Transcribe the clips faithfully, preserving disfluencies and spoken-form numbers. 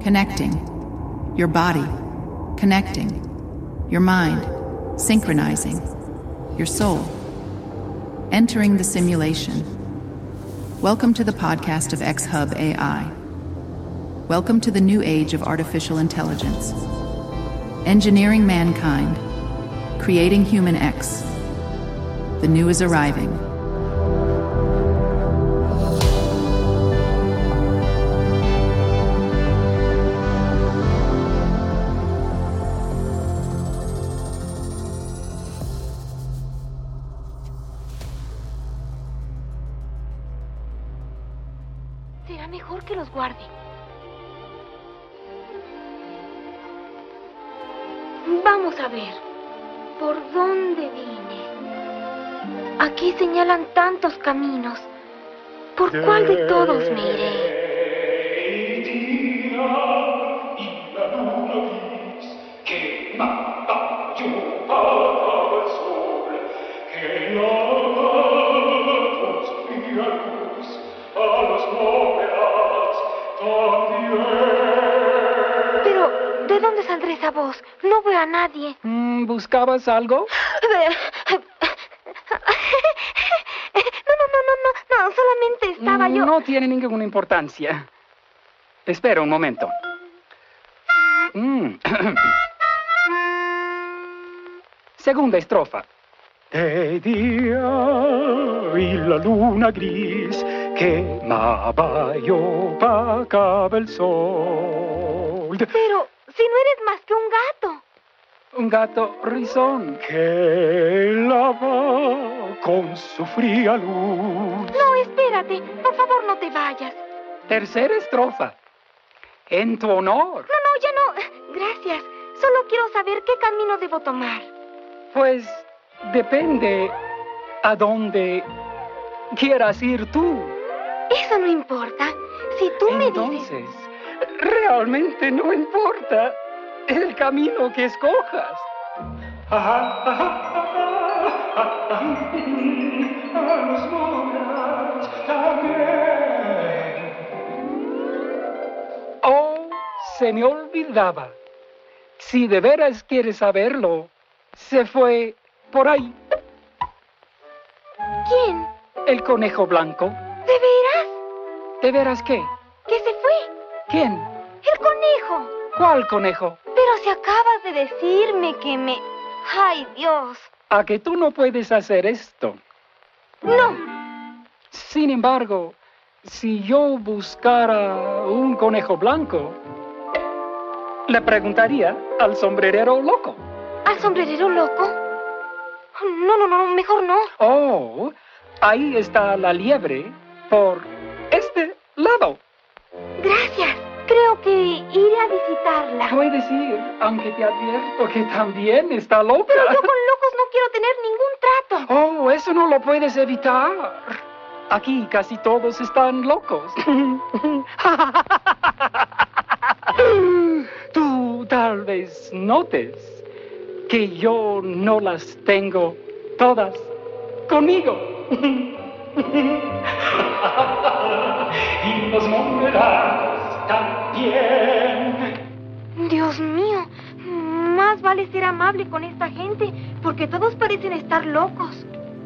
Connecting. Your body. Connecting. Your mind. Synchronizing. Your soul. Entering the simulation. Welcome to the podcast of X-Hub A I. Welcome to the new age of artificial intelligence. Engineering mankind. Creating human X. The new is arriving. Será mejor que los guarde. Vamos a ver. ¿Por dónde vine? Aquí señalan tantos caminos. ¿Por cuál de todos me iré? Pero, ¿de dónde saldrá esa voz? No veo a nadie. ¿Buscabas algo? No, no, no, no, no, no, solamente estaba yo... No tiene ninguna importancia. Espera un momento. Mm. Segunda estrofa. De día y la luna gris quemaba y opacaba el sol. Pero, si no eres más que un gato. Un gato risón que lava con su fría luz. No, espérate. Por favor, no te vayas. Tercera estrofa. En tu honor. No, no, ya no. Gracias. Solo quiero saber qué camino debo tomar. Pues depende a dónde quieras ir tú. Eso no importa. Si tú me Entonces, dices... realmente no importa el camino que escojas. Oh, se me olvidaba. Si de veras quieres saberlo, se fue por ahí. ¿Quién? El conejo blanco. ¿De veras? ¿De veras qué? ¿Que se fue? ¿Quién? El conejo. ¿Cuál conejo? Pero si acabas de decirme que me... ¡Ay, Dios! ¿A que tú no puedes hacer esto? No. Sin embargo, si yo buscara un conejo blanco, le preguntaría al sombrerero loco. ¿Al sombrerero loco? No, no, no, mejor no. Oh, ahí está la liebre por este lado. Gracias. Creo que iré a visitarla. Puedes ir, aunque te advierto que también está loca. Pero yo con locos no quiero tener ningún trato. Oh, eso no lo puedes evitar. Aquí casi todos están locos. Tú tal vez notes que yo no las tengo todas conmigo. Y los moverás también. Dios mío, más vale ser amable con esta gente, porque todos parecen estar locos.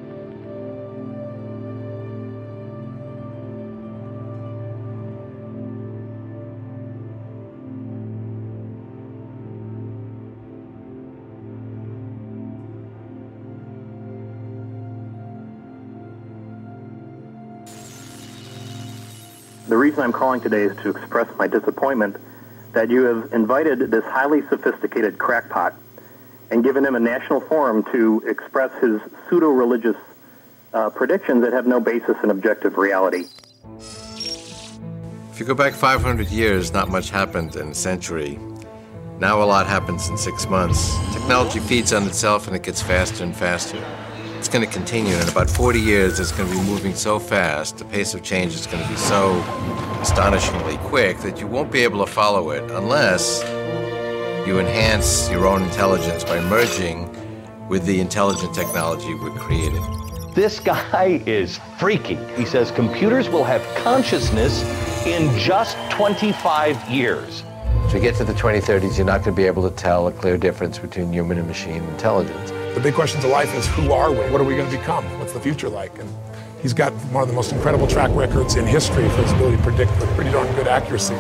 The reason I'm calling today is to express my disappointment that you have invited this highly sophisticated crackpot and given him a national forum to express his pseudo-religious uh, predictions that have no basis in objective reality. If you go back five hundred years, not much happened in a century. Now a lot happens in six months. Technology feeds on itself and it gets faster and faster. It's going to continue, and in about forty years, it's going to be moving so fast, the pace of change is going to be so astonishingly quick that you won't be able to follow it unless you enhance your own intelligence by merging with the intelligent technology we created. This guy is freaky. He says computers will have consciousness in just twenty-five years. we get to the twenty thirties, you're not going to be able to tell a clear difference between human and machine intelligence. The big questions of life is, who are we? What are we going to become? What's the future like? And he's got one of the most incredible track records in history for his ability to predict with pretty darn good accuracy.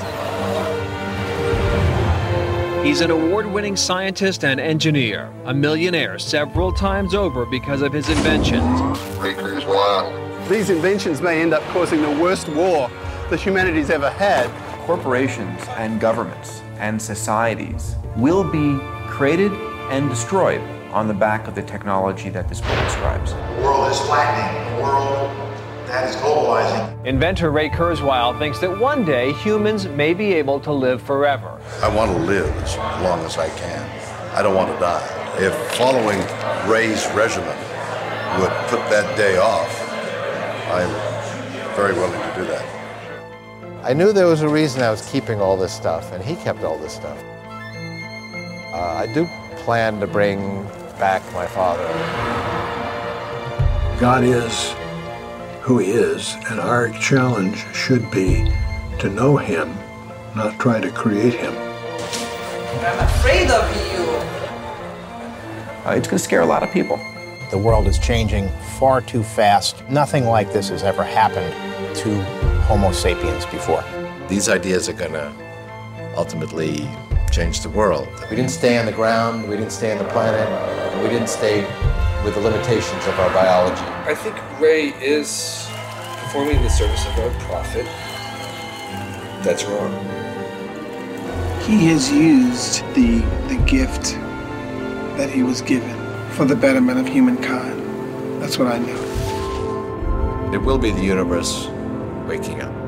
He's an award-winning scientist and engineer, a millionaire several times over because of his inventions. Ray Kurzweil. These inventions may end up causing the worst war that humanity's ever had. Corporations and governments and societies will be created and destroyed on the back of the technology that this book describes. The world is flattening, a world that is globalizing. Inventor Ray Kurzweil thinks that one day humans may be able to live forever. I want to live as long as I can. I don't want to die. If following Ray's regimen would put that day off, I'm very willing to do that. I knew there was a reason I was keeping all this stuff, and he kept all this stuff. Uh, I do plan to bring back my father. God is who he is, and our challenge should be to know him, not try to create him. I'm afraid of you. Uh, it's going to scare a lot of people. The world is changing far too fast. Nothing like this has ever happened to Homo sapiens before. These ideas are going to ultimately change the world. We didn't stay on the ground, we didn't stay on the planet, and we didn't stay with the limitations of our biology. I think Ray is performing the service of a prophet. That's wrong. He has used the, the gift that he was given for the betterment of humankind. That's what I know. It will be the universe waking up.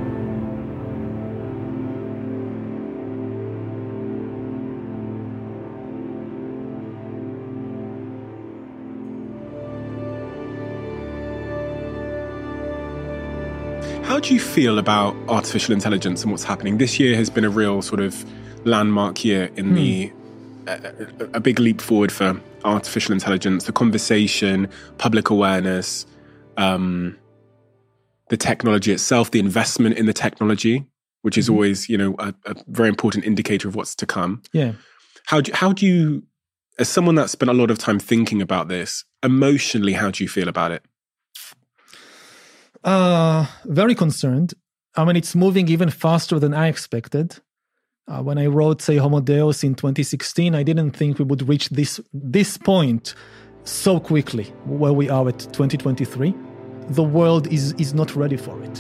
How do you feel about artificial intelligence and what's happening? This year has been a real sort of landmark year in mm. the a, a big leap forward for artificial intelligence, the conversation, public awareness, um, the technology itself, the investment in the technology, which is mm. always, you know, a, a very important indicator of what's to come. Yeah. How do, how do you, as someone that's spent a lot of time thinking about this, emotionally, how do you feel about it? Uh, very concerned. I mean, it's moving even faster than I expected. Uh, when I wrote, say, Homo Deus in twenty sixteen, I didn't think we would reach this this point so quickly, where we are at twenty twenty-three. The world is is not ready for it.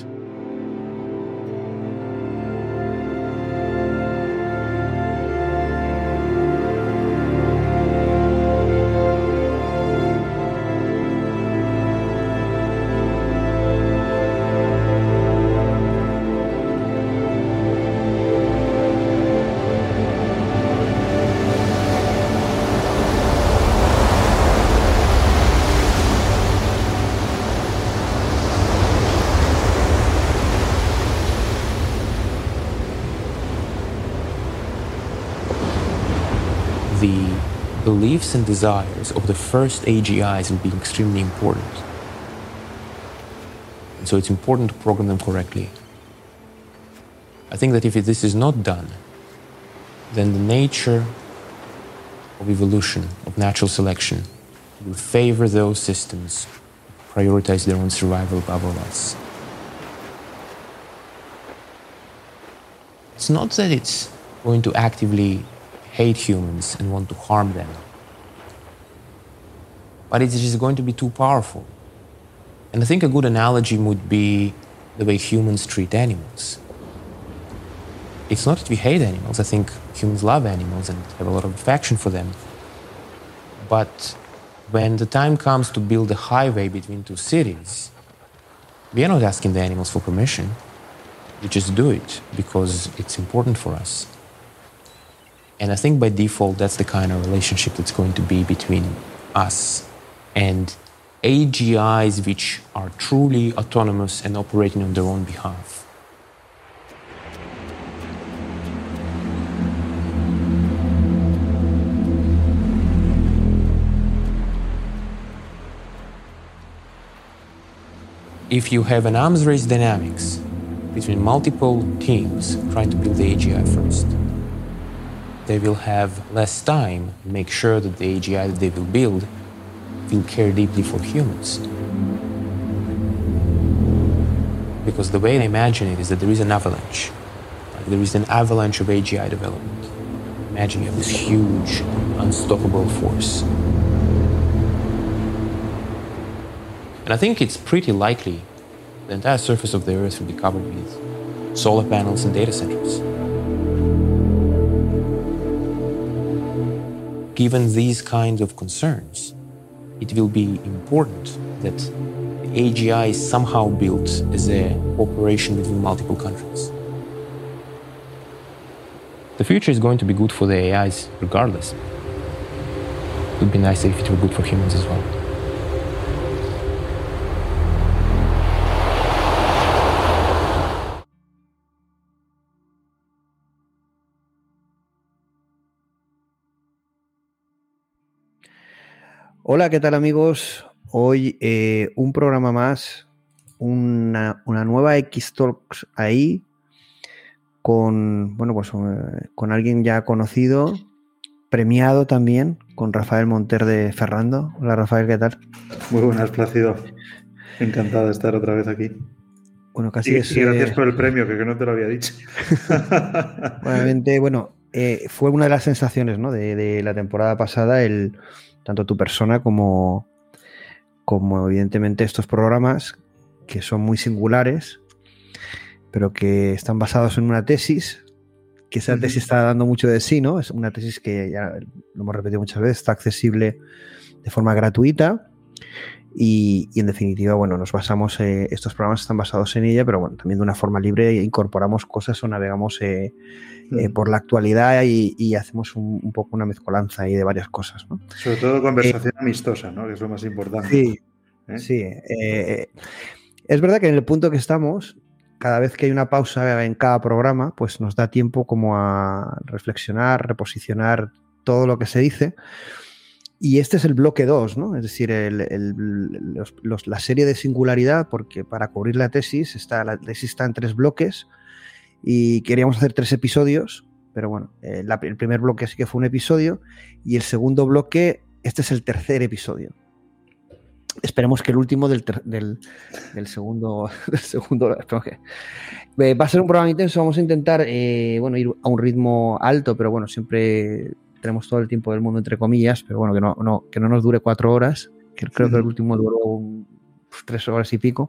The beliefs and desires of the first A G Is will be extremely important. And so it's important to program them correctly. I think that if this is not done, then the nature of evolution, of natural selection, will favor those systems, prioritize their own survival above all else. It's not that it's going to actively hate humans and want to harm them, but it is going to be too powerful. And I think a good analogy would be the way humans treat animals. It's not that we hate animals. I think humans love animals and have a lot of affection for them. But when the time comes to build a highway between two cities, we are not asking the animals for permission. We just do it because it's important for us. And I think by default, that's the kind of relationship that's going to be between us and A G Is which are truly autonomous and operating on their own behalf. If you have an arms race dynamics between multiple teams trying to build the A G I first, they will have less time to make sure that the A G I that they will build will care deeply for humans. Because the way I imagine it is that there is an avalanche. Like there is an avalanche of A G I development. Imagine you have this huge, unstoppable force. And I think it's pretty likely the entire surface of the Earth will be covered with solar panels and data centers. Given these kinds of concerns, it will be important that the A G I is somehow built as a cooperation between multiple countries. The future is going to be good for the A Is regardless. It would be nice if it were good for humans as well. Hola, ¿qué tal amigos? Hoy eh, un programa más, una, una nueva X-Talks ahí, con, bueno, pues, eh, con alguien ya conocido, premiado también, con Rafael Monter de Ferrando. Hola Rafael, ¿qué tal? Muy buenas, Plácido. Encantado de estar otra vez aquí. Bueno, casi y, es... y gracias eh... por el premio, que, que no te lo había dicho. Realmente, bueno, eh, fue una de las sensaciones, ¿no?, de, de la temporada pasada, el... tanto tu persona como, como evidentemente estos programas que son muy singulares, pero que están basados en una tesis, que esa tesis está dando mucho de sí, ¿no? Es una tesis que ya lo hemos repetido muchas veces, está accesible de forma gratuita y, y en definitiva, bueno, nos basamos, eh, estos programas están basados en ella, pero bueno, también de una forma libre incorporamos cosas o navegamos eh, Eh, por la actualidad y, y hacemos un, un poco una mezcolanza ahí de varias cosas, ¿no? Sobre todo conversación eh, amistosa, ¿no? Que es lo más importante. Sí, ¿Eh? sí. Eh, es verdad que en el punto que estamos, cada vez que hay una pausa en cada programa, pues nos da tiempo como a reflexionar, reposicionar todo lo que se dice. Y este es el bloque dos, ¿no? Es decir, el, el, los, los, la serie de singularidad, porque para cubrir la tesis, está, la tesis está en tres bloques. Y queríamos hacer tres episodios, pero bueno, eh, la, el primer bloque sí que fue un episodio y el segundo bloque, este es el tercer episodio. Esperemos que el último del, ter, del, del segundo, del segundo que, eh, va a ser un programa intenso, vamos a intentar eh, bueno, ir a un ritmo alto, pero bueno, siempre tenemos todo el tiempo del mundo entre comillas, pero bueno, que no, no, que no nos dure cuatro horas, que creo sí. que el último duró un, tres horas y pico.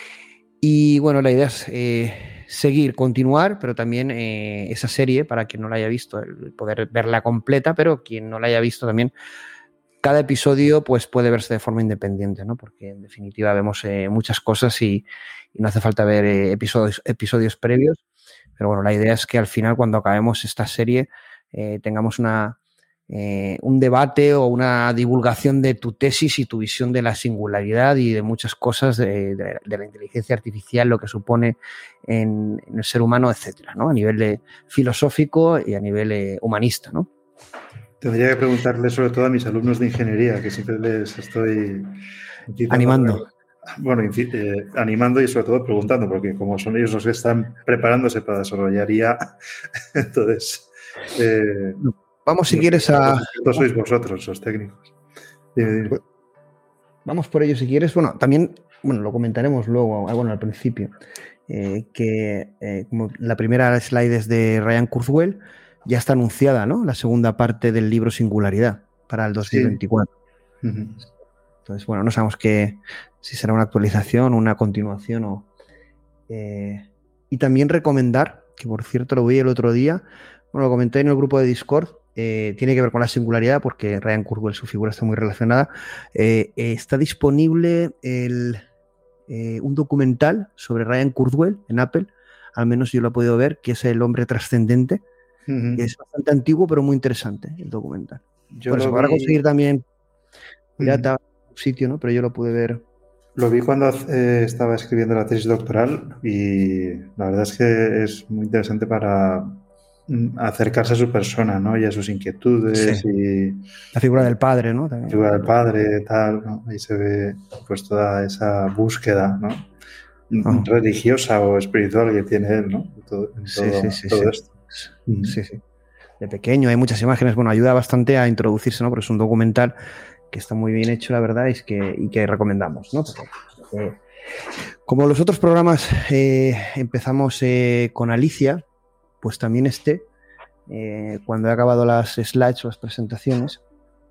Y bueno, la idea es eh, seguir, continuar, pero también eh, esa serie, para quien no la haya visto, el poder verla completa, pero quien no la haya visto también, cada episodio pues puede verse de forma independiente, ¿no? Porque en definitiva vemos eh, muchas cosas y, y no hace falta ver eh, episodios, episodios previos, pero bueno, la idea es que al final cuando acabemos esta serie eh, tengamos una... Eh, un debate o una divulgación de tu tesis y tu visión de la singularidad y de muchas cosas de, de, de la inteligencia artificial, lo que supone en, en el ser humano, etcétera, ¿no? A nivel de filosófico y a nivel eh, humanista, ¿no? Tendría que preguntarle sobre todo a mis alumnos de ingeniería, que siempre les estoy animando. Bueno, eh, animando y sobre todo preguntando, porque como son ellos los que están preparándose para desarrollar I A, entonces... Eh, Vamos, si quieres, a... Vosotros sois vosotros, los técnicos. Dime, dime. Vamos por ello, si quieres. Bueno, también, bueno, lo comentaremos luego, bueno, al principio, eh, que eh, como la primera slide es de Ryan Kurzweil, ya está anunciada, ¿no?, la segunda parte del libro Singularidad para el dos mil veinticuatro. Sí. Uh-huh. Entonces, bueno, no sabemos qué, si será una actualización, una continuación o... Eh, y también recomendar, que por cierto lo vi el otro día, bueno, lo comenté en el grupo de Discord, Eh, tiene que ver con la singularidad porque Ryan Kurzweil, su figura está muy relacionada. Eh, eh, está disponible el, eh, un documental sobre Ryan Kurzweil en Apple, al menos yo lo he podido ver, que es El hombre trascendente, uh-huh. que es bastante antiguo pero muy interesante el documental. Yo Por eso, para conseguir también pirata uh-huh. un sitio, ¿no? Pero yo lo pude ver. Lo vi cuando eh, estaba escribiendo la tesis doctoral y la verdad es que es muy interesante para acercarse a su persona, ¿no? Y a sus inquietudes. Sí. Y la figura del padre, ¿no? También. La figura del padre, tal, ¿no? Ahí se ve pues toda esa búsqueda, ¿no? Oh. Religiosa o espiritual que tiene él, ¿no? Todo, en todo, sí, sí, sí, todo sí. esto. Sí, sí. de pequeño, hay muchas imágenes, bueno, ayuda bastante a introducirse, ¿no? Porque es un documental que está muy bien hecho, la verdad, y, es que, y que recomendamos, ¿no? Porque, eh, como los otros programas eh, empezamos eh, con Alicia, pues también este, eh, cuando he acabado las slides o las presentaciones,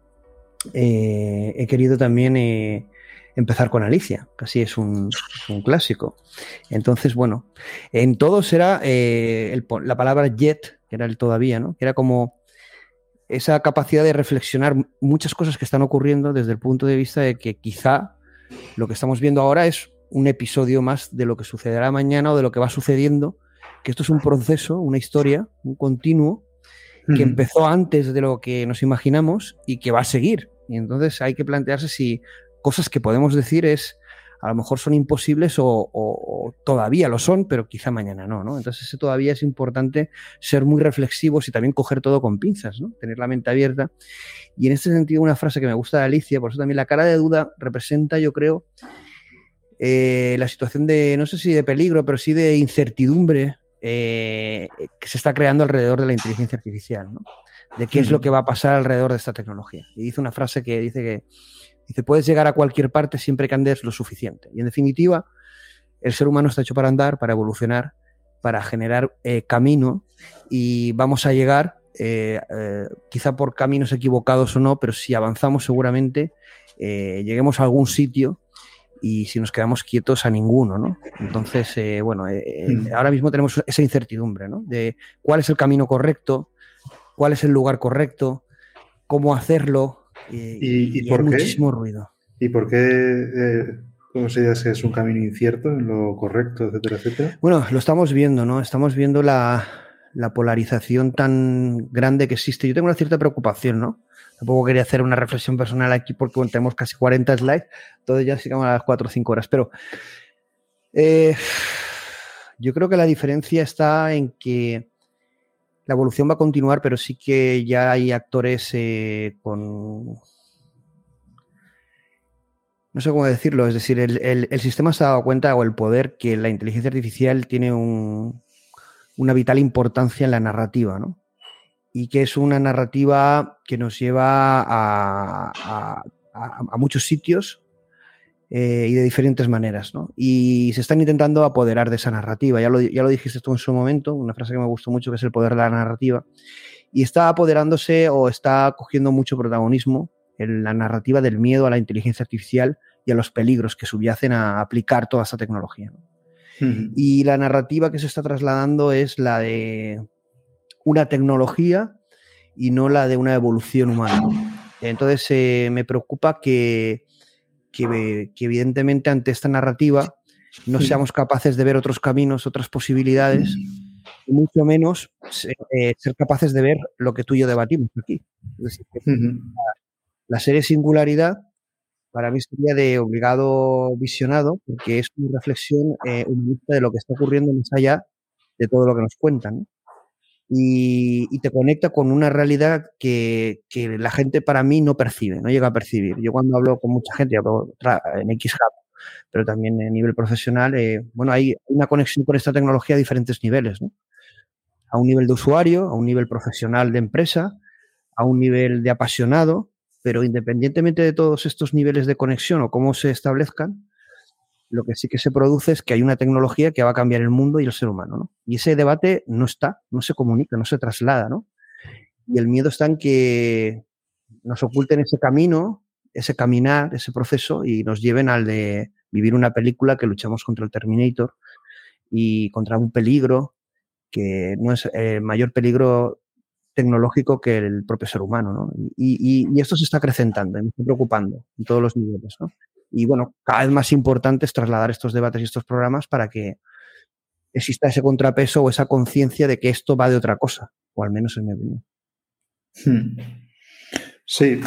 eh, he querido también eh, empezar con Alicia, casi es un, un clásico. Entonces, bueno, en todos era eh, el, la palabra yet, que era el todavía, ¿no? Que era como esa capacidad de reflexionar muchas cosas que están ocurriendo desde el punto de vista de que quizá lo que estamos viendo ahora es un episodio más de lo que sucederá mañana o de lo que va sucediendo, que esto es un proceso, una historia, un continuo que uh-huh. empezó antes de lo que nos imaginamos y que va a seguir. Y entonces hay que plantearse si cosas que podemos decir es a lo mejor son imposibles o, o, o todavía lo son, pero quizá mañana no, ¿no? Entonces ese todavía es importante ser muy reflexivos y también coger todo con pinzas, ¿no? Tener la mente abierta. Y en este sentido una frase que me gusta de Alicia, por eso también la cara de duda representa, yo creo, eh, la situación de, no sé si de peligro, pero sí de incertidumbre eh, que se está creando alrededor de la inteligencia artificial, ¿no? De qué es lo que va a pasar alrededor de esta tecnología. Y dice una frase que dice que Dice, puedes llegar a cualquier parte siempre que andes lo suficiente. Y en definitiva, el ser humano está hecho para andar, para evolucionar, para generar eh, camino y vamos a llegar, eh, eh, quizá por caminos equivocados o no, pero si avanzamos seguramente eh, lleguemos a algún sitio y si nos quedamos quietos a ninguno, ¿no? Entonces, eh, bueno, eh, mm. ahora mismo tenemos esa incertidumbre, ¿no? De cuál es el camino correcto, cuál es el lugar correcto, cómo hacerlo. Eh, ¿Y, y, y por hay qué? Muchísimo ruido. ¿Y por qué eh, consideras que es un camino incierto en lo correcto, etcétera, etcétera? Bueno, lo estamos viendo, ¿no? Estamos viendo la, la polarización tan grande que existe. Yo tengo una cierta preocupación, ¿no? Tampoco quería hacer una reflexión personal aquí porque bueno, tenemos casi cuarenta slides, entonces ya sigamos a las cuatro o cinco horas. Pero eh, yo creo que la diferencia está en que la evolución va a continuar, pero sí que ya hay actores eh, con... No sé cómo decirlo, es decir, el, el, el sistema se ha dado cuenta, o el poder, que la inteligencia artificial tiene un, una vital importancia en la narrativa, ¿no? Y que es una narrativa que nos lleva a, a, a, a muchos sitios eh, y de diferentes maneras, ¿no? Y se están intentando apoderar de esa narrativa. Ya lo, ya lo dijiste tú en su momento, una frase que me gustó mucho, que es el poder de la narrativa. Y está apoderándose o está cogiendo mucho protagonismo en la narrativa del miedo a la inteligencia artificial y a los peligros que subyacen a aplicar toda esta tecnología, ¿no? Uh-huh. Y la narrativa que se está trasladando es la de una tecnología y no la de una evolución humana. Entonces eh, me preocupa que Que, que evidentemente ante esta narrativa no seamos capaces de ver otros caminos, otras posibilidades, y mucho menos eh, ser capaces de ver lo que tú y yo debatimos aquí. Es decir, que uh-huh. la, la serie Singularidad para mí sería de obligado visionado, porque es una reflexión eh, humanista de lo que está ocurriendo más allá de todo lo que nos cuentan, ¿no? Y, y te conecta con una realidad que, que la gente para mí no percibe, no llega a percibir. Yo cuando hablo con mucha gente, hablo en X-Hub, pero también a nivel profesional, eh, bueno, hay una conexión con esta tecnología a diferentes niveles, ¿no? A un nivel de usuario, a un nivel profesional de empresa, a un nivel de apasionado, pero independientemente de todos estos niveles de conexión o cómo se establezcan, lo que sí que se produce es que hay una tecnología que va a cambiar el mundo y el ser humano, ¿no? Y ese debate no está, no se comunica, no se traslada, ¿no? Y el miedo está en que nos oculten ese camino, ese caminar, ese proceso y nos lleven al de vivir una película que luchamos contra el Terminator y contra un peligro que no es el mayor peligro tecnológico que el propio ser humano, ¿no? Y, y, y esto se está acrecentando y me está preocupando en todos los niveles, ¿no? Y bueno, cada vez más importante es trasladar estos debates y estos programas para que exista ese contrapeso o esa conciencia de que esto va de otra cosa, o al menos en mi opinión. Sí.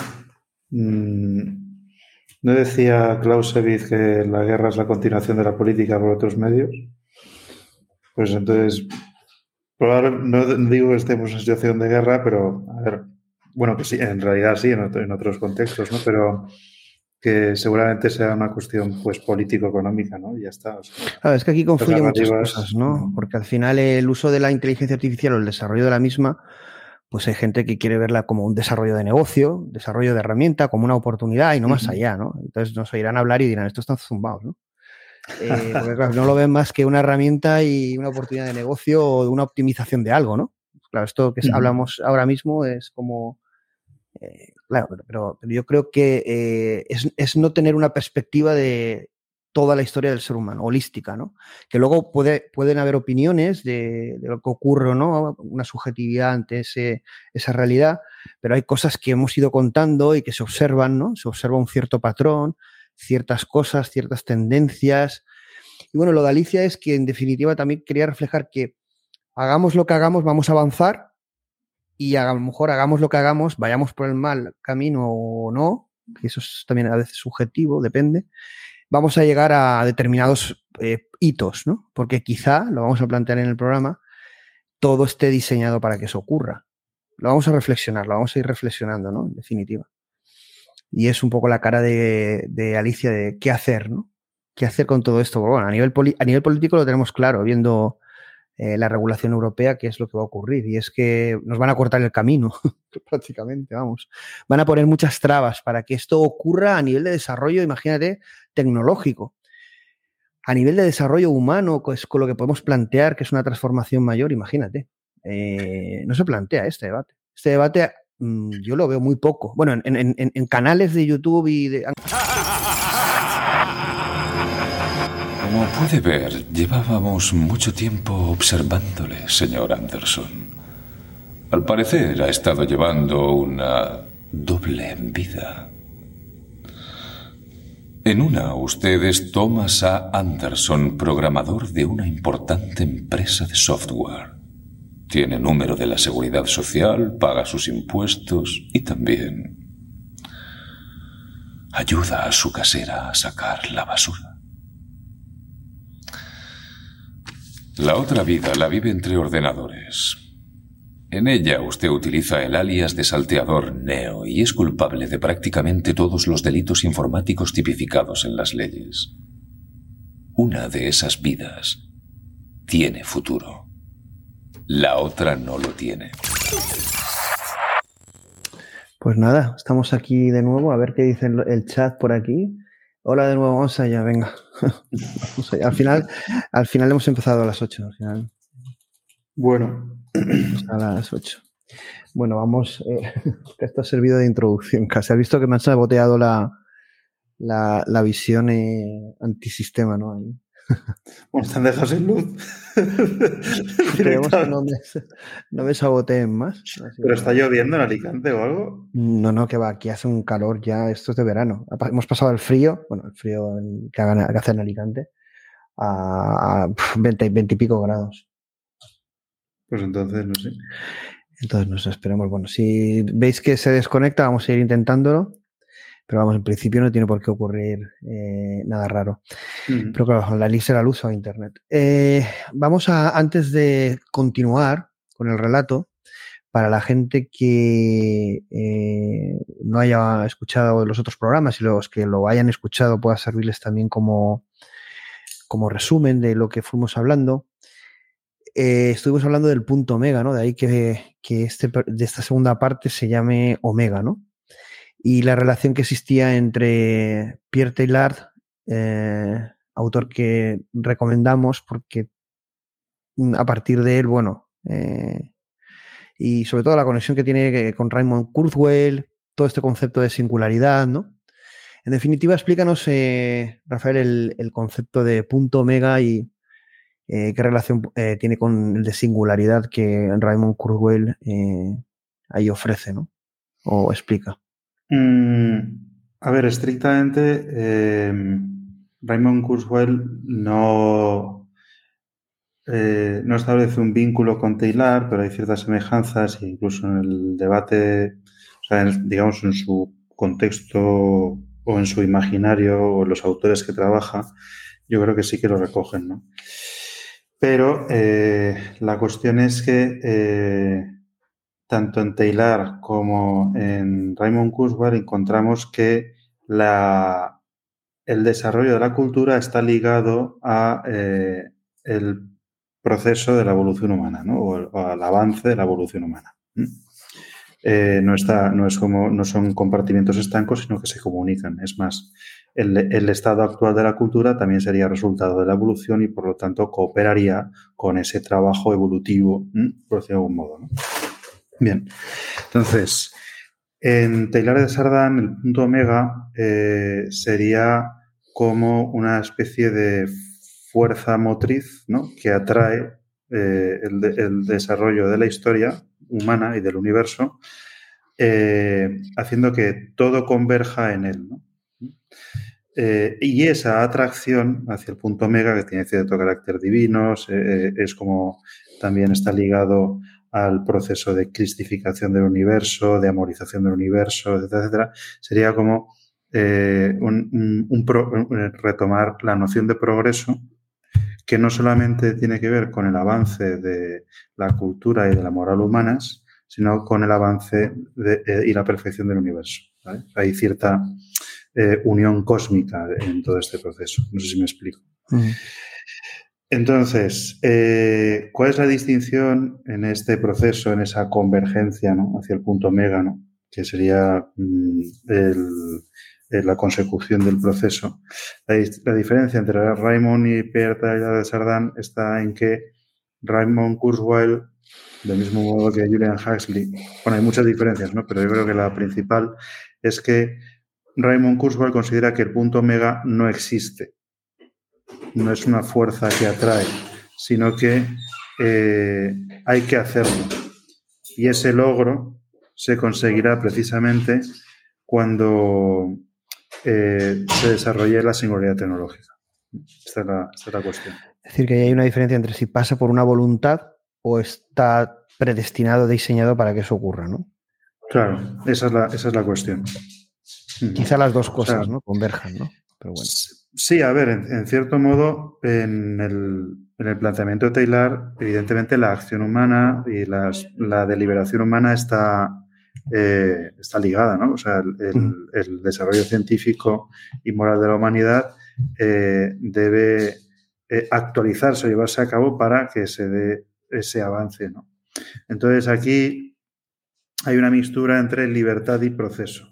¿No decía Clausewitz que la guerra es la continuación de la política por otros medios? Pues entonces, no digo que estemos en situación de guerra, pero, a ver, bueno, que sí, en realidad sí, en, otro, en otros contextos, ¿no? Pero que seguramente sea una cuestión pues político-económica, ¿no? Y ya está. O sea, claro, es que aquí confluyen muchas cosas, ¿no? Porque al final el uso de la inteligencia artificial o el desarrollo de la misma pues hay gente que quiere verla como un desarrollo de negocio, desarrollo de herramienta, como una oportunidad y no más allá, ¿no? Entonces nos oirán hablar y dirán, estos están zumbados, ¿no? Eh, porque claro, no lo ven más que una herramienta y una oportunidad de negocio o de una optimización de algo, ¿no? Claro, esto que uh-huh. hablamos ahora mismo es como... Eh, claro, pero, pero yo creo que eh, es, es no tener una perspectiva de toda la historia del ser humano, holística, ¿no? Que luego puede, pueden haber opiniones de, de lo que ocurre o no, una subjetividad ante ese, esa realidad, pero hay cosas que hemos ido contando y que se observan, ¿no? Se observa un cierto patrón, ciertas cosas, ciertas tendencias. Y bueno, lo de Alicia es que en definitiva también quería reflejar que hagamos lo que hagamos, vamos a avanzar y a lo mejor hagamos lo que hagamos, vayamos por el mal camino o no, que eso es también a veces subjetivo, depende, vamos a llegar a determinados eh, hitos, ¿no? Porque quizá, lo vamos a plantear en el programa, todo esté diseñado para que eso ocurra. Lo vamos a reflexionar, lo vamos a ir reflexionando, ¿no? En definitiva. Y es un poco la cara de, de Alicia de qué hacer, ¿no? ¿Qué hacer con todo esto? Bueno, a nivel, poli- a nivel político lo tenemos claro, viendo eh, la regulación europea, qué es lo que va a ocurrir. Y es que nos van a cortar el camino, prácticamente, vamos. Van a poner muchas trabas para que esto ocurra a nivel de desarrollo, imagínate, tecnológico. A nivel de desarrollo humano, pues, con lo que podemos plantear, que es una transformación mayor, imagínate. Eh, no se plantea este debate. Este debate mmm, yo lo veo muy poco. Bueno, en, en, en, en canales de YouTube y de... Como puede ver, llevábamos mucho tiempo observándole, señor Anderson. Al parecer ha estado llevando una doble vida. En una, usted es Thomas A. Anderson, programador de una importante empresa de software. Tiene número de la Seguridad Social, paga sus impuestos y también ayuda a su casera a sacar la basura. La otra vida la vive entre ordenadores. En ella usted utiliza el alias de salteador Neo y es culpable de prácticamente todos los delitos informáticos tipificados en las leyes. Una de esas vidas tiene futuro. La otra no lo tiene. Pues nada, estamos aquí de nuevo, a ver qué dice el chat por aquí. Hola de nuevo, vamos allá, venga. Vamos allá. Al final, al final hemos empezado a las ocho. Al final. Bueno. A las ocho. Bueno, vamos. Eh, esto ha servido de introducción casi. Has visto que me han saboteado la, la, la visión eh, antisistema, ¿no? Ahí. Bueno, están dejado sin luz. Esperemos que no me, no me saboteen más. Así ¿Pero está lloviendo en Alicante o algo? No, no, que va, aquí hace un calor ya, esto es de verano. Hemos pasado el frío, bueno, el frío que, hagan, que hace en Alicante, a, a veinte, veinte y pico grados. Pues entonces, no sé. Entonces, nos esperemos. Bueno, si veis que se desconecta, vamos a ir intentándolo. Pero vamos, en principio no tiene por qué ocurrir eh, nada raro. Mm. Pero claro, la elixir a luz o a internet. Eh, vamos a, antes de continuar con el relato, para la gente que eh, no haya escuchado los otros programas y los que lo hayan escuchado pueda servirles también como, como resumen de lo que fuimos hablando. Eh, estuvimos hablando del punto omega, ¿no? De ahí que, que este, de esta segunda parte se llame omega, ¿no? Y la relación que existía entre Pierre Teilhard, eh, autor que recomendamos porque a partir de él, bueno, eh, y sobre todo la conexión que tiene con Raymond Kurzweil, todo este concepto de singularidad, ¿no? En definitiva, explícanos, eh, Rafael, el, el concepto de punto omega y eh, qué relación eh, tiene con el de singularidad que Raymond Kurzweil eh, ahí ofrece, ¿no? O explica. Mm, a ver, estrictamente, eh, Raymond Kurzweil no, eh, no establece un vínculo con Teilhard, pero hay ciertas semejanzas e incluso en el debate, o sea, en, digamos, en su contexto o en su imaginario o en los autores que trabaja, yo creo que sí que lo recogen, ¿no? Pero eh, la cuestión es que eh, tanto en Teilhard como en Raymond Kurzweil encontramos que la, el desarrollo de la cultura está ligado a eh, el proceso de la evolución humana, ¿no? O, o al avance de la evolución humana. eh, no, está, no, es como, no son compartimientos estancos, sino que se comunican. Es más, el, el estado actual de la cultura también sería resultado de la evolución y, por lo tanto, cooperaría con ese trabajo evolutivo, ¿m? por decirlo de algún modo, ¿no? Bien, entonces, en Teilhard de Chardin, el punto omega eh, sería como una especie de fuerza motriz, ¿no? que atrae eh, el, de, el desarrollo de la historia humana y del universo, eh, haciendo que todo converja en él, ¿no? Eh, y esa atracción hacia el punto omega, que tiene cierto carácter divino, eh, es como también está ligado al proceso de cristificación del universo, de amorización del universo, etcétera, etcétera, sería como eh, un, un, un pro, un, retomar la noción de progreso, que no solamente tiene que ver con el avance de la cultura y de la moral humanas, sino con el avance de, eh, y la perfección del universo, ¿vale? Hay cierta eh, unión cósmica en todo este proceso. No sé si me explico. Uh-huh. Entonces, eh, ¿cuál es la distinción en este proceso, en esa convergencia, ¿no? hacia el punto omega, ¿no? que sería mm, el, el, la consecución del proceso? La, la diferencia entre Raymond y Pierre Teilhard de Chardin está en que Raymond Kurzweil, del mismo modo que Julian Huxley, bueno, hay muchas diferencias, ¿no? pero yo creo que la principal es que Raymond Kurzweil considera que el punto omega no existe. No es una fuerza que atrae, sino que eh, hay que hacerlo. Y ese logro se conseguirá precisamente cuando eh, se desarrolle la singularidad tecnológica. Esta es, la, esta es la cuestión. Es decir, que hay una diferencia entre si pasa por una voluntad o está predestinado, diseñado para que eso ocurra, ¿no? Claro, esa es la, esa es la cuestión. Quizá las dos cosas, o sea, ¿no? Converjan, ¿no? Pero bueno. Sí, a ver, en, en cierto modo, en el, en el planteamiento de Teilhard, evidentemente la acción humana y las, la deliberación humana está, eh, está ligada, ¿no? O sea, el, el, el desarrollo científico y moral de la humanidad eh, debe eh, actualizarse o llevarse a cabo para que se dé ese avance, ¿no? Entonces, aquí hay una mixtura entre libertad y proceso.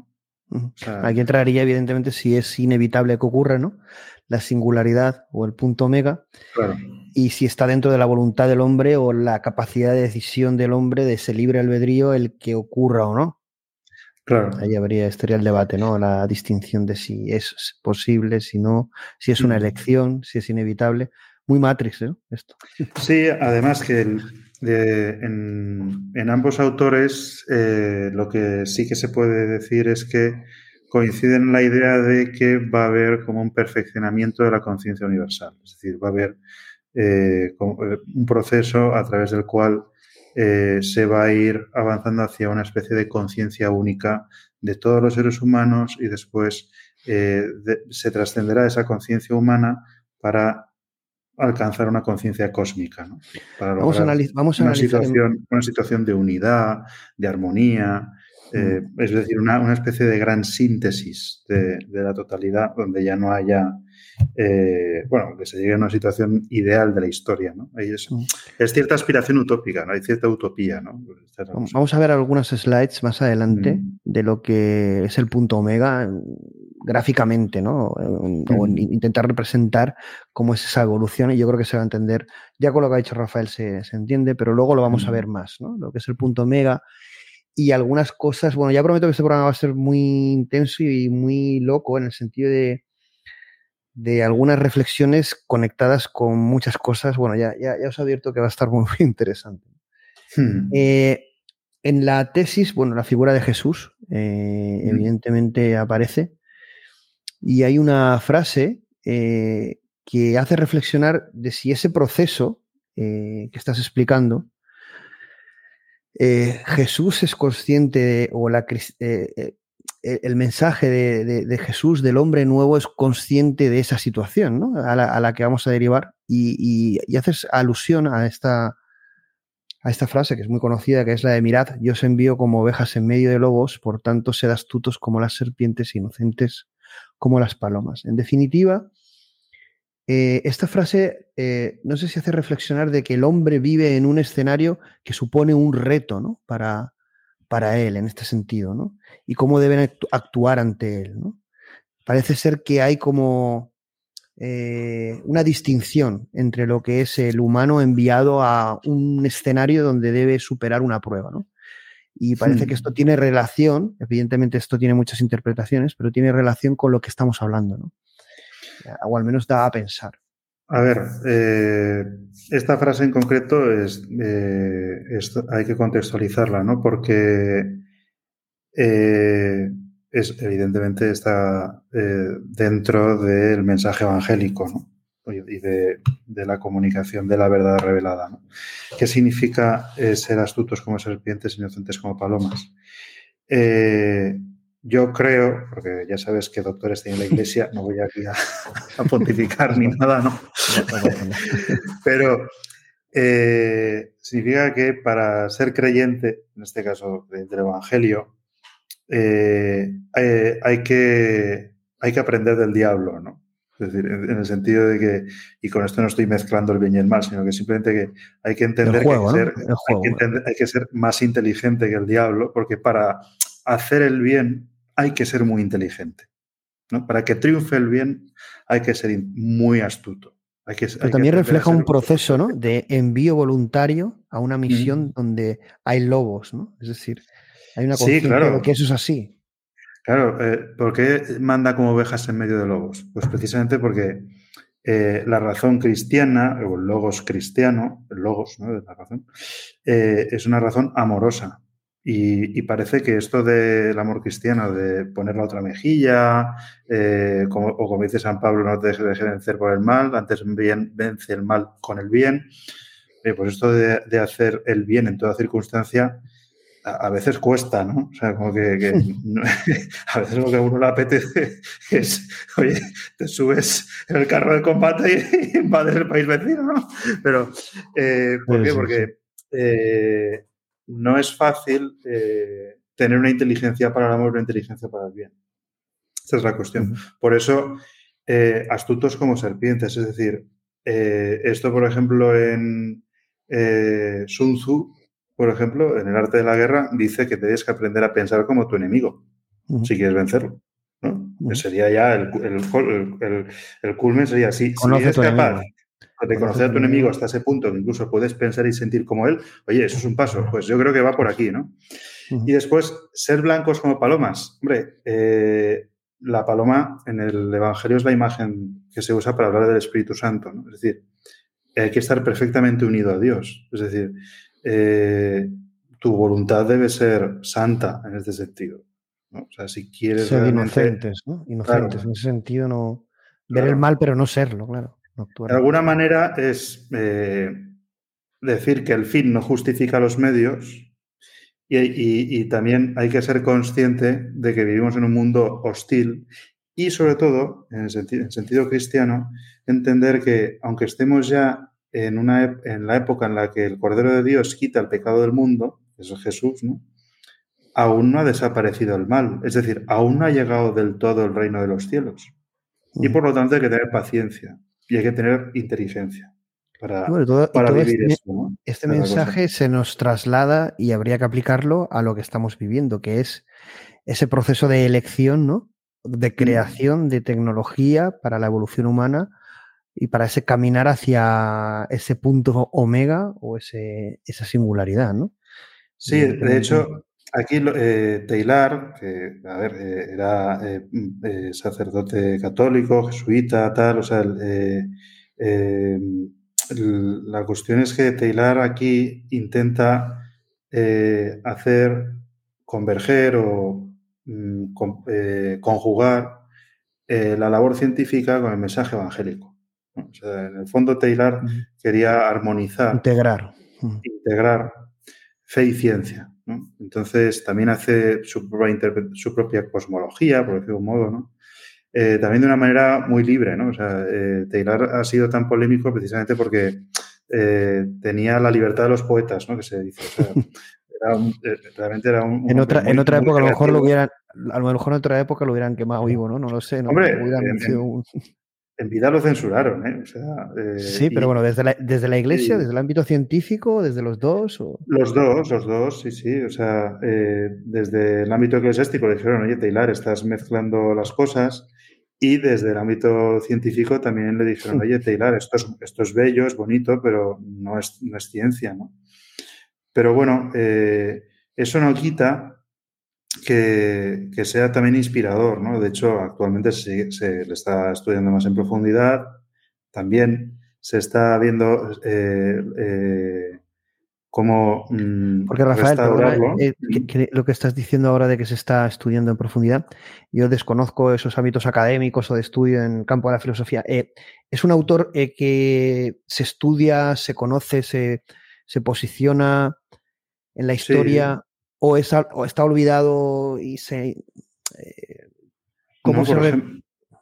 O sea, aquí entraría, evidentemente, si es inevitable que ocurra, ¿no? La singularidad o el punto omega. Claro. Y si está dentro de la voluntad del hombre o la capacidad de decisión del hombre de ese libre albedrío el que ocurra o no. Claro. Ahí habría, estaría el debate, ¿no? La distinción de si es posible, si no, si es una elección, si es inevitable. Muy Matrix, ¿no? Esto. Sí, además que el, de, en, en ambos autores eh, lo que sí que se puede decir es que coinciden en la idea de que va a haber como un perfeccionamiento de la conciencia universal. Es decir, va a haber eh, un proceso a través del cual eh, se va a ir avanzando hacia una especie de conciencia única de todos los seres humanos y después eh, de, se trascenderá esa conciencia humana para alcanzar una conciencia cósmica, ¿no? Para vamos a, analiz vamos a una analizar situación, en... una situación de unidad, de armonía, mm. eh, es decir, una, una especie de gran síntesis de, de la totalidad donde ya no haya, eh, bueno, que se llegue a una situación ideal de la historia, ¿no? Ahí es, mm. es cierta aspiración utópica, ¿no? Hay cierta utopía, ¿no? Vamos a ver algunos slides más adelante mm. de lo que es el punto omega gráficamente, ¿no? O mm. intentar representar cómo es esa evolución y yo creo que se va a entender, ya con lo que ha dicho Rafael se, se entiende, pero luego lo vamos mm. a ver más, ¿no? Lo que es el punto omega y algunas cosas, bueno, ya prometo que este programa va a ser muy intenso y muy loco en el sentido de, de algunas reflexiones conectadas con muchas cosas, bueno, ya, ya, ya os he abierto que va a estar muy, muy interesante. Mm. Eh, en la tesis, bueno, la figura de Jesús eh, mm. evidentemente aparece. Y hay una frase eh, que hace reflexionar de si ese proceso eh, que estás explicando, eh, Jesús es consciente de, o la, eh, eh, el mensaje de, de, de Jesús del hombre nuevo es consciente de esa situación, ¿no? a, la, a la que vamos a derivar y, y, y haces alusión a esta, a esta frase que es muy conocida, que es la de mirad, yo os envío como ovejas en medio de lobos, por tanto sed astutos como las serpientes, inocentes como las palomas. En definitiva, eh, esta frase eh, no sé si hace reflexionar de que el hombre vive en un escenario que supone un reto, ¿no? para, para él en este sentido, ¿no? Y cómo deben actu- actuar ante él, ¿no? Parece ser que hay como eh, una distinción entre lo que es el humano enviado a un escenario donde debe superar una prueba, ¿no? Y parece Hmm. que esto tiene relación, evidentemente esto tiene muchas interpretaciones, pero tiene relación con lo que estamos hablando, ¿no? O al menos da a pensar. A ver, eh, esta frase en concreto es, eh, es- hay que contextualizarla, ¿no? Porque eh, es, evidentemente está eh, dentro del mensaje evangélico, ¿no? Y de, de la comunicación de la verdad revelada, ¿no? ¿Qué significa eh, ser astutos como serpientes, inocentes como palomas? Eh, yo creo, porque ya sabes que doctores tiene la Iglesia, no voy aquí a, a pontificar ni nada, ¿no? Pero eh, significa que para ser creyente, en este caso del Evangelio, eh, hay, hay que, hay que aprender del diablo, ¿no? Es decir, en, en el sentido de que, y con esto no estoy mezclando el bien y el mal, sino que simplemente que hay que entender El juego, que, hay ¿no? que, ser, El juego. hay, que entender, hay que ser más inteligente que el diablo, porque para hacer el bien hay que ser muy inteligente, ¿no? Para que triunfe el bien hay que ser muy astuto. Hay que, Pero hay también que refleja un un proceso, ¿no? De envío voluntario a una misión mm. donde hay lobos, ¿no? Es decir, hay una conciencia sí, claro. de que eso es así. Claro, eh, ¿por qué manda como ovejas en medio de lobos? Pues precisamente porque eh, la razón cristiana, o el logos cristiano, el logos, ¿no? De la razón, eh, es una razón amorosa. Y, y parece que esto del amor cristiano, de poner la otra mejilla, eh, como, o como dice San Pablo, no te dejes de vencer por el mal, antes bien, vence el mal con el bien. Eh, pues esto de, de hacer el bien en toda circunstancia, a, a veces cuesta, ¿no? O sea, como que, que no, a veces lo que a uno le apetece es, oye, te subes en el carro de combate y invades el país vecino, ¿no? Pero, eh, ¿por qué? Porque eh, no es fácil eh, tener una inteligencia para el amor y una inteligencia para el bien. Esta es la cuestión. Uh-huh. Por eso, eh, astutos como serpientes. Es decir, eh, esto, por ejemplo, en eh, Sun Tzu, por ejemplo, en el arte de la guerra, dice que tienes que aprender a pensar como tu enemigo, uh-huh. si quieres vencerlo, ¿no? Uh-huh. Sería ya el, el, el, el, el culmen, sería así. Si eres capaz enemigo. de conocer a tu enemigo hasta ese punto que incluso puedes pensar y sentir como él, oye, eso es un paso. Pues yo creo que va por aquí, ¿no? Uh-huh. Y después, ser blancos como palomas. Hombre, eh, la paloma en el Evangelio es la imagen que se usa para hablar del Espíritu Santo, ¿no? Es decir, hay que estar perfectamente unido a Dios. Es decir, eh, tu voluntad debe ser santa en este sentido, ¿no? O sea, si quieres ser realmente... inocentes, ¿no? Inocentes, claro. En ese sentido no... Ver claro. el mal, pero no serlo, claro. No de alguna manera es eh, decir que el fin no justifica los medios y, y, y también hay que ser consciente de que vivimos en un mundo hostil y sobre todo, en el sentido, en sentido cristiano, entender que aunque estemos ya en, una, en la época en la que el Cordero de Dios quita el pecado del mundo, eso es Jesús, ¿no? Aún no ha desaparecido el mal, es decir, aún no ha llegado del todo el reino de los cielos. Y por lo tanto hay que tener paciencia y hay que tener inteligencia para, bueno, todo, para todo vivir este, esto, ¿no? Este mensaje se nos traslada y habría que aplicarlo a lo que estamos viviendo, que es ese proceso de elección, ¿no? De creación de tecnología para la evolución humana y para ese caminar hacia ese punto omega o ese, esa singularidad, ¿no? Sí, de hecho, aquí eh, Teilhard, que a ver, eh, era eh, eh, sacerdote católico, jesuita, tal, o sea, eh, eh, el, la cuestión es que Teilhard aquí intenta eh, hacer converger o mm, con, eh, conjugar eh, la labor científica con el mensaje evangélico, ¿no? O sea, en el fondo Teilhard uh-huh. quería armonizar, integrar, uh-huh. integrar fe y ciencia, ¿no? Entonces también hace su propia, interpre- su propia cosmología, por decirlo de un modo, ¿no? Eh, también de una manera muy libre, ¿no? O sea, eh, Teilhard ha sido tan polémico precisamente porque eh, tenía la libertad de los poetas, ¿no? Que se dice. O sea, era un, eh, realmente era un, un en otra, muy, en otra época a lo mejor lo creativo. hubieran, a lo mejor en otra época lo hubieran quemado vivo, ¿no? No lo sé, ¿no? Hombre, hubieran en, sido un... en vida lo censuraron, ¿eh? O sea, eh, sí, pero y, bueno, desde la, desde la iglesia, y, desde el ámbito científico, desde los dos. O... Los dos, los dos, sí, sí. O sea, eh, desde el ámbito eclesiástico le dijeron, oye, Taylor, estás mezclando las cosas. Y desde el ámbito científico también le dijeron, oye, Taylor, esto es, esto es bello, es bonito, pero no es, no es ciencia, ¿no? Pero bueno, eh, eso no quita que, que sea también inspirador, ¿no? De hecho, actualmente se, se le está estudiando más en profundidad. También se está viendo eh, eh, cómo mm, Porque Rafael, perdona, eh, mm. que, que lo que estás diciendo ahora de que se está estudiando en profundidad, yo desconozco esos ámbitos académicos o de estudio en el campo de la filosofía. Eh, ¿Es un autor eh, que se estudia, se conoce, se, se posiciona en la historia sí. o, es, o está olvidado y se... Eh, ¿Cómo no, se... Por Re... ejemplo,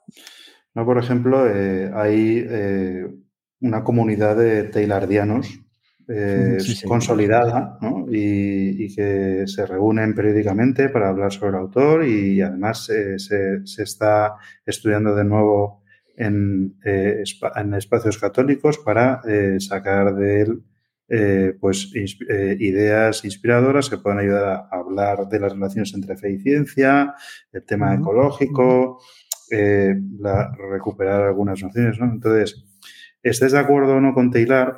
no, por ejemplo, eh, hay eh, una comunidad de taylardianos Eh, sí, sí. consolidada, ¿no? y, y que se reúnen periódicamente para hablar sobre el autor y además eh, se, se está estudiando de nuevo en, eh, en espacios católicos para eh, sacar de él eh, pues, insp eh, ideas inspiradoras que puedan ayudar a hablar de las relaciones entre fe y ciencia, el tema uh-huh. ecológico, eh, la, recuperar algunas nociones, ¿no? Entonces, estés de acuerdo o no con Taylor,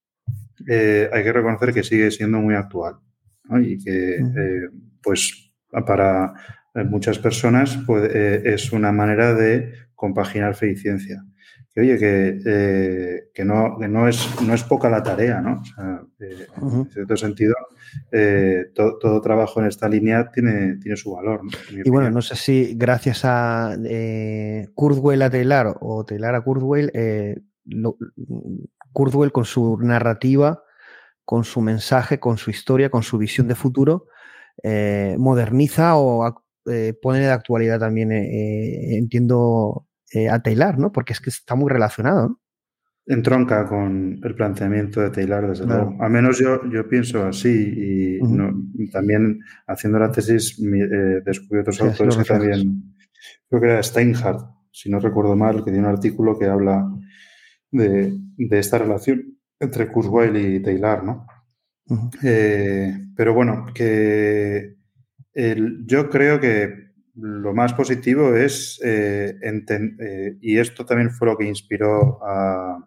Eh, hay que reconocer que sigue siendo muy actual, ¿no? Y que eh, pues para muchas personas pues, eh, es una manera de compaginar fe y ciencia. Que oye, que, eh, que, no, que no, es, no es poca la tarea, ¿no? O sea, eh, uh-huh. En cierto sentido, eh, to, todo trabajo en esta línea tiene, tiene su valor, ¿no? Y opinión. Bueno, no sé si gracias a eh, Kurzweil a Taylor o Taylor a Kurzweil, eh, lo, Kurzweil con su narrativa, con su mensaje, con su historia, con su visión de futuro, eh, moderniza o eh, pone de actualidad también, eh, entiendo, eh, a Taylor, ¿no? Porque es que está muy relacionado, ¿no? Entronca con el planteamiento de Taylor, desde claro. luego. Al menos yo, yo pienso así y uh-huh. no, también haciendo la tesis eh, descubrí otros sí, autores que también, creo que era Steinhardt, si no recuerdo mal, que tiene un artículo que habla De, de esta relación entre Kurzweil y Taylor, ¿no? Uh-huh. eh, pero bueno, que el, yo creo que lo más positivo es, eh, enten, eh, y esto también fue lo que inspiró a,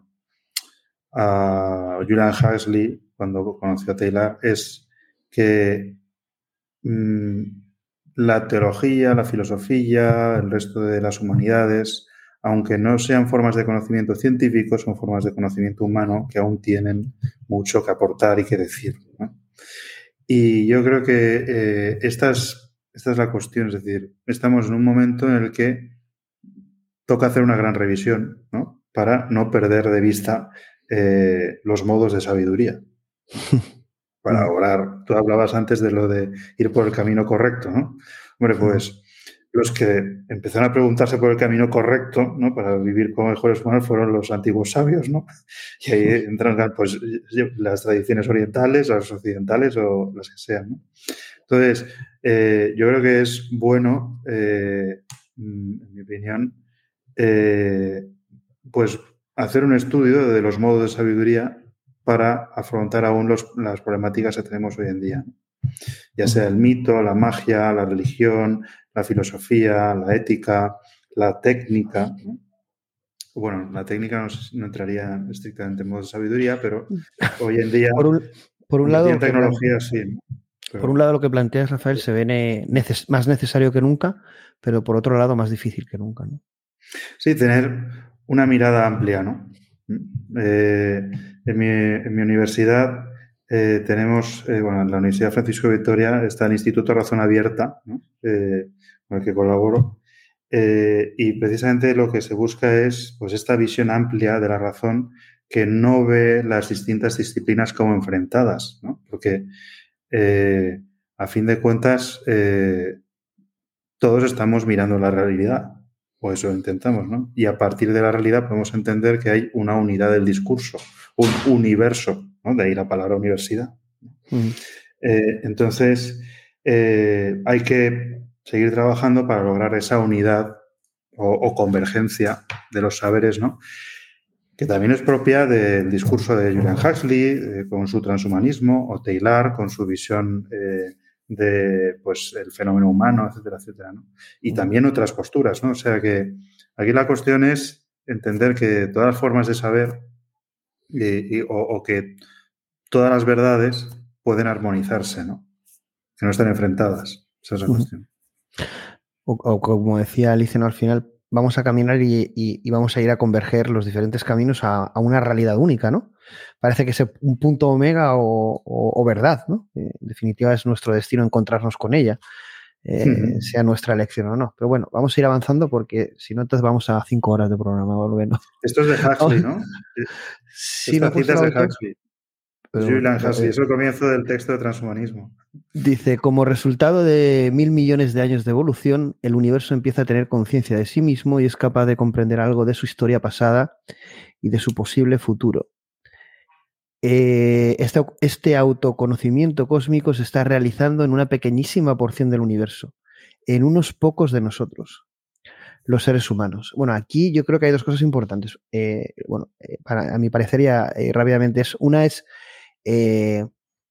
a Julian Huxley cuando conoció a Taylor, es que mmm, la teología, la filosofía, el resto de las humanidades, aunque no sean formas de conocimiento científico, son formas de conocimiento humano que aún tienen mucho que aportar y que decir, ¿no? Y yo creo que eh, esta, es, esta es la cuestión, es decir, estamos en un momento en el que toca hacer una gran revisión, ¿no? Para no perder de vista eh, los modos de sabiduría. Para orar. Tú hablabas antes de lo de ir por el camino correcto, ¿no? Hombre, pues... Los que empezaron a preguntarse por el camino correcto, ¿no? Para vivir como mejores humanos fueron los antiguos sabios, ¿no? Y ahí entran pues, las tradiciones orientales, las occidentales o las que sean, ¿no? Entonces, eh, yo creo que es bueno, eh, en mi opinión, eh, pues hacer un estudio de los modos de sabiduría para afrontar aún los, las problemáticas que tenemos hoy en día, ¿no? Ya sea el mito, la magia, la religión, la filosofía, la ética, la técnica, ¿no? Bueno, la técnica no, no entraría estrictamente en modos de sabiduría, pero hoy en día, por un, por un lado, en tecnología plantea, sí. ¿no? Pero, por un lado, lo que planteas, Rafael, se ve neces más necesario que nunca, pero por otro lado, más difícil que nunca, ¿no? Sí, tener una mirada amplia, ¿no? Eh, en, mi, en mi universidad eh, tenemos, eh, bueno, en la Universidad Francisco de Vitoria está el Instituto Razón Abierta, ¿no? eh, con el que colaboro, eh, y precisamente lo que se busca es pues esta visión amplia de la razón que no ve las distintas disciplinas como enfrentadas, ¿no? Porque eh, a fin de cuentas eh, todos estamos mirando la realidad, o eso intentamos, ¿no? Y a partir de la realidad podemos entender que hay una unidad del discurso, un universo, ¿no? De ahí la palabra universidad. Uh-huh. eh, entonces, eh, hay que seguir trabajando para lograr esa unidad o, o convergencia de los saberes, ¿no? Que también es propia del discurso de Julian Huxley eh, con su transhumanismo, o Taylor con su visión eh, de pues, el fenómeno humano, etcétera, etcétera, ¿no? Y también otras posturas, ¿no? O sea que aquí la cuestión es entender que todas las formas de saber y, y, o, o que todas las verdades pueden armonizarse, ¿no? Que no están enfrentadas. Esa es la uh-huh. cuestión. O, o como decía Alicia, ¿no? Al final vamos a caminar y, y, y vamos a ir a converger los diferentes caminos a, a una realidad única, ¿no? Parece que es un punto omega o, o, o verdad, ¿no? En definitiva es nuestro destino encontrarnos con ella, eh, uh-huh. sea nuestra elección o no. Pero bueno, vamos a ir avanzando porque si no, entonces vamos a cinco horas de programa. Bueno. Esto es de Huxley, ¿no? Sí, Esta cita es de autor, Huxley. pero, Julian Huxley, eh, es el comienzo del texto de transhumanismo. Dice, como resultado de mil millones de años de evolución, el universo empieza a tener conciencia de sí mismo y es capaz de comprender algo de su historia pasada y de su posible futuro. Eh, este, este autoconocimiento cósmico se está realizando en una pequeñísima porción del universo, en unos pocos de nosotros, los seres humanos. Bueno, aquí yo creo que hay dos cosas importantes. Eh, bueno, eh, para, a mi parecer ya eh, rápidamente es, una es eh,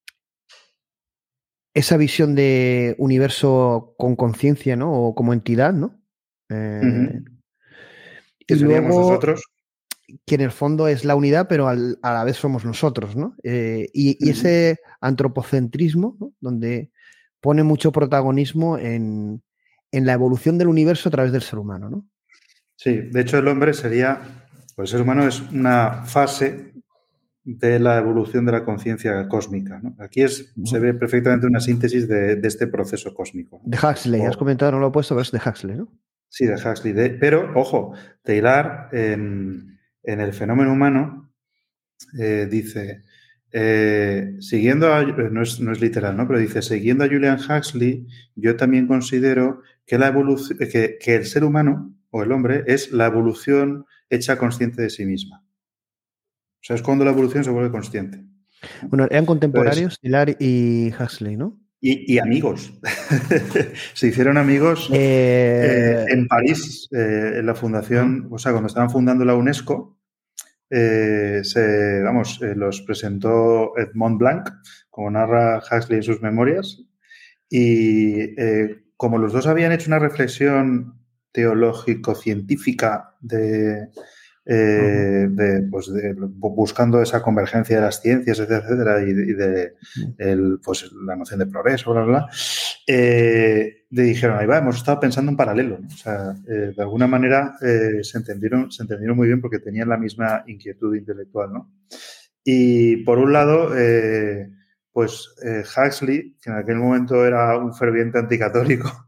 esa visión de universo con conciencia, ¿no? O como entidad, ¿no? Eh, uh-huh. Y seríamos luego, nosotros. Que en el fondo es la unidad, pero al, a la vez somos nosotros, ¿no? Eh, y, y ese antropocentrismo, ¿no? Donde pone mucho protagonismo en, en la evolución del universo a través del ser humano, ¿no? Sí, de hecho el hombre sería, o el ser humano es una fase de la evolución de la conciencia cósmica, ¿no? Aquí es, uh-huh. se ve perfectamente una síntesis de, de este proceso cósmico, ¿no? De Huxley, o, has comentado, no lo he puesto, pero es de Huxley, ¿no? Sí, de Huxley. De, pero, ojo, Taylor en, en El fenómeno humano eh, dice, eh, siguiendo a, no es, no es literal, ¿no? Pero dice, siguiendo a Julian Huxley, yo también considero que, la evolución, que, que el ser humano, o el hombre, es la evolución hecha consciente de sí misma. O sea, es cuando la evolución se vuelve consciente. Bueno, eran contemporáneos, Taylor y Huxley, ¿no? Y, y amigos. Se hicieron amigos eh, eh, en París, eh, en la fundación, uh-huh. o sea, cuando estaban fundando la UNESCO, eh, se, vamos, eh, los presentó Edmond Blanc, como narra Huxley en sus memorias, y eh, como los dos habían hecho una reflexión teológico-científica de... Eh, de, pues de, buscando esa convergencia de las ciencias, etcétera, etcétera, y de, y de el, pues, la noción de progreso, bla, bla, bla, eh, le dijeron, ahí va, hemos estado pensando en paralelo, ¿no? O sea, eh, de alguna manera eh, se entendieron, se entendieron muy bien porque tenían la misma inquietud intelectual, ¿no? Y por un lado, eh, pues eh, Huxley, que en aquel momento era un ferviente anticatólico,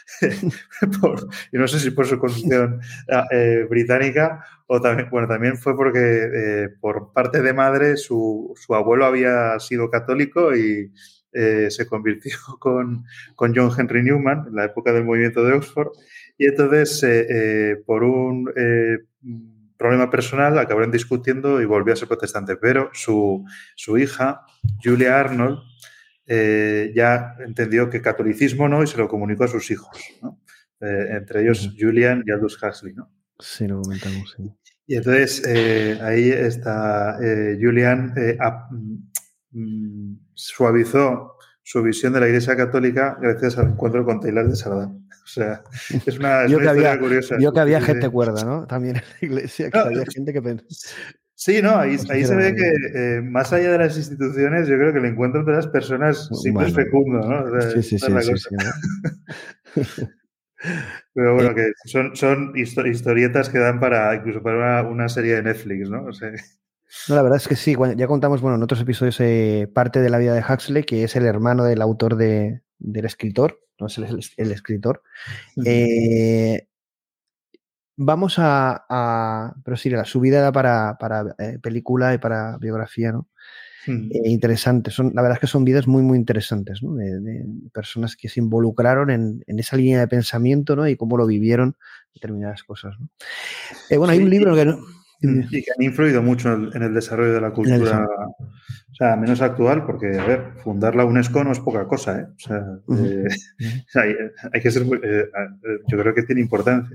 por, y no sé si por su construcción eh, británica o también, bueno, también fue porque eh, por parte de madre su, su abuelo había sido católico y eh, se convirtió con, con John Henry Newman en la época del movimiento de Oxford y entonces eh, eh, por un eh, problema personal acabaron discutiendo y volvió a ser protestante, pero su, su hija Julia Arnold Eh, ya entendió que catolicismo no y se lo comunicó a sus hijos, ¿no? Eh, entre ellos uh-huh. Julian y Aldous Huxley, ¿no? Sí, lo comentamos, sí. Y entonces eh, ahí está eh, Julian eh, a, mm, suavizó su visión de la Iglesia Católica gracias al encuentro con Taylor de Sardán. O sea, es una, es yo una que historia había, curiosa. Yo que había gente cuerda, ¿no? También en la Iglesia, que no, había gente que pensaba. Sí, no, ahí, ahí se ve que eh, más allá de las instituciones, yo creo que el encuentro entre las personas siempre bueno, es fecundo, ¿no? O sea, sí, sí, sí, sí, sí, ¿no? Pero bueno, eh, que son, son historietas que dan para incluso para una, una serie de Netflix, ¿no? O sea, no, la verdad es que sí, ya contamos, bueno, en otros episodios eh, parte de la vida de Huxley, que es el hermano del autor de, del escritor, no es el, el, el escritor. Uh-huh. Eh, Vamos a, a... Pero sí, la subida era para, para eh, película y para biografía, ¿no? Mm. Eh, interesante. Son, la verdad es que son vidas muy, muy interesantes, ¿no? De, de personas que se involucraron en, en esa línea de pensamiento, ¿no? Y cómo lo vivieron determinadas cosas, ¿no? Eh, bueno, sí, hay un libro que... ¿no? Y que han influido mucho en el, en el desarrollo de la cultura, o sea, menos actual, porque, a ver, fundar la UNESCO no es poca cosa, ¿eh? O sea, uh-huh. eh, hay, hay que ser... Eh, yo creo que tiene importancia.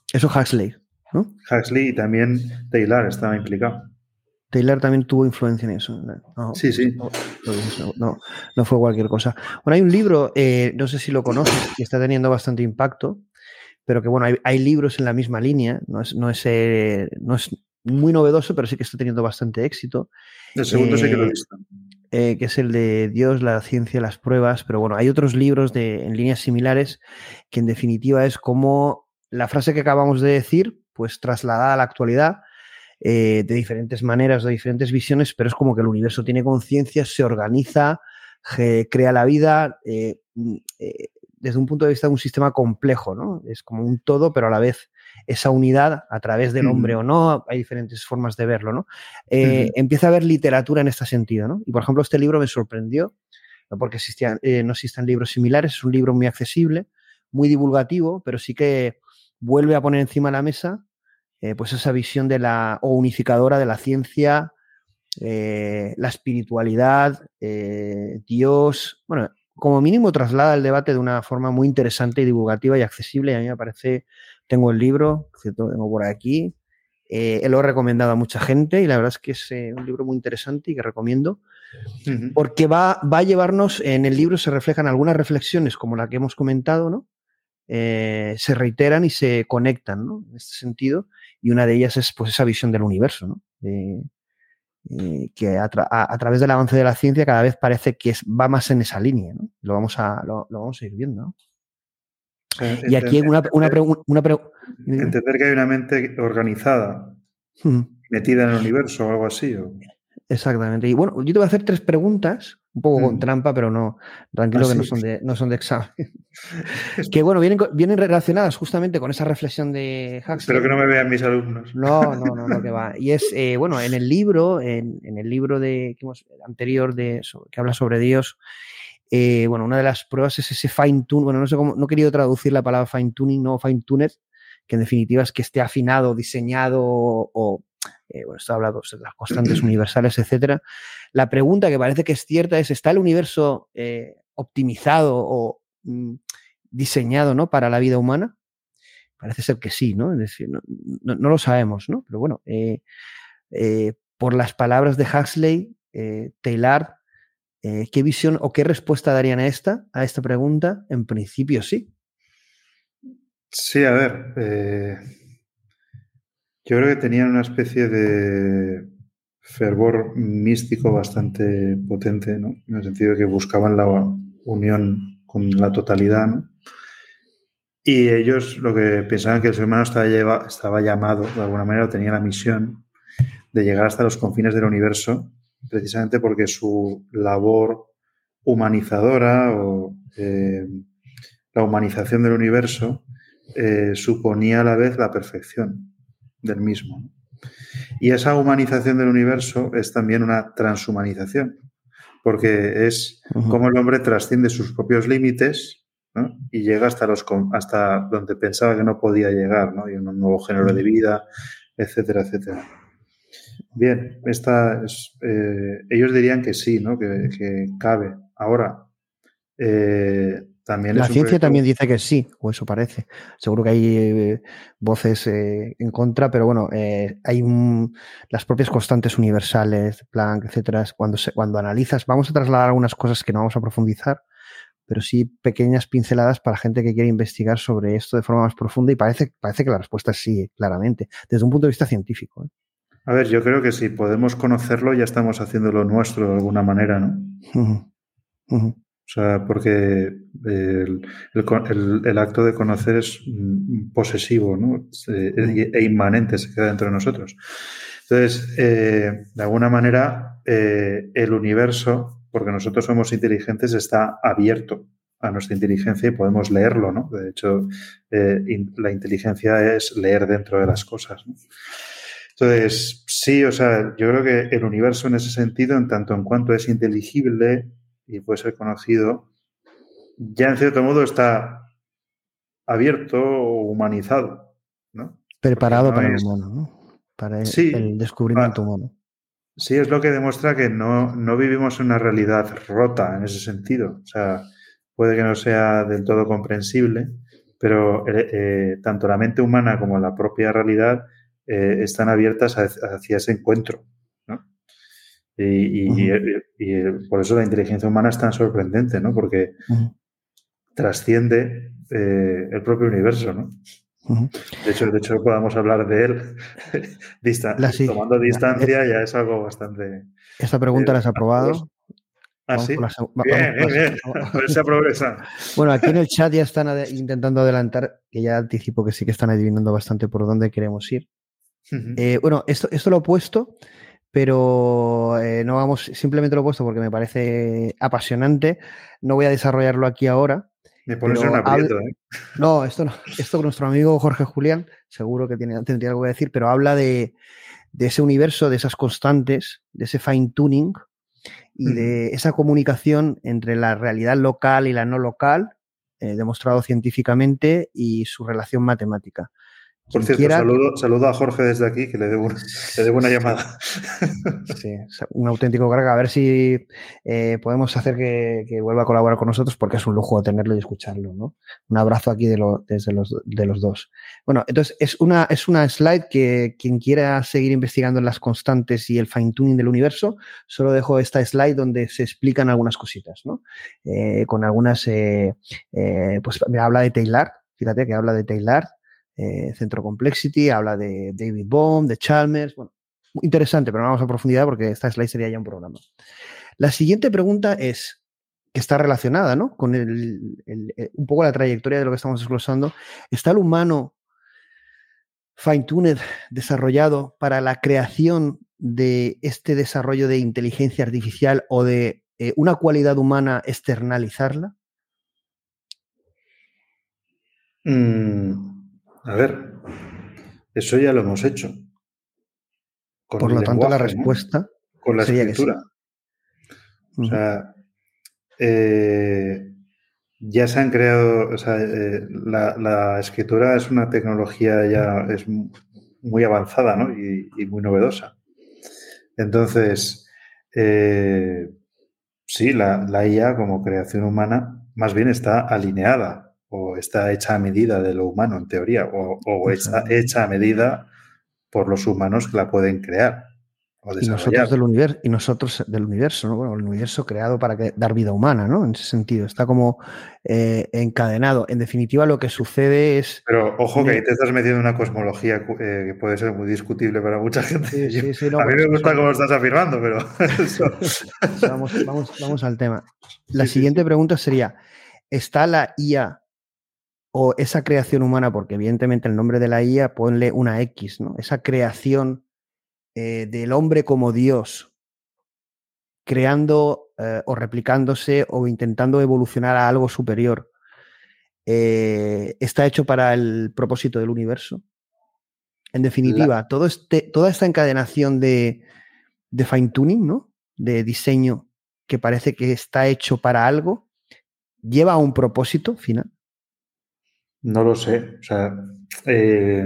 Eso Huxley, ¿no? Huxley y también Taylor estaba implicado. Taylor también tuvo influencia en eso. No, sí, sí. No, no, no fue cualquier cosa. Bueno, hay un libro, eh, no sé si lo conoces, que está teniendo bastante impacto, pero que bueno, hay, hay libros en la misma línea, no es, no, es, eh, no es muy novedoso, pero sí que está teniendo bastante éxito. El segundo eh, sí que lo he visto. Eh, que es el de Dios, la ciencia, las pruebas, pero bueno, hay otros libros de, en líneas similares que en definitiva es como la frase que acabamos de decir, pues trasladada a la actualidad, Eh, de diferentes maneras, de diferentes visiones, pero es como que el universo tiene conciencia, se organiza, eh, crea la vida eh, eh, desde un punto de vista de un sistema complejo, ¿no? Es como un todo, pero a la vez esa unidad a través del hombre uh-huh. o no, hay diferentes formas de verlo, ¿no? Eh, uh-huh. Empieza a haber literatura en este sentido, ¿no? Y por ejemplo, este libro me sorprendió, no porque existían, eh, no existan libros similares, es un libro muy accesible, muy divulgativo, pero sí que vuelve a poner encima de la mesa Eh, pues esa visión de la o unificadora de la ciencia, eh, la espiritualidad, eh, Dios, bueno, como mínimo traslada el debate de una forma muy interesante y divulgativa y accesible, y a mí me parece, tengo el libro, cierto, tengo por aquí, eh, lo he recomendado a mucha gente y la verdad es que es eh, un libro muy interesante y que recomiendo, uh-huh. porque va, va a llevarnos, en el libro se reflejan algunas reflexiones como la que hemos comentado, ¿no? Eh, se reiteran y se conectan, ¿no? En este sentido, y una de ellas es pues esa visión del universo, ¿no? Eh, eh, que a, tra- a, a través del avance de la ciencia cada vez parece que es, va más en esa línea, ¿no? Lo vamos a, lo, lo vamos a ir viendo, ¿no? Eh, y aquí hay una, una pregunta... Una pregu- entender que hay una mente organizada, hmm. metida en el universo o algo así. ¿O? Exactamente. Y bueno, yo te voy a hacer tres preguntas, un poco mm. con trampa, pero no, tranquilo, ¿Ah, que sí? no, son de, no son de examen. Que bueno, vienen, vienen relacionadas justamente con esa reflexión de Huxley. Espero que no me vean mis alumnos. No, no, no, no que va. Y es, eh, bueno, en el libro, en, en el libro de, que hemos, anterior de, sobre, que habla sobre Dios, eh, bueno, una de las pruebas es ese fine tune, bueno, no sé cómo, no he querido traducir la palabra fine tuning, no fine tuned, que en definitiva es que esté afinado, diseñado o Eh, bueno, esto habla de las constantes universales, etcétera. La pregunta que parece que es cierta es, ¿está el universo eh, optimizado o mm, diseñado, ¿no? para la vida humana? Parece ser que sí, ¿no? Es decir, no, no, no lo sabemos, ¿no? Pero bueno, eh, eh, por las palabras de Huxley, eh, Taylor, eh, ¿qué visión o qué respuesta darían a esta, a esta pregunta? En principio sí. Sí, a ver... Eh... Yo creo que tenían una especie de fervor místico bastante potente, ¿no? En el sentido de que buscaban la unión con la totalidad, ¿no? Y ellos lo que pensaban que el ser humano estaba, lleva, estaba llamado, de alguna manera, tenía la misión de llegar hasta los confines del universo, precisamente porque su labor humanizadora o eh, la humanización del universo eh, suponía a la vez la perfección del mismo. Y esa humanización del universo es también una transhumanización, porque es uh-huh. como el hombre trasciende sus propios límites, ¿no? Y llega hasta, los, hasta donde pensaba que no podía llegar, ¿no? Y un nuevo género de vida, etcétera, etcétera. Bien, esta es, eh, ellos dirían que sí, ¿no? que, que cabe. Ahora, eh, También la es un ciencia proyecto... también dice que sí, o eso parece. Seguro que hay eh, voces eh, en contra, pero bueno, eh, hay un, las propias constantes universales, Planck, etcétera. Cuando, se, cuando analizas, vamos a trasladar algunas cosas que no vamos a profundizar, pero sí pequeñas pinceladas para gente que quiere investigar sobre esto de forma más profunda y parece, parece que la respuesta es sí, claramente, desde un punto de vista científico. ¿eh? A ver, yo creo que si podemos conocerlo ya estamos haciendo lo nuestro de alguna manera, ¿no? Uh-huh. Uh-huh. O sea, porque el, el, el acto de conocer es posesivo, ¿no? E, e inmanente, se queda dentro de nosotros. Entonces, eh, de alguna manera, eh, el universo, porque nosotros somos inteligentes, está abierto a nuestra inteligencia y podemos leerlo, ¿no? De hecho, eh, in, la inteligencia es leer dentro de las cosas, ¿no? Entonces, sí, o sea, yo creo que el universo en ese sentido, en tanto en cuanto es inteligible y puede ser conocido, ya en cierto modo está abierto o humanizado, ¿no? Preparado no para es... el humano, ¿no? Para el, sí, el descubrimiento para... humano. Sí, es lo que demuestra que no, no vivimos en una realidad rota en ese sentido. O sea, puede que no sea del todo comprensible, pero eh, eh, tanto la mente humana como la propia realidad eh, están abiertas hacia ese encuentro, ¿no? Y, y, uh-huh. y, y por eso la inteligencia humana es tan sorprendente, ¿no? Porque uh-huh. trasciende eh, el propio universo, ¿no? Uh-huh. De hecho, de hecho, podamos hablar de él Distan- la, sí. tomando distancia, la, ya es algo bastante... Esta pregunta eh, la has aprobado. Ah, vamos sí. La, bien, bien, bien. A ver si progresa. Bueno, aquí en el chat ya están ad- intentando adelantar, que ya anticipo que sí que están adivinando bastante por dónde queremos ir. Uh-huh. Eh, bueno, esto, esto lo he puesto, pero eh, no vamos, simplemente lo he puesto porque me parece apasionante. No voy a desarrollarlo aquí ahora. Me pones en un aprieto, ¿eh? No, esto no. Esto nuestro amigo Jorge Julián seguro que tiene, tendría algo que decir, pero habla de, de ese universo, de esas constantes, de ese fine tuning y de esa comunicación entre la realidad local y la no local, eh, demostrado científicamente, y su relación matemática. Por cierto, quiera, saludo, saludo a Jorge desde aquí, que le debo, le debo una llamada. Sí, un auténtico crack. A ver si eh, podemos hacer que, que vuelva a colaborar con nosotros, porque es un lujo tenerlo y escucharlo, ¿no? Un abrazo aquí de lo, desde los, de los dos. Bueno, entonces es una, es una slide que quien quiera seguir investigando en las constantes y el fine-tuning del universo, solo dejo esta slide donde se explican algunas cositas, ¿no? Eh, con algunas, eh, eh, pues me habla de Taylor, fíjate que habla de Taylor, Eh, Centro Complexity, habla de David Bohm, de Chalmers, bueno, interesante, pero no vamos a profundidad porque esta slide sería ya un programa. La siguiente pregunta es, que está relacionada, ¿no? Con el, el, el, un poco la trayectoria de lo que estamos desglosando. ¿Está el humano fine-tuned, desarrollado para la creación de este desarrollo de inteligencia artificial o de eh, una cualidad humana externalizarla? Mm. A ver, eso ya lo hemos hecho. Con Por lo tanto, lenguaje, la respuesta ¿no? Con la sería escritura. Que sí. O sea, eh, ya se han creado, o sea, eh, la, la escritura es una tecnología ya es muy avanzada, ¿no? y, y muy novedosa. Entonces, eh, sí, la, la I A como creación humana más bien está alineada o está hecha a medida de lo humano, en teoría, o, o hecha, hecha a medida por los humanos que la pueden crear o y nosotros del universo, y nosotros del universo, ¿no? Bueno, el universo creado para que, dar vida humana, ¿no? En ese sentido, está como eh, encadenado. En definitiva, lo que sucede es... Pero ojo que ahí te estás metiendo en una cosmología eh, que puede ser muy discutible para mucha gente. Sí, sí, sí, no, a mí me gusta cómo lo estás afirmando, pero... Eso... vamos, vamos, vamos al tema. La sí, siguiente sí, sí. pregunta sería, ¿está la I A o esa creación humana, porque evidentemente el nombre de la I A, ponle una X, ¿no? Esa creación eh, del hombre como Dios, creando eh, o replicándose o intentando evolucionar a algo superior, eh, ¿está hecho para el propósito del universo? En definitiva, la... todo este, toda esta encadenación de, de fine-tuning, ¿no? De diseño que parece que está hecho para algo, ¿lleva a un propósito final? No lo sé. O sea, eh,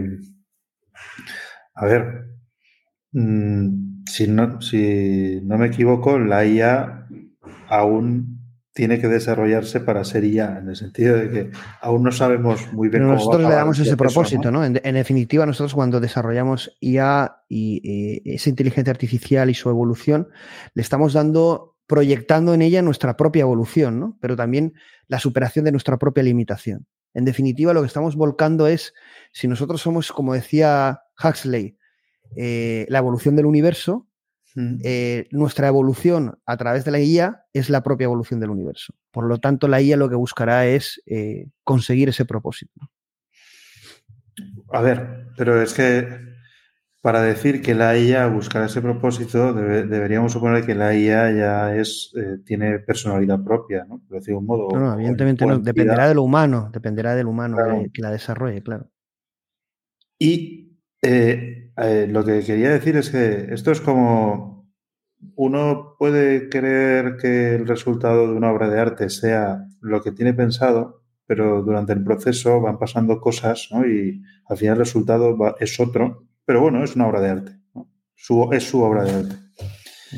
a ver, mmm, si, no, si no me equivoco, la I A aún tiene que desarrollarse para ser I A, en el sentido de que aún no sabemos muy bien Pero cómo nosotros va a le damos ese proceso, propósito, ¿no? ¿no? En, en definitiva, nosotros cuando desarrollamos I A y, y esa inteligencia artificial y su evolución, le estamos dando, proyectando en ella nuestra propia evolución, ¿no? Pero también la superación de nuestra propia limitación. En definitiva, lo que estamos volcando es, si nosotros somos, como decía Huxley, eh, la evolución del universo, mm. eh, nuestra evolución a través de la I A es la propia evolución del universo. Por lo tanto, la I A lo que buscará es eh, conseguir ese propósito. A ver, pero es que para decir que la I A buscará ese propósito, debe, deberíamos suponer que la I A ya es, eh, tiene personalidad propia, ¿no? Por decir de un modo. No, no, evidentemente no, dependerá de lo humano, dependerá del humano claro. que, que la desarrolle, claro. Y eh, eh, lo que quería decir es que esto es como uno puede creer que el resultado de una obra de arte sea lo que tiene pensado, pero durante el proceso van pasando cosas, ¿no? Y al final el resultado va, es otro. Pero bueno, es una obra de arte, ¿no? Su, es su obra de arte. Uh-huh.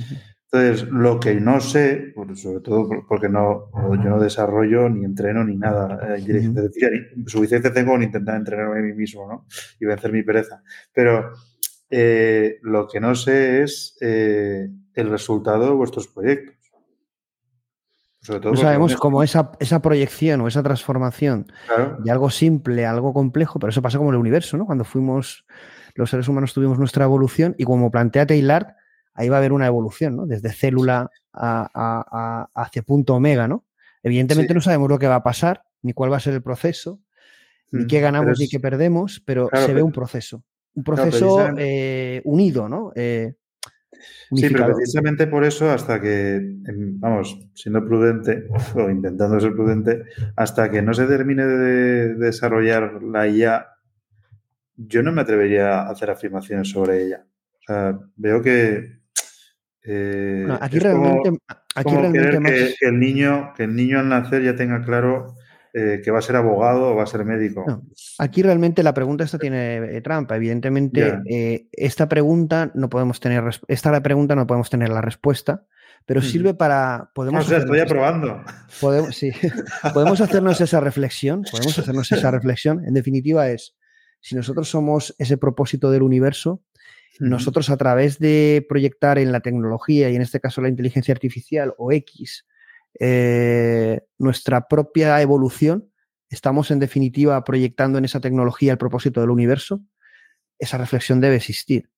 Entonces, lo que no sé, sobre todo porque no, yo no desarrollo ni entreno ni nada eh, inteligencia artificial, suficiente tengo con intentar entrenarme a mí mismo, ¿no? Y vencer mi pereza. Pero eh, lo que no sé es eh, el resultado de vuestros proyectos. Sobre todo no sabemos cómo esa, esa proyección o esa transformación claro. de algo simple a algo complejo, pero eso pasa como en el universo, ¿no? Cuando fuimos, los seres humanos tuvimos nuestra evolución y como plantea Teilhard, ahí va a haber una evolución, ¿no? Desde célula a, a, a, hacia punto omega, ¿no? Evidentemente sí. No sabemos lo que va a pasar, ni cuál va a ser el proceso, mm, ni qué ganamos es, ni qué perdemos, pero claro, se ve pero, un proceso. Un proceso claro, eh, unido, ¿no? Eh, sí, pero precisamente por eso, hasta que, vamos, siendo prudente, o intentando ser prudente, hasta que no se termine de desarrollar la I A, yo no me atrevería a hacer afirmaciones sobre ella. O sea, veo que Eh, bueno, aquí realmente, como, aquí como realmente más... que, que, el niño, que el niño al nacer ya tenga claro eh, que va a ser abogado o va a ser médico. No, aquí realmente la pregunta esta tiene eh, trampa. Evidentemente, yeah. eh, esta pregunta no podemos tener esta pregunta no podemos tener la respuesta, pero mm. sirve para podemos. O sea, estoy aprobando. Podemos, sí, podemos hacernos esa reflexión. Podemos hacernos esa reflexión. En definitiva, es si nosotros somos ese propósito del universo. Nosotros a través de proyectar en la tecnología y en este caso la inteligencia artificial o X eh, nuestra propia evolución, estamos en definitiva proyectando en esa tecnología el propósito del universo. Esa reflexión debe existir.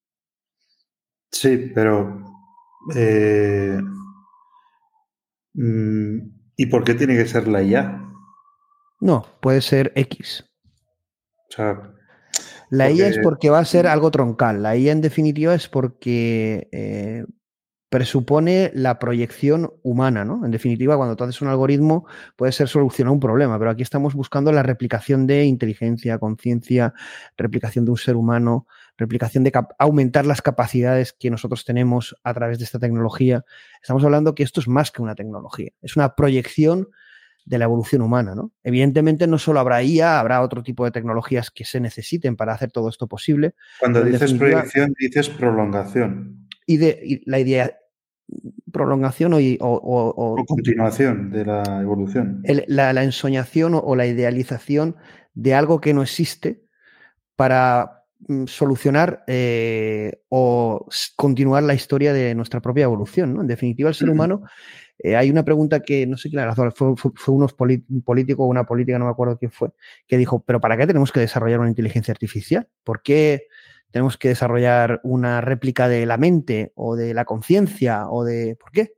Sí, pero eh, ¿y por qué tiene que ser la I A? No, puede ser X. O sea... La porque... I A es porque va a ser algo troncal. La I A en definitiva es porque eh, presupone la proyección humana, ¿no? En definitiva, cuando tú haces un algoritmo puede ser solucionar un problema, pero aquí estamos buscando la replicación de inteligencia, conciencia, replicación de un ser humano, replicación de aumentar las capacidades que nosotros tenemos a través de esta tecnología. Estamos hablando que esto es más que una tecnología, es una proyección de la evolución humana, ¿no? Evidentemente no solo habrá I A, habrá otro tipo de tecnologías que se necesiten para hacer todo esto posible. Cuando dices proyección, dices prolongación. Y de y la idea, prolongación o, o, o, o continuación de la evolución. El, la, la ensoñación o, o la idealización de algo que no existe para mm, solucionar eh, o continuar la historia de nuestra propia evolución, ¿no? En definitiva, el ser humano... Eh, hay una pregunta que no sé quién la razón, fue, fue, fue unos un político o una política, no me acuerdo quién fue, que dijo, ¿pero para qué tenemos que desarrollar una inteligencia artificial? ¿Por qué tenemos que desarrollar una réplica de la mente o de la conciencia o de... ¿Por qué?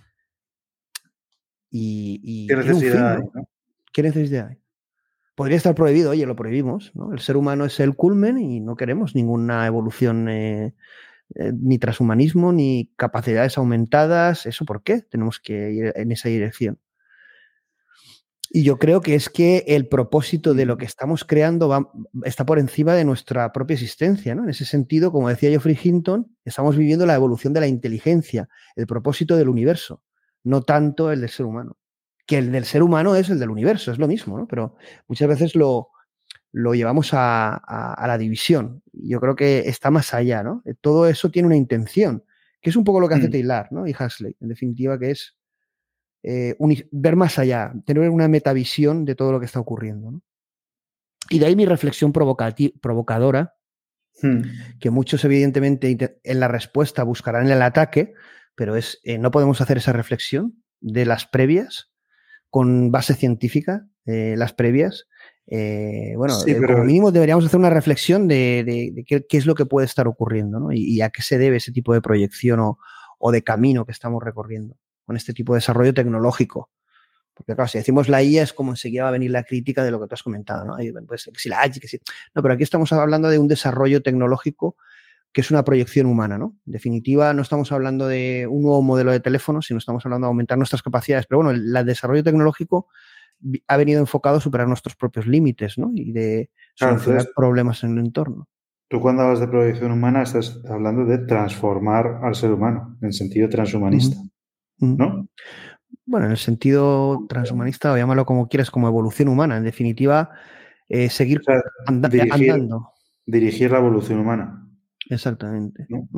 Y, y ¿Qué necesidad fin, hay? ¿no? ¿Qué necesidad hay? Podría estar prohibido, oye, lo prohibimos, ¿no? El ser humano es el culmen y no queremos ninguna evolución... Eh, Eh, ni transhumanismo, ni capacidades aumentadas. ¿Eso por qué? Tenemos que ir en esa dirección. Y yo creo que es que el propósito de lo que estamos creando va, está por encima de nuestra propia existencia, ¿no? En ese sentido, como decía Geoffrey Hinton, estamos viviendo la evolución de la inteligencia, el propósito del universo, no tanto el del ser humano. Que el del ser humano es el del universo, es lo mismo, ¿no? Pero muchas veces lo... lo llevamos a, a, a la división. Yo creo que está más allá, ¿no? Todo eso tiene una intención, que es un poco lo que hace mm. Teilhard, ¿no? Y Huxley, en definitiva, que es eh, uni- ver más allá, tener una metavisión de todo lo que está ocurriendo, ¿no? Y de ahí mi reflexión provocati- provocadora, mm. que muchos evidentemente en la respuesta buscarán el ataque, pero es eh, no podemos hacer esa reflexión de las previas, con base científica, eh, las previas. Eh, bueno, sí, pero... como mínimo deberíamos hacer una reflexión de, de, de qué, qué es lo que puede estar ocurriendo, ¿no? Y, y a qué se debe ese tipo de proyección o, o de camino que estamos recorriendo con este tipo de desarrollo tecnológico. Porque claro, si decimos la I A es como enseguida va a venir la crítica de lo que tú has comentado, ¿no? Y, pues, que si la hay, que sí. No, pero aquí estamos hablando de un desarrollo tecnológico que es una proyección humana, ¿no? En definitiva, no estamos hablando de un nuevo modelo de teléfono, sino estamos hablando de aumentar nuestras capacidades. Pero bueno, el, el desarrollo tecnológico ha venido enfocado a superar nuestros propios límites, ¿no? Y de solucionar claro, entonces, problemas en el entorno. Tú cuando hablas de proyección humana estás hablando de transformar al ser humano, en sentido transhumanista, uh-huh. ¿no? Bueno, en el sentido transhumanista, o llámalo como quieras, como evolución humana. En definitiva, eh, seguir o sea, anda- dirigir, andando. Dirigir la evolución humana. Exactamente. ¿No? Uh-huh.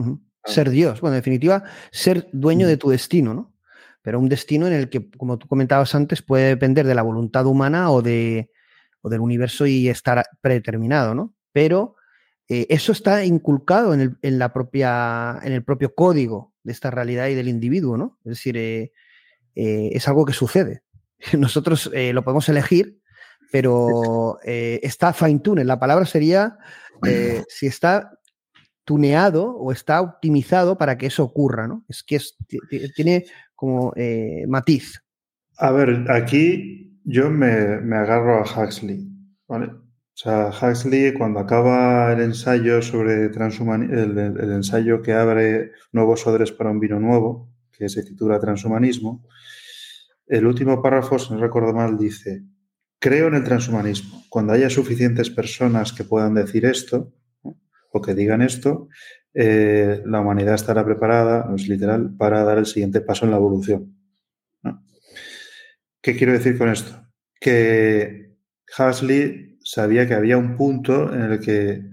ser Dios. Bueno, en definitiva, ser dueño de tu destino, ¿no? Pero un destino en el que, como tú comentabas antes, puede depender de la voluntad humana o, de, o del universo y estar predeterminado, ¿no? Pero eh, eso está inculcado en el, en, la propia, en el propio código de esta realidad y del individuo, ¿no? Es decir, eh, eh, es algo que sucede. Nosotros eh, lo podemos elegir, pero eh, está fine-tuned. La palabra sería eh, si está tuneado o está optimizado para que eso ocurra, ¿no? Es que es, tiene como eh, matiz. A ver, aquí yo me, me agarro a Huxley, ¿vale? O sea, Huxley, cuando acaba el ensayo sobre transhumanismo, el, el ensayo que abre Nuevos odres para un vino nuevo, que se titula Transhumanismo, el último párrafo, si no recuerdo mal, dice: creo en el transhumanismo. Cuando haya suficientes personas que puedan decir esto, ¿no?, o que digan esto, eh, la humanidad estará preparada, no es literal, para dar el siguiente paso en la evolución, ¿no? ¿Qué quiero decir con esto? Que Huxley sabía que había un punto en el que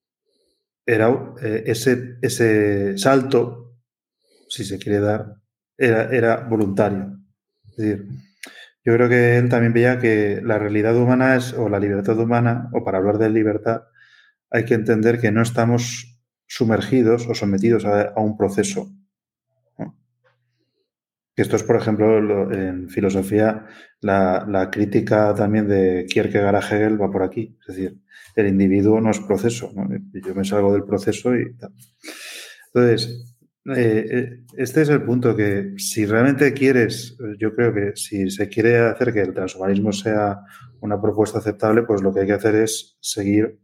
era eh, ese, ese salto, si se quiere dar, era, era voluntario. Es decir, yo creo que él también veía que la realidad humana es, o la libertad humana, o para hablar de libertad, hay que entender que no estamos sumergidos o sometidos a, a un proceso, ¿no? Que esto es, por ejemplo, lo, en filosofía, la, la crítica también de Kierkegaard a Hegel va por aquí. Es decir, el individuo no es proceso, ¿no? Yo me salgo del proceso y tal. Entonces, eh, este es el punto, que si realmente quieres, yo creo que si se quiere hacer que el transhumanismo sea una propuesta aceptable, pues lo que hay que hacer es seguir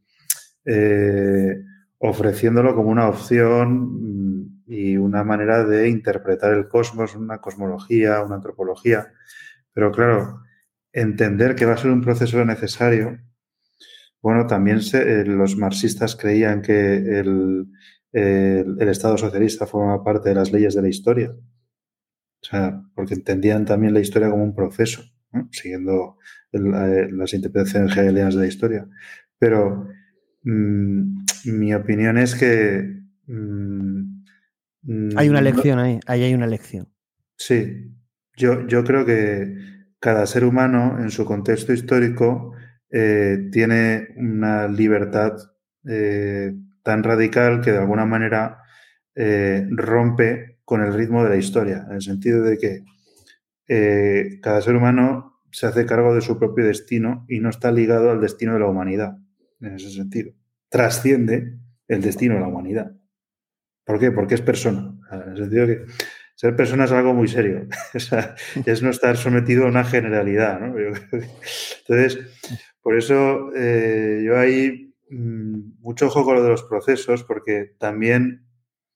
eh, ofreciéndolo como una opción y una manera de interpretar el cosmos, una cosmología, una antropología. Pero claro, entender que va a ser un proceso necesario. Bueno, también se, eh, los marxistas creían que el, el, el Estado socialista forma parte de las leyes de la historia. O sea, porque entendían también la historia como un proceso, ¿no?, siguiendo el, eh, las interpretaciones hegelianas de la historia. Pero mmm, mi opinión es que mmm, hay una lección ahí, ahí hay una lección. Sí, yo, yo creo que cada ser humano en su contexto histórico eh, tiene una libertad eh, tan radical que de alguna manera eh, rompe con el ritmo de la historia, en el sentido de que eh, cada ser humano se hace cargo de su propio destino y no está ligado al destino de la humanidad, en ese sentido. Trasciende el destino de la humanidad. ¿Por qué? Porque es persona. En el sentido de que ser persona es algo muy serio. O sea, es no estar sometido a una generalidad, ¿no? Entonces, por eso eh, yo ahí mmm, mucho ojo con lo de los procesos, porque también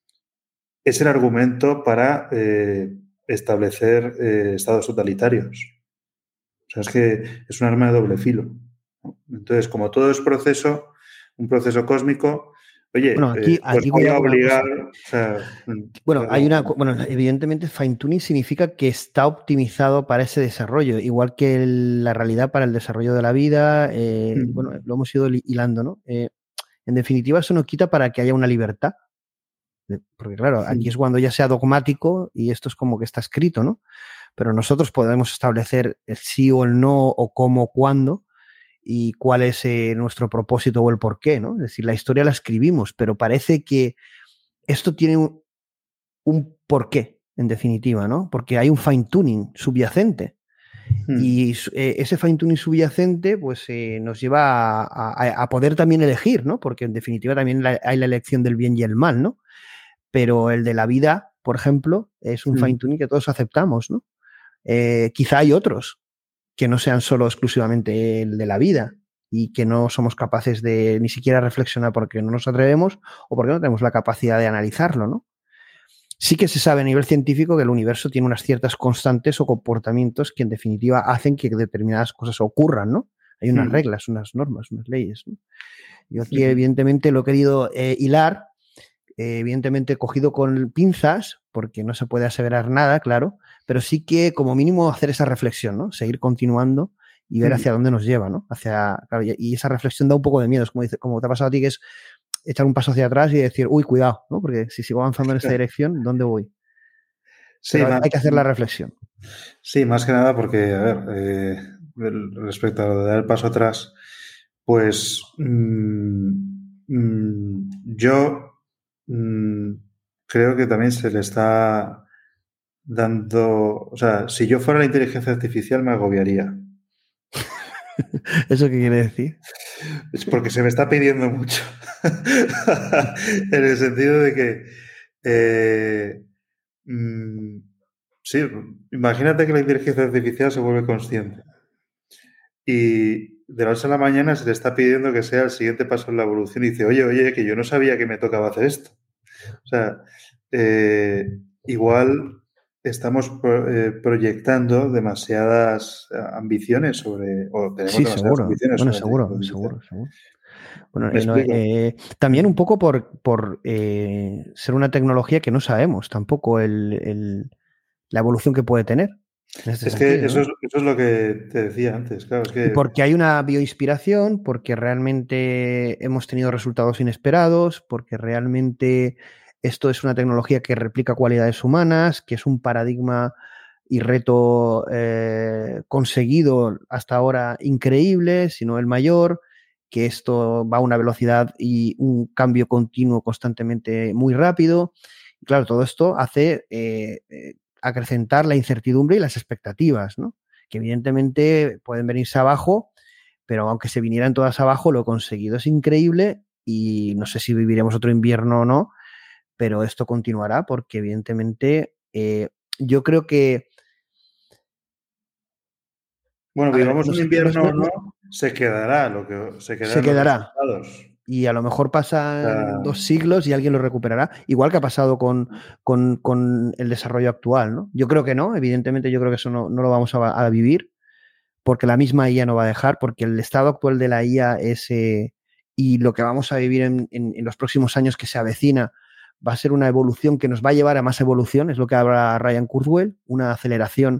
es el argumento para eh, establecer eh, estados totalitarios. O sea, es que es un arma de doble filo, ¿no? Entonces, como todo es proceso, un proceso cósmico, oye, bueno, aquí, eh, pues aquí voy voy a a obligar... O sea, bueno, hay una, bueno, evidentemente fine-tuning significa que está optimizado para ese desarrollo, igual que el, la realidad para el desarrollo de la vida. Eh, mm. Bueno, lo hemos ido hilando, ¿no? Eh, en definitiva, eso no quita para que haya una libertad. Porque claro, sí, aquí es cuando ya sea dogmático y esto es como que está escrito, ¿no? Pero nosotros podemos establecer el sí o el no, o cómo o cuándo, y cuál es eh, nuestro propósito o el por qué, ¿no? Es decir, la historia la escribimos, pero parece que esto tiene un, un porqué, en definitiva, ¿no? Porque hay un fine-tuning subyacente. Hmm. Y eh, ese fine-tuning subyacente pues eh, nos lleva a, a, a poder también elegir, ¿no? Porque en definitiva también la, hay la elección del bien y el mal, ¿no? Pero el de la vida, por ejemplo, es un hmm. fine-tuning que todos aceptamos, ¿no? Eh, quizá hay otros que no sean solo exclusivamente el de la vida y que no somos capaces de ni siquiera reflexionar porque no nos atrevemos o porque no tenemos la capacidad de analizarlo, ¿no? Sí que se sabe a nivel científico que el universo tiene unas ciertas constantes o comportamientos que en definitiva hacen que determinadas cosas ocurran, ¿no? Hay unas sí. reglas, unas normas, unas leyes, ¿no? Yo aquí sí. evidentemente lo he querido eh, hilar, eh, evidentemente cogido con pinzas, porque no se puede aseverar nada, claro, pero sí que como mínimo hacer esa reflexión, ¿no? Seguir continuando y ver hacia dónde nos lleva, ¿no? Hacia, claro, y esa reflexión da un poco de miedo, es como, dice, como te ha pasado a ti, que es echar un paso hacia atrás y decir, uy, cuidado, ¿no? Porque si sigo avanzando en esta dirección, ¿dónde voy? Sí, Pero más, hay que hacer la reflexión. Sí, más que nada porque, a ver, eh, respecto a lo de dar el paso atrás, pues mmm, mmm, yo mmm, creo que también se le está dando, o sea, si yo fuera la inteligencia artificial me agobiaría. ¿Eso qué quiere decir? Es porque se me está pidiendo mucho. En el sentido de que eh, mmm, sí, imagínate que la inteligencia artificial se vuelve consciente y de la noche a la mañana se le está pidiendo que sea el siguiente paso en la evolución y dice, oye, oye, que yo no sabía que me tocaba hacer esto. O sea, eh, igual estamos pro, eh, proyectando demasiadas ambiciones sobre, o tenemos Sí, demasiadas seguro. ambiciones Bueno, sobre seguro, seguro, seguro. Bueno, ¿Me eh, no, explico? eh, también un poco por, por eh, ser una tecnología que no sabemos tampoco el, el, la evolución que puede tener. En este es sentido, que eso, ¿no? es, eso es lo que te decía antes, claro. Es que... Porque hay una bioinspiración, porque realmente hemos tenido resultados inesperados, porque realmente esto es una tecnología que replica cualidades humanas, que es un paradigma y reto eh, conseguido hasta ahora increíble, si no el mayor, que esto va a una velocidad y un cambio continuo constantemente muy rápido. Y claro, todo esto hace eh, eh, acrecentar la incertidumbre y las expectativas, ¿no? Que evidentemente pueden venirse abajo, pero aunque se vinieran todas abajo, lo conseguido es increíble y no sé si viviremos otro invierno o no, pero esto continuará porque evidentemente eh, yo creo que... Bueno, A ver, vivamos no un sé, invierno no, o no, no, se quedará lo que se quedarán se los quedará. resultados. Y a lo mejor pasan Uh, dos siglos y alguien lo recuperará, igual que ha pasado con, con, con el desarrollo actual, ¿no? Yo creo que no, evidentemente yo creo que eso no, no lo vamos a, a vivir, porque la misma I A no va a dejar, porque el estado actual de la I A es, eh, y lo que vamos a vivir en, en, en los próximos años que se avecina va a ser una evolución que nos va a llevar a más evolución, es lo que habla Ryan Kurzweil, una aceleración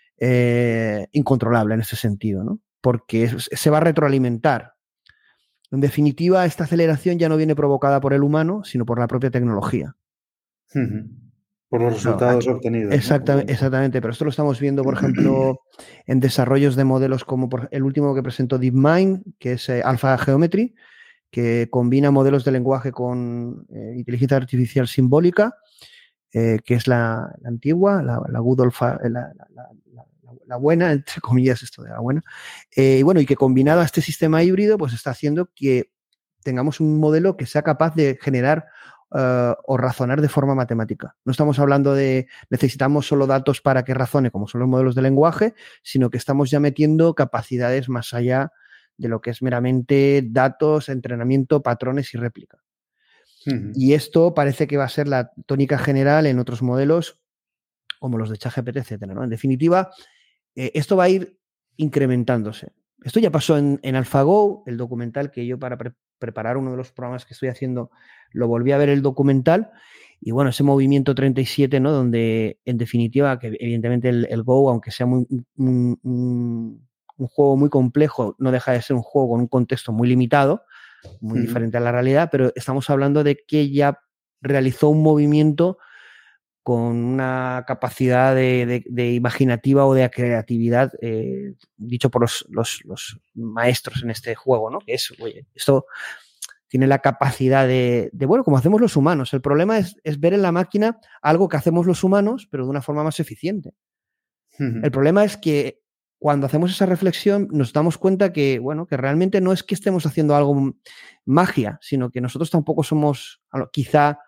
eh, incontrolable en ese sentido, ¿no? Porque es, se va a retroalimentar. En definitiva, esta aceleración ya no viene provocada por el humano, sino por la propia tecnología. Uh-huh. Por los resultados no, obtenidos. Exactamente, ¿no? exactamente, pero esto lo estamos viendo, por ejemplo, en desarrollos de modelos como por el último que presentó DeepMind, que es eh, Alpha Geometry, que combina modelos de lenguaje con eh, inteligencia artificial simbólica, eh, que es la, la antigua, la, la good old fa, la, la, la, la buena, entre comillas esto de la buena, eh, y bueno, y que combinado a este sistema híbrido, pues está haciendo que tengamos un modelo que sea capaz de generar uh, o razonar de forma matemática. No estamos hablando de necesitamos solo datos para que razone, como son los modelos de lenguaje, sino que estamos ya metiendo capacidades más allá de lo que es meramente datos, entrenamiento, patrones y réplica. Uh-huh. Y esto parece que va a ser la tónica general en otros modelos como los de ChatGPT, etcétera, ¿no? En definitiva, eh, esto va a ir incrementándose. Esto ya pasó en, en AlphaGo, el documental que yo para pre- preparar uno de los programas que estoy haciendo, lo volví a ver el documental y bueno, ese movimiento treinta y siete, ¿no? Donde en definitiva, que evidentemente el, el Go, aunque sea muy, un, un, un juego muy complejo, no deja de ser un juego con un contexto muy limitado, muy uh-huh. diferente a la realidad, pero estamos hablando de que ya realizó un movimiento con una capacidad de, de, de imaginativa o de creatividad, eh, dicho por los, los, los maestros en este juego, ¿no? Que es, oye, esto tiene la capacidad de, de, bueno, como hacemos los humanos. El problema es, es ver en la máquina algo que hacemos los humanos, pero de una forma más eficiente. Uh-huh. El problema es que cuando hacemos esa reflexión nos damos cuenta que, bueno, que realmente no es que estemos haciendo algo magia, sino que nosotros tampoco somos, quizá,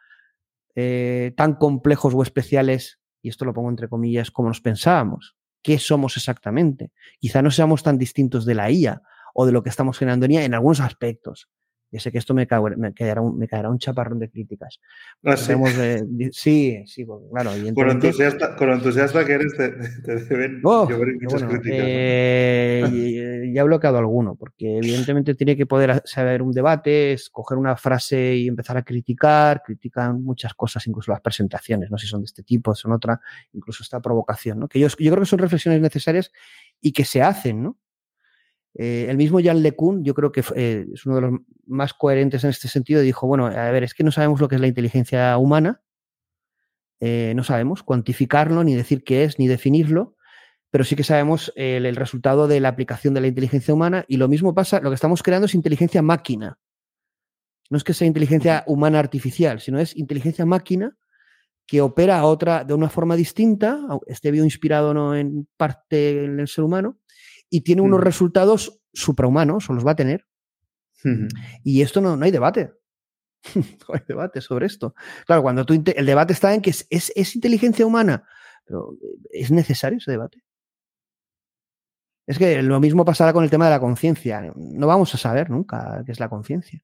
Eh, tan complejos o especiales, y esto lo pongo entre comillas, como nos pensábamos. ¿Qué somos exactamente? Quizá no seamos tan distintos de la I A o de lo que estamos generando en I A en algunos aspectos. Ya sé que esto me, cae, me, caerá, un, me caerá un chaparrón de críticas. ¿Ah, sí? De, de, sí, sí, bueno, claro. Con lo entusiasta, con lo entusiasta que eres, te, te deben oh, llover muchas bueno, críticas. Eh, ¿no? Ya he bloqueado alguno, porque evidentemente tiene que poder saber un debate, escoger una frase y empezar a criticar. Critican muchas cosas, incluso las presentaciones, no sé si son de este tipo, son otra, incluso esta provocación, ¿no? Que yo, yo creo que son reflexiones necesarias y que se hacen, ¿no? Eh, el mismo Jan LeCun, yo creo que eh, es uno de los más coherentes en este sentido, dijo, bueno, a ver, es que no sabemos lo que es la inteligencia humana, eh, no sabemos cuantificarlo, ni decir qué es, ni definirlo, pero sí que sabemos el, el resultado de la aplicación de la inteligencia humana, y lo mismo pasa, lo que estamos creando es inteligencia máquina. No es que sea inteligencia humana artificial, sino es inteligencia máquina que opera a otra, de una forma distinta, esté bioinspirado no en parte en el ser humano, y tiene unos uh-huh. resultados suprahumanos, o los va a tener. Uh-huh. Y esto no, no hay debate. No hay debate sobre esto. Claro, cuando tú el debate está en que es, es, es inteligencia humana, pero ¿es necesario ese debate? Es que lo mismo pasará con el tema de la conciencia. No vamos a saber nunca qué es la conciencia.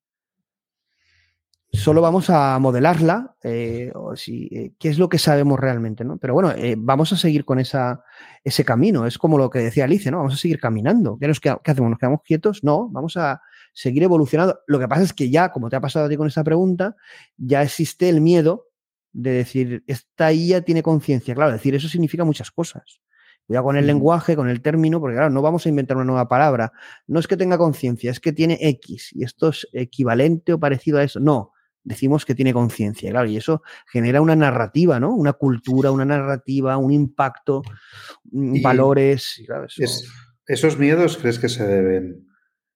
Solo vamos a modelarla, eh, o si, eh, qué es lo que sabemos realmente, ¿no? Pero bueno, eh, vamos a seguir con esa, ese camino. Es como lo que decía Alicia, ¿no? Vamos a seguir caminando. ¿Qué, nos queda, ¿Qué hacemos? ¿Nos quedamos quietos? No, vamos a seguir evolucionando. Lo que pasa es que ya, como te ha pasado a ti con esta pregunta, ya existe el miedo de decir, esta I A tiene conciencia. Claro, decir eso significa muchas cosas. Cuidado con el mm. lenguaje, con el término, porque claro, no vamos a inventar una nueva palabra. No es que tenga conciencia, es que tiene X, y esto es equivalente o parecido a eso. No. Decimos que tiene conciencia, claro, y eso genera una narrativa, ¿no? Una cultura, una narrativa, un impacto, y valores. Y claro, eso... es, ¿esos miedos crees que se deben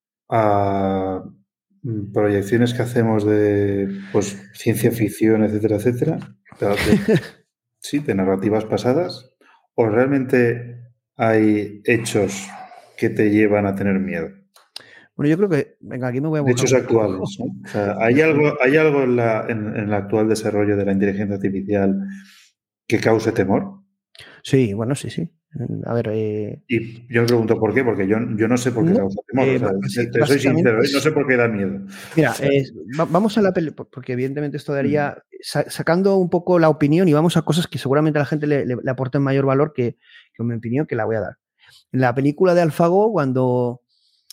a proyecciones que hacemos de pues, ciencia ficción, etcétera, etcétera? De, de, sí, de narrativas pasadas. ¿O realmente hay hechos que te llevan a tener miedo? Bueno, yo creo que, venga, aquí me voy a buscar. Hechos actuales, ¿no? O sea, ¿hay algo, hay algo en, la, en, en el actual desarrollo de la inteligencia artificial que cause temor? Sí, bueno, sí, sí. A ver... Eh... Y yo me pregunto por qué, porque yo, yo no sé por qué no, causa temor. Eh, o sea, sí, te soy sincero, es... no sé por qué da miedo. Mira, eh, va, vamos a la peli, porque evidentemente esto daría... Mm. Sa sacando un poco la opinión y vamos a cosas que seguramente a la gente le, le, le aporten mayor valor que, que mi opinión, que la voy a dar. En la película de AlphaGo, cuando...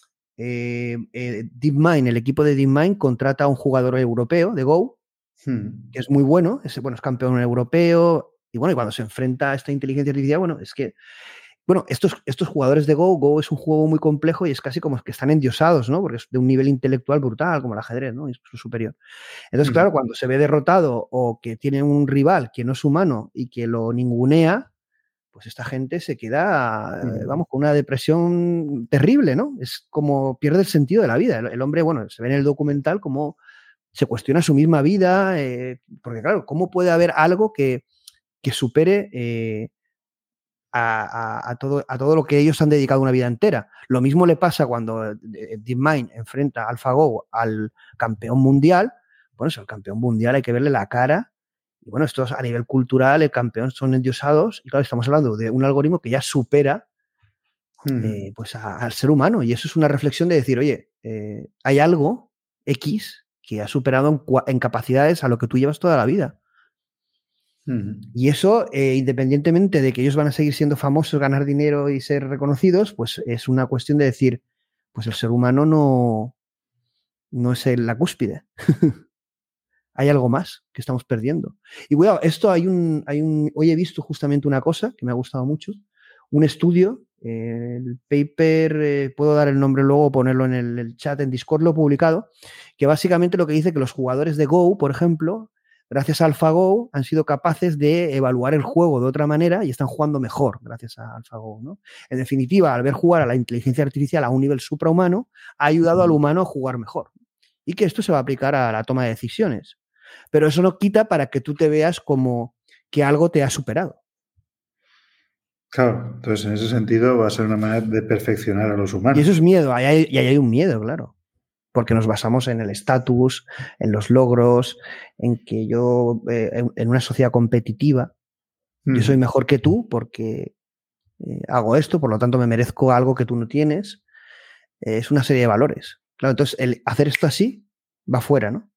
Eh, eh, DeepMind, el equipo de DeepMind contrata a un jugador europeo de Go, hmm. que es muy bueno, es, bueno, es campeón europeo, y bueno, y cuando se enfrenta a esta inteligencia artificial, bueno, es que, bueno, estos, estos jugadores de Go, Go es un juego muy complejo y es casi como que están endiosados, ¿no? Porque es de un nivel intelectual brutal, como el ajedrez, ¿no? Es superior. Entonces, hmm. claro, cuando se ve derrotado o que tiene un rival que no es humano y que lo ningunea, pues esta gente se queda, eh, vamos, con una depresión terrible, ¿no? Es como pierde el sentido de la vida. El, el hombre, bueno, se ve en el documental como se cuestiona su misma vida, eh, porque claro, ¿cómo puede haber algo que, que supere eh, a, a, a, todo, a todo lo que ellos han dedicado una vida entera? Lo mismo le pasa cuando DeepMind enfrenta a AlphaGo al campeón mundial. Bueno, es el campeón mundial, hay que verle la cara. Y bueno, esto es a nivel cultural, el campeón son endiosados, y claro, estamos hablando de un algoritmo que ya supera hmm. eh, pues a, al ser humano, y eso es una reflexión de decir, oye, eh, hay algo X que ha superado en, en capacidades a lo que tú llevas toda la vida. Hmm. Y eso, eh, independientemente de que ellos van a seguir siendo famosos, ganar dinero y ser reconocidos, pues es una cuestión de decir, pues el ser humano no, no es la cúspide. Hay algo más que estamos perdiendo. Y bueno, esto hay un, hay un... Hoy he visto justamente una cosa que me ha gustado mucho. Un estudio, eh, el paper, eh, puedo dar el nombre luego, ponerlo en el, el chat, en Discord lo he publicado, que básicamente lo que dice que los jugadores de Go, por ejemplo, gracias a AlphaGo, han sido capaces de evaluar el juego de otra manera y están jugando mejor gracias a AlphaGo, ¿no? En definitiva, al ver jugar a la inteligencia artificial a un nivel suprahumano, ha ayudado al humano a jugar mejor. Y que esto se va a aplicar a la toma de decisiones. Pero eso no quita para que tú te veas como que algo te ha superado. Claro, entonces en ese sentido va a ser una manera de perfeccionar a los humanos. Y eso es miedo, ahí hay, y ahí hay un miedo, claro. Porque nos basamos en el estatus, en los logros, en que yo, eh, en, en una sociedad competitiva, mm. yo soy mejor que tú porque eh, hago esto, por lo tanto me merezco algo que tú no tienes. Eh, es una serie de valores. Claro, entonces el hacer esto así va fuera, ¿no?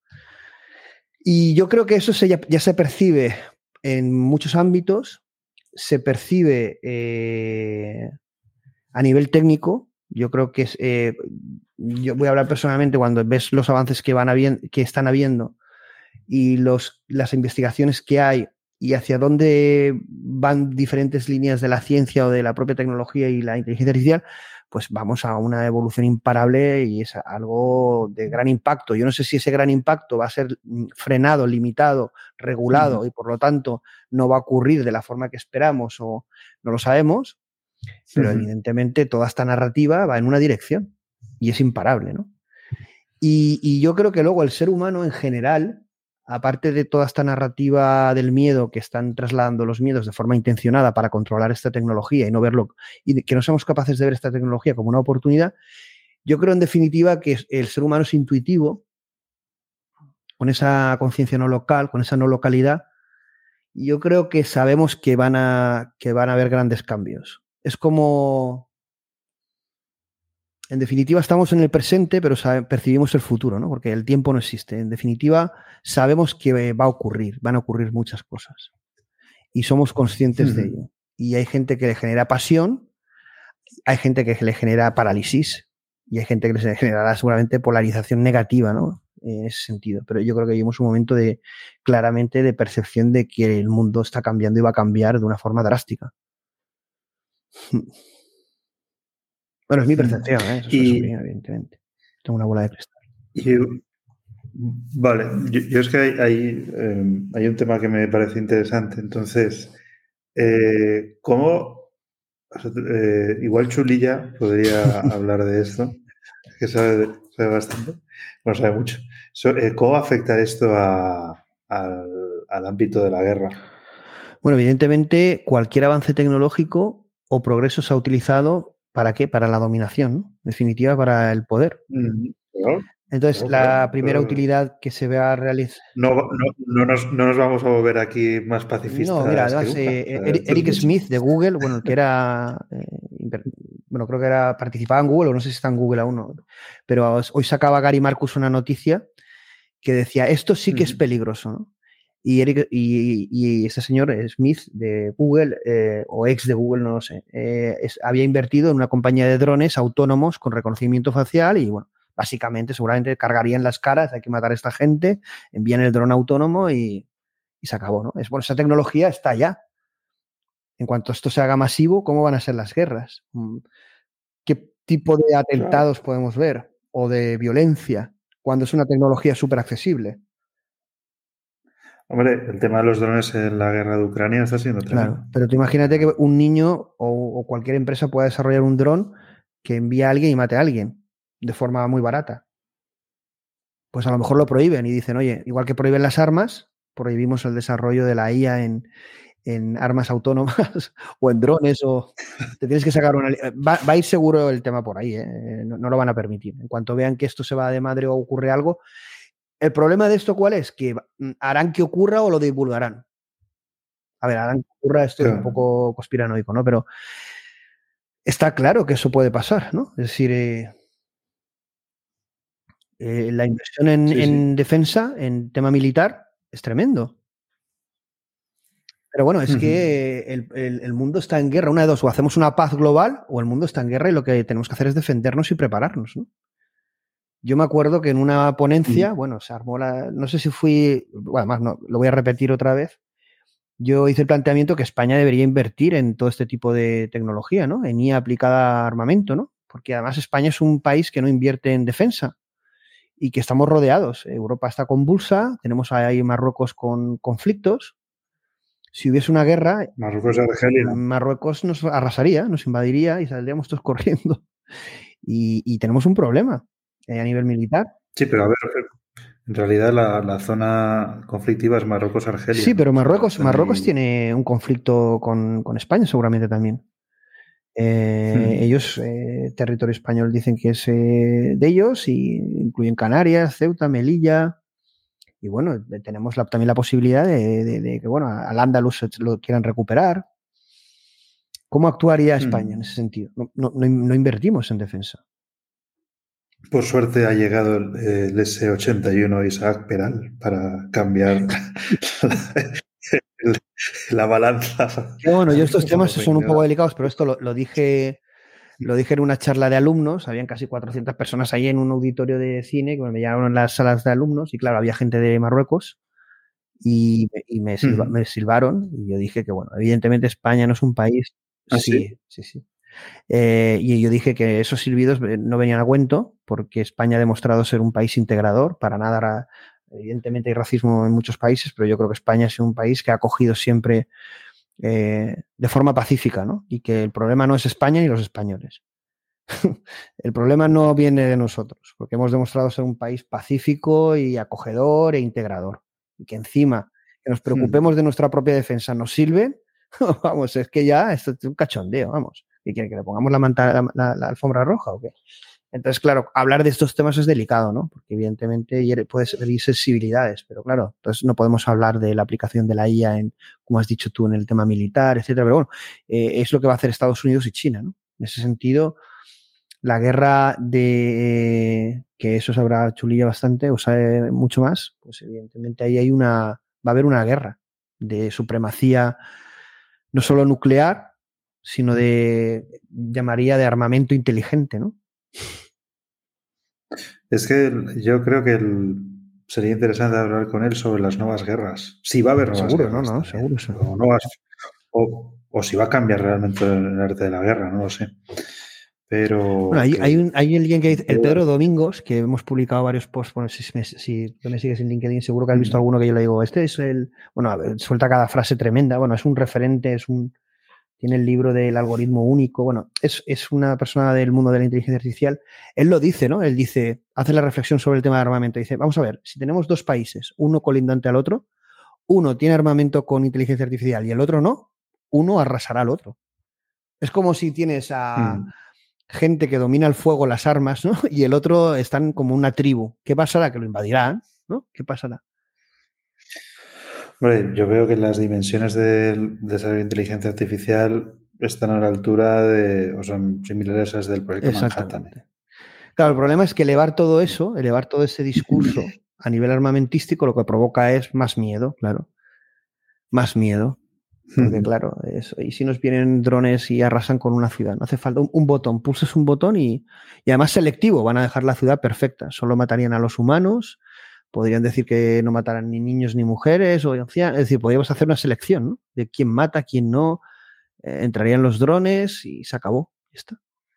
Y yo creo que eso se, ya, ya se percibe en muchos ámbitos, se percibe eh, a nivel técnico. Yo creo que es, eh, yo voy a hablar personalmente cuando ves los avances que, van habiendo, que están habiendo y los, las investigaciones que hay y hacia dónde van diferentes líneas de la ciencia o de la propia tecnología y la inteligencia artificial, pues vamos a una evolución imparable y es algo de gran impacto. Yo no sé si ese gran impacto va a ser frenado, limitado, regulado uh-huh. y por lo tanto no va a ocurrir de la forma que esperamos o no lo sabemos, pero uh-huh. evidentemente toda esta narrativa va en una dirección y es imparable, ¿no? Y, y yo creo que luego el ser humano en general, aparte de toda esta narrativa del miedo que están trasladando los miedos de forma intencionada para controlar esta tecnología y no verlo, y que no seamos capaces de ver esta tecnología como una oportunidad, yo creo en definitiva que el ser humano es intuitivo, con esa conciencia no local, con esa no localidad, y yo creo que sabemos que van a, que van a haber grandes cambios. Es como... En definitiva, estamos en el presente, pero sabe, percibimos el futuro, ¿no? Porque el tiempo no existe. En definitiva, sabemos que va a ocurrir, van a ocurrir muchas cosas. Y somos conscientes uh-huh. de ello. Y hay gente que le genera pasión, hay gente que le genera parálisis, y hay gente que le generará seguramente polarización negativa, ¿no? En ese sentido. Pero yo creo que vivimos un momento de, claramente, de percepción de que el mundo está cambiando y va a cambiar de una forma drástica. Bueno, es mi percepción, ¿eh? Eso y, es bien, evidentemente. Tengo una bola de cristal. Y, vale, yo, yo es que hay, hay, eh, hay un tema que me parece interesante. Entonces, eh, ¿cómo? Eh, igual Chulilla podría hablar de esto, que sabe, sabe bastante, no sabe mucho. So, eh, ¿Cómo afecta esto a, al, al ámbito de la guerra? Bueno, evidentemente, cualquier avance tecnológico o progreso se ha utilizado. ¿Para qué? Para la dominación, ¿no? En definitiva, para el poder. Mm, claro, Entonces, claro, la claro, primera claro. utilidad que se va a realizar... No, no, no, nos, no nos vamos a volver aquí más pacifistas. No, mira, además, eh, Eric, Eric Smith de Google, bueno, el que era... Eh, bueno, creo que era participaba en Google, o no sé si está en Google aún, no, pero hoy sacaba Gary Marcus una noticia que decía, esto sí que mm. es peligroso, ¿no? Y, Eric, y, y ese señor Smith de Google, eh, o ex de Google, no lo sé, eh, es, había invertido en una compañía de drones autónomos con reconocimiento facial y, bueno, básicamente seguramente cargarían las caras, hay que matar a esta gente, envían el dron autónomo y, y se acabó, ¿no? Es, bueno, esa tecnología está ya. En cuanto esto se haga masivo, ¿cómo van a ser las guerras? ¿Qué tipo de atentados claro. podemos ver? O de violencia, cuando es una tecnología súper accesible. Hombre, el tema de los drones en la guerra de Ucrania está siendo tremendo. Claro, pero tú imagínate que un niño o, o cualquier empresa pueda desarrollar un dron que envíe a alguien y mate a alguien de forma muy barata. Pues a lo mejor lo prohíben y dicen, oye, igual que prohíben las armas, prohibimos el desarrollo de la I A en, en armas autónomas o en drones o... Te tienes que sacar una... Va, va a ir seguro el tema por ahí, ¿eh? No, no lo van a permitir. En cuanto vean que esto se va de madre o ocurre algo... ¿El problema de esto cuál es? Que harán que ocurra o lo divulgarán. A ver, harán que ocurra, esto claro. es un poco conspiranoico, ¿no? Pero está claro que eso puede pasar, ¿no? Es decir, eh, eh, la inversión en, sí, en sí. defensa, en tema militar, es tremendo. Pero bueno, es uh-huh. que el, el, el mundo está en guerra. Una de dos, o hacemos una paz global o el mundo está en guerra y lo que tenemos que hacer es defendernos y prepararnos, ¿no? Yo me acuerdo que en una ponencia, bueno, se armó la... No sé si fui... Bueno, además, no, lo voy a repetir otra vez. Yo hice el planteamiento que España debería invertir en todo este tipo de tecnología, ¿no? En I A aplicada a armamento, ¿no? Porque además España es un país que no invierte en defensa y que estamos rodeados. Europa está convulsa, tenemos ahí Marruecos con conflictos. Si hubiese una guerra... Marruecos y Argelia. Marruecos nos arrasaría, nos invadiría y saldríamos todos corriendo. Y, y tenemos un problema. A nivel militar. Sí, pero a ver, en realidad la, la zona conflictiva es Marruecos-Argelia. Sí, pero Marruecos, Marruecos y... tiene un conflicto con, con España seguramente también. Eh, hmm. Ellos, eh, territorio español, dicen que es eh, de ellos y incluyen Canarias, Ceuta, Melilla. Y bueno, tenemos la, también la posibilidad de, de, de que, bueno, al Andalus lo quieran recuperar. ¿Cómo actuaría España hmm. en ese sentido? No, no, no invertimos en defensa. Por suerte ha llegado el, el ese ochenta y uno Isaac Peral para cambiar la, la balanza. Sí, bueno, yo estos temas son un poco delicados, pero esto lo, lo dije lo dije en una charla de alumnos. Habían casi cuatrocientas personas ahí en un auditorio de cine, que me llamaron las salas de alumnos, y claro, había gente de Marruecos y, y me, silba, Ujú. me silbaron y yo dije que, bueno, evidentemente España no es un país... ¿Ah, sí, sí, sí. Eh, y yo dije que esos silbidos no venían a cuento porque España ha demostrado ser un país integrador. Para nada, ra- evidentemente hay racismo en muchos países, pero yo creo que España es un país que ha acogido siempre eh, de forma pacífica, ¿no? Y que el problema no es España ni los españoles. El problema no viene de nosotros, porque hemos demostrado ser un país pacífico y acogedor e integrador. Y que encima que nos preocupemos de nuestra propia defensa nos sirven, vamos, es que ya esto es un cachondeo, vamos. ¿Y quiere que le pongamos la, manta, la, la, la alfombra roja o qué? Entonces, claro, hablar de estos temas es delicado, ¿no? Porque evidentemente puede ser sensibilidades, pero claro, entonces no podemos hablar de la aplicación de la I A en, como has dicho tú, en el tema militar, etcétera. Pero bueno, eh, es lo que va a hacer Estados Unidos y China, ¿no? En ese sentido, la guerra de, que eso sabrá Chulilla bastante o sabe mucho más, pues evidentemente ahí hay una, va a haber una guerra de supremacía no solo nuclear, sino de, llamaría de armamento inteligente, ¿no? Es que el- yo creo que el- sería interesante hablar con él sobre las nuevas guerras. Si va a haber nuevas Seguro, guerras. no, no, también, seguro, O, nuevas, o, o si va a cambiar realmente el arte de la guerra, no lo sé. Pero. Bueno, hay, que- hay, un, hay alguien que dice, el que- Pedro Domingos, que hemos publicado varios posts, bueno, si, me, si tú me sigues en LinkedIn, seguro que has visto alguno que yo le digo, este es el, bueno, a ver, suelta cada frase tremenda, bueno, es un referente, es un, tiene el libro del algoritmo único, bueno, es, es una persona del mundo de la inteligencia artificial. Él lo dice, ¿no? Él dice, hace la reflexión sobre el tema de armamento, dice, vamos a ver, si tenemos dos países, uno colindante al otro, uno tiene armamento con inteligencia artificial y el otro no, uno arrasará al otro. Es como si tienes a... Mm. gente que domina el fuego, las armas, ¿no? Y el otro están como una tribu. ¿Qué pasará? Que lo invadirán, ¿no? ¿Qué pasará? Hombre, yo veo que las dimensiones del desarrollo de inteligencia artificial están a la altura de, o son similares a las del proyecto Manhattan. ¿eh? Claro, el problema es que elevar todo eso, elevar todo ese discurso a nivel armamentístico, lo que provoca es más miedo, claro. Más miedo. Porque claro, eso, y si nos vienen drones y arrasan con una ciudad, no hace falta un, un botón, pulsas un botón y, y además selectivo, van a dejar la ciudad perfecta, solo matarían a los humanos, podrían decir que no matarán ni niños ni mujeres o ancianos, es decir, podríamos hacer una selección, ¿no? De quién mata, quién no, eh, entrarían los drones y se acabó, ya está.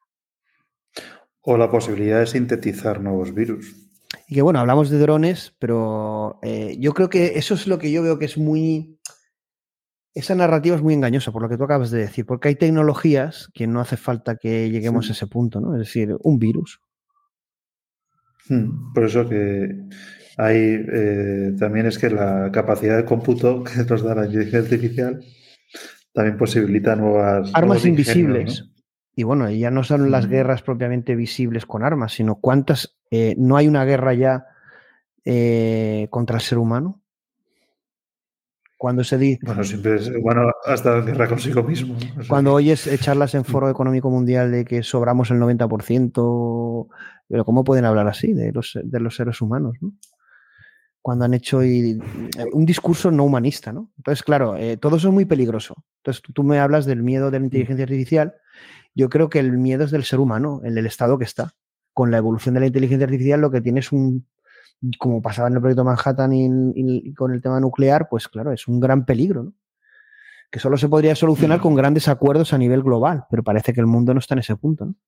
O la posibilidad de sintetizar nuevos virus. Y que bueno, hablamos de drones, pero eh, yo creo que eso es lo que yo veo que es muy... Esa narrativa es muy engañosa, por lo que tú acabas de decir, porque hay tecnologías que no hace falta que lleguemos Sí. a ese punto, ¿no? Es decir, un virus. Hmm, Por eso que hay eh, también es que la capacidad de cómputo que nos da la inteligencia artificial también posibilita nuevas Armas nuevos ingenios, invisibles. ¿no? Y bueno, ya no son las Mm. guerras propiamente visibles con armas, sino cuántas... eh, no hay una guerra ya eh, contra el ser humano. Cuando se dice... Bueno, siempre es bueno hasta en guerra consigo mismo. ¿no? O sea, Cuando oyes charlas en Foro Económico Mundial de que sobramos el noventa por ciento, pero ¿cómo pueden hablar así de los, de los seres humanos, ¿no? Cuando han hecho y, un discurso no humanista, ¿no? Entonces, claro, eh, todo eso es muy peligroso. Entonces, tú, tú me hablas del miedo de la inteligencia artificial. Yo creo que el miedo es del ser humano, el del estado que está. Con la evolución de la inteligencia artificial lo que tiene es un... como pasaba en el proyecto Manhattan y, y, y con el tema nuclear, pues claro, es un gran peligro, ¿no? Que solo se podría solucionar con grandes acuerdos a nivel global, pero parece que el mundo no está en ese punto, ¿no?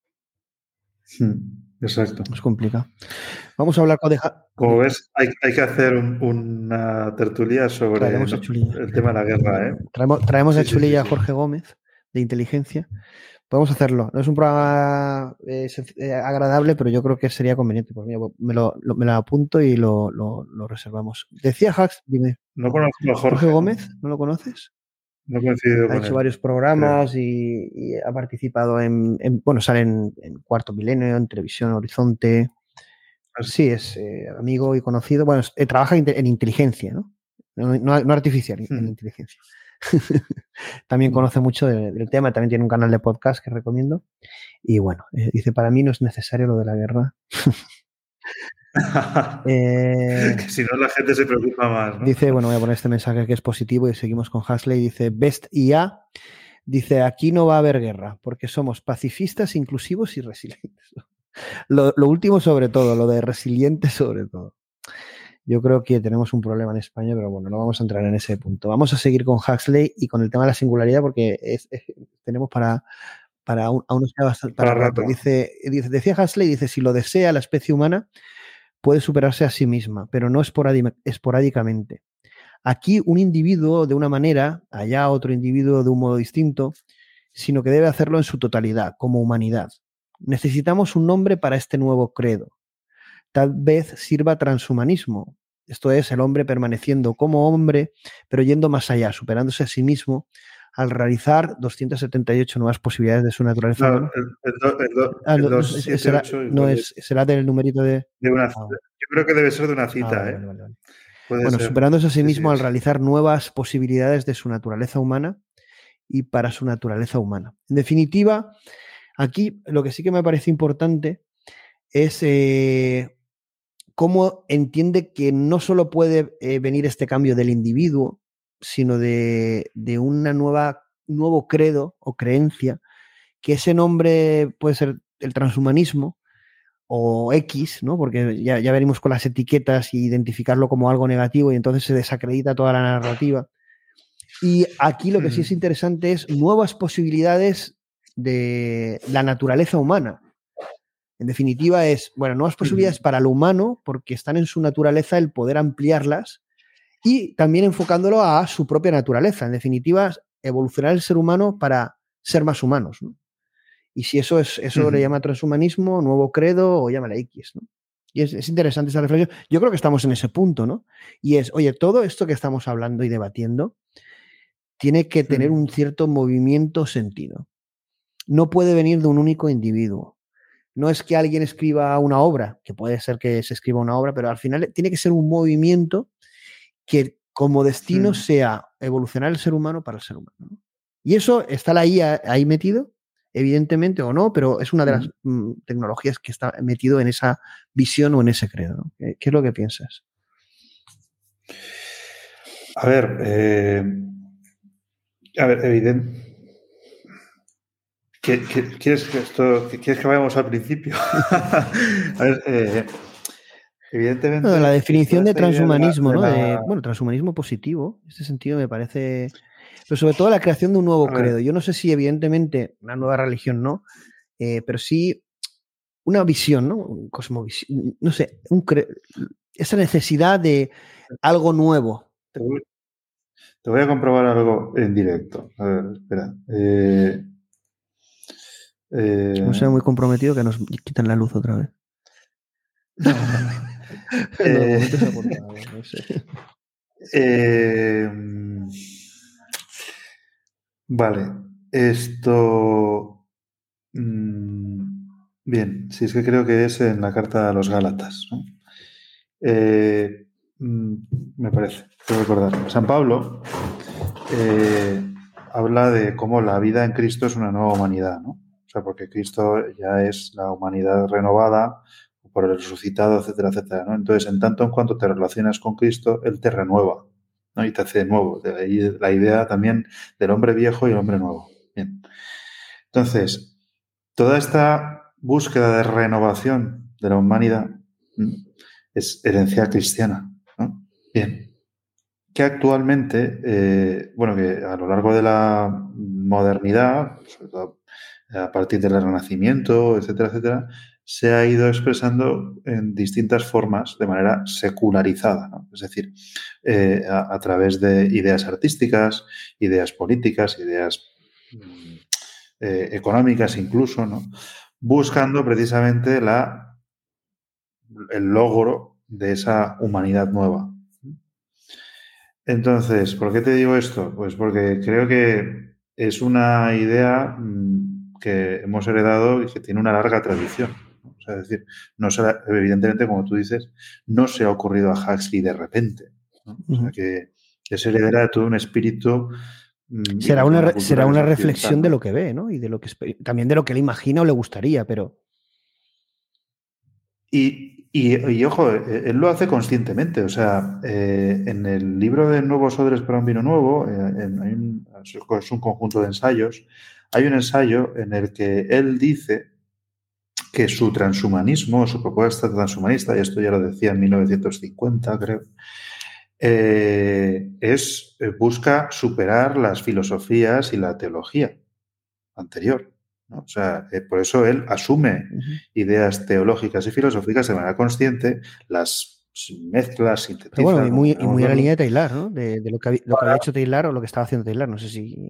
Exacto. Es complicado. Vamos a hablar con... Deja... Como ves, hay, hay que hacer un, una tertulia sobre el, el tema de la guerra, ¿eh? Traemos, traemos sí, a Chulilla sí, sí, a Jorge sí. Gómez, de inteligencia. Podemos hacerlo. No es un programa eh, eh, agradable, pero yo creo que sería conveniente. Pues mira, me lo, lo, me lo apunto y lo, lo, lo reservamos. Decía Hax, dime. No conozco a Jorge. Jorge Gómez, ¿no lo conoces? No he coincidido ha con hecho él, varios programas y, y ha participado en, en bueno, sale en, en Cuarto Milenio, en Televisión Horizonte. Sí, es eh, amigo y conocido. Bueno, eh, trabaja en inteligencia, ¿no? No, no, no artificial, hmm. en inteligencia. También conoce mucho de, del tema, también tiene un canal de podcast que recomiendo. Y bueno, eh, dice, para mí no es necesario lo de la guerra. eh, que si no la gente se preocupa más, ¿no? Dice, bueno, voy a poner este mensaje que es positivo y seguimos con Huxley. Dice, Best I A, dice, aquí no va a haber guerra porque somos pacifistas, inclusivos y resilientes. Lo, lo último sobre todo, lo de resiliente sobre todo. Yo creo que tenemos un problema en España, pero bueno, no vamos a entrar en ese punto. Vamos a seguir con Huxley y con el tema de la singularidad porque es, es, tenemos para, para un, aún nos queda bastante para, para rato. Dice, dice, decía Huxley, dice, si lo desea la especie humana puede superarse a sí misma, pero no esporádicamente. Aquí un individuo de una manera, allá otro individuo de un modo distinto, sino que debe hacerlo en su totalidad, como humanidad. Necesitamos un nombre para este nuevo credo. Tal vez sirva transhumanismo. Esto es, el hombre permaneciendo como hombre, pero yendo más allá, superándose a sí mismo, al realizar doscientas setenta y ocho nuevas posibilidades de su naturaleza. No, el, el, do, el, do, ah, no, el dos, siete, será, ocho, no es, será del numerito de... de una, ah, yo creo que debe ser de una cita. Ah, vale, ¿eh? Vale, vale. Puede bueno, ser. superándose a sí Sí, mismo sí, al sí. realizar nuevas posibilidades de su naturaleza humana y para su naturaleza humana. En definitiva, aquí lo que sí que me parece importante es eh, cómo entiende que no solo puede eh, venir este cambio del individuo, sino de, de una nueva nuevo credo o creencia, que ese nombre puede ser el transhumanismo o X, ¿no? Porque ya, ya veremos con las etiquetas y identificarlo como algo negativo y entonces se desacredita toda la narrativa. Y aquí lo que sí es interesante es nuevas posibilidades de la naturaleza humana. En definitiva es, bueno, nuevas posibilidades para lo humano porque están en su naturaleza el poder ampliarlas y también enfocándolo a su propia naturaleza. En definitiva, evolucionar el ser humano para ser más humanos, ¿no? Y si eso es eso uh-huh. le llama transhumanismo, nuevo credo o llámale X, ¿no? Y es, es interesante esa reflexión. Yo creo que estamos en ese punto, ¿no? Y es, oye, todo esto que estamos hablando y debatiendo tiene que tener uh-huh. un cierto movimiento sentido. No puede venir de un único individuo. No es que alguien escriba una obra, que puede ser que se escriba una obra, pero al final tiene que ser un movimiento que como destino uh-huh. sea evolucionar el ser humano para el ser humano, ¿no? Y eso está ahí, ahí metido, evidentemente o no, pero es una de las mm, tecnologías que está metido en esa visión o en ese credo, ¿no? ¿Qué, qué es lo que piensas? A ver, eh, a ver, evidente. ¿Quieres que esto, quieres que vayamos al principio? A ver, eh, evidentemente. No, la definición de transhumanismo, de la, de la... ¿no? De, bueno, transhumanismo positivo, en ese sentido me parece. Pero sobre todo la creación de un nuevo credo. Yo no sé si, evidentemente, una nueva religión no, eh, pero sí una visión, ¿no? Un cosmovisión, no sé, un cre... esa necesidad de algo nuevo. Te voy, te voy a comprobar algo en directo. A ver, espera. Eh, eh... No sea muy comprometido que nos quitan la luz otra vez. No, eh, no sé. eh, Vale, esto... Mmm, bien, sí, es que creo que es en la carta a los Gálatas, ¿no? Eh, mm, me parece, quiero recordar. San Pablo eh, habla de cómo la vida en Cristo es una nueva humanidad, ¿no? O sea, porque Cristo ya es la humanidad renovada por el resucitado, etcétera, etcétera, ¿no? Entonces, en tanto en cuanto te relacionas con Cristo, Él te renueva, ¿no? Y te hace de nuevo. De ahí la idea también del hombre viejo y el hombre nuevo. Bien. Entonces, toda esta búsqueda de renovación de la humanidad es herencia cristiana, ¿no? Bien. Que actualmente, eh, bueno, que a lo largo de la modernidad, sobre todo a partir del Renacimiento, etcétera, etcétera, se ha ido expresando en distintas formas de manera secularizada, ¿no? Es decir, eh, a, a través de ideas artísticas, ideas políticas, ideas eh, económicas incluso, ¿no? Buscando precisamente la, el logro de esa humanidad nueva. Entonces, ¿por qué te digo esto? Pues porque creo que es una idea que hemos heredado y que tiene una larga tradición. O sea, es decir, no se la, evidentemente, como tú dices, no se ha ocurrido a Huxley de repente, ¿no? O sea, que es heredera de todo un espíritu. Será una, una será una reflexión de lo que ve, ¿no? Y de lo que también de lo que le imagina o le gustaría, pero. Y, y, y ojo, él lo hace conscientemente. O sea, eh, en el libro de Nuevos Odres para un vino nuevo, eh, en, hay un, es un conjunto de ensayos. Hay un ensayo en el que él dice que su transhumanismo, su propuesta transhumanista, y esto ya lo decía en mil novecientos cincuenta, creo, eh, es, busca superar las filosofías y la teología anterior, ¿no? O sea, eh, por eso él asume uh-huh. ideas teológicas y filosóficas de manera consciente, las mezclas, sintetiza. Pero bueno, y muy, y muy a la línea de Taylor, ¿no? De, de lo, que, lo que había hecho Taylor o lo que estaba haciendo Taylor, no sé si...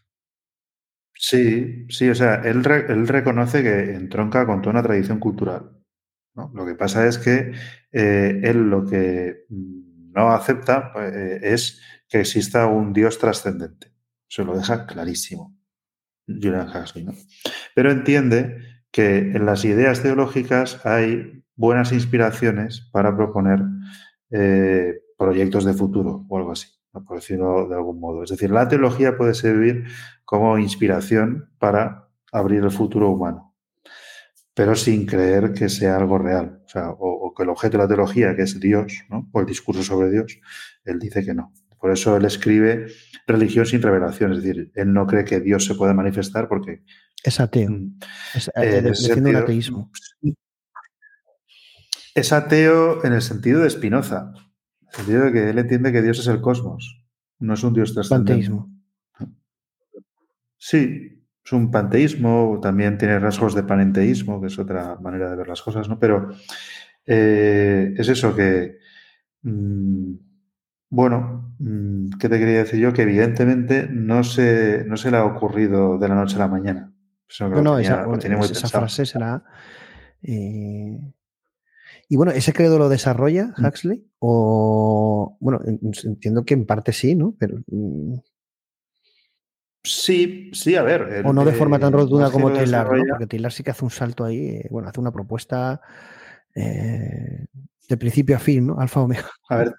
Sí, sí, o sea, él, re, él reconoce que entronca con toda una tradición cultural, ¿no? Lo que pasa es que eh, él lo que no acepta eh, es que exista un Dios trascendente. Se lo deja clarísimo Julian Huxley, ¿no? Pero entiende que en las ideas teológicas hay buenas inspiraciones para proponer eh, proyectos de futuro o algo así, ¿no? Por decirlo de algún modo. Es decir, la teología puede servir como inspiración para abrir el futuro humano, pero sin creer que sea algo real. O sea, o, o que el objeto de la teología, que es Dios, ¿no? O el discurso sobre Dios, él dice que no. Por eso él escribe religión sin revelación, es decir, él no cree que Dios se pueda manifestar porque... Es ateo. Es, eh, defiende un ateísmo. Es ateo en el sentido de Spinoza, en el sentido de que él entiende que Dios es el cosmos, no es un Dios trascendente. Panteísmo. Sí, es un panteísmo, también tiene rasgos de panenteísmo, que es otra manera de ver las cosas, ¿no? Pero eh, es eso que... Mmm, Bueno, ¿qué te quería decir yo? Que evidentemente no se, no se le ha ocurrido de la noche a la mañana. Eso no, no, tenía, esa, bueno, esa pensado. frase será... Eh... Y bueno, ¿ese credo lo desarrolla Huxley? Mm. O, bueno, entiendo que en parte sí, ¿no? Pero... Sí, sí, a ver. El, o no de forma tan rotunda eh, como Taylor, ¿no? Porque Taylor sí que hace un salto ahí, eh, bueno, hace una propuesta eh, de principio a fin, ¿no? Alfa omega. A ver...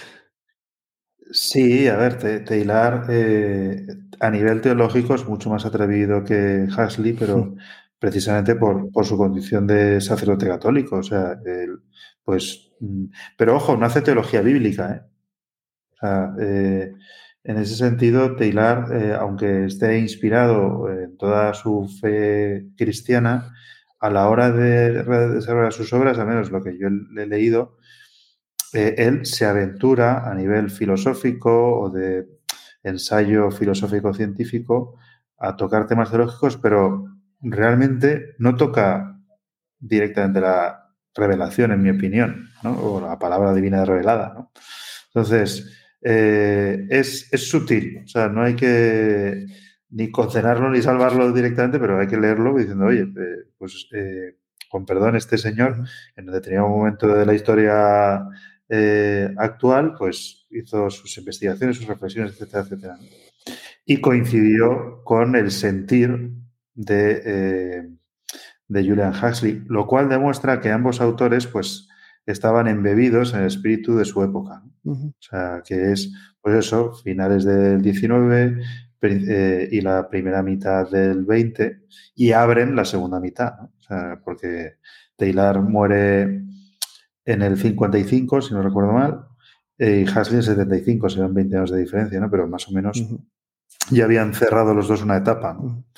Sí, a ver, Taylor eh, a nivel teológico es mucho más atrevido que Huxley, pero precisamente por, por su condición de sacerdote católico. O sea, él, pues, pero ojo, no hace teología bíblica, ¿eh? O sea, eh, en ese sentido, Taylor, eh, aunque esté inspirado en toda su fe cristiana, a la hora de desarrollar sus obras, al menos lo que yo le he leído, Eh, él se aventura a nivel filosófico o de ensayo filosófico-científico a tocar temas teológicos, pero realmente no toca directamente la revelación, en mi opinión, ¿no? O la palabra divina revelada, ¿no? Entonces, eh, es, es sutil, o sea, no hay que ni condenarlo ni salvarlo directamente, pero hay que leerlo diciendo, oye, eh, pues eh, con perdón, este señor en un determinado momento de la historia Eh, actual, pues hizo sus investigaciones, sus reflexiones, etcétera, etcétera. Y coincidió con el sentir de, eh, de Julian Huxley, lo cual demuestra que ambos autores, pues, estaban embebidos en el espíritu de su época, ¿no? Uh-huh. O sea, que es, pues eso, finales del diecinueve eh, y la primera mitad del veinte, y abren la segunda mitad, ¿no? O sea, porque Taylor muere en el cincuenta y cinco, si no recuerdo mal, eh, y Huxley en el setenta y cinco, serán veinte años de diferencia, ¿no? Pero más o menos uh-huh. ya habían cerrado los dos una etapa, ¿no? Uh-huh.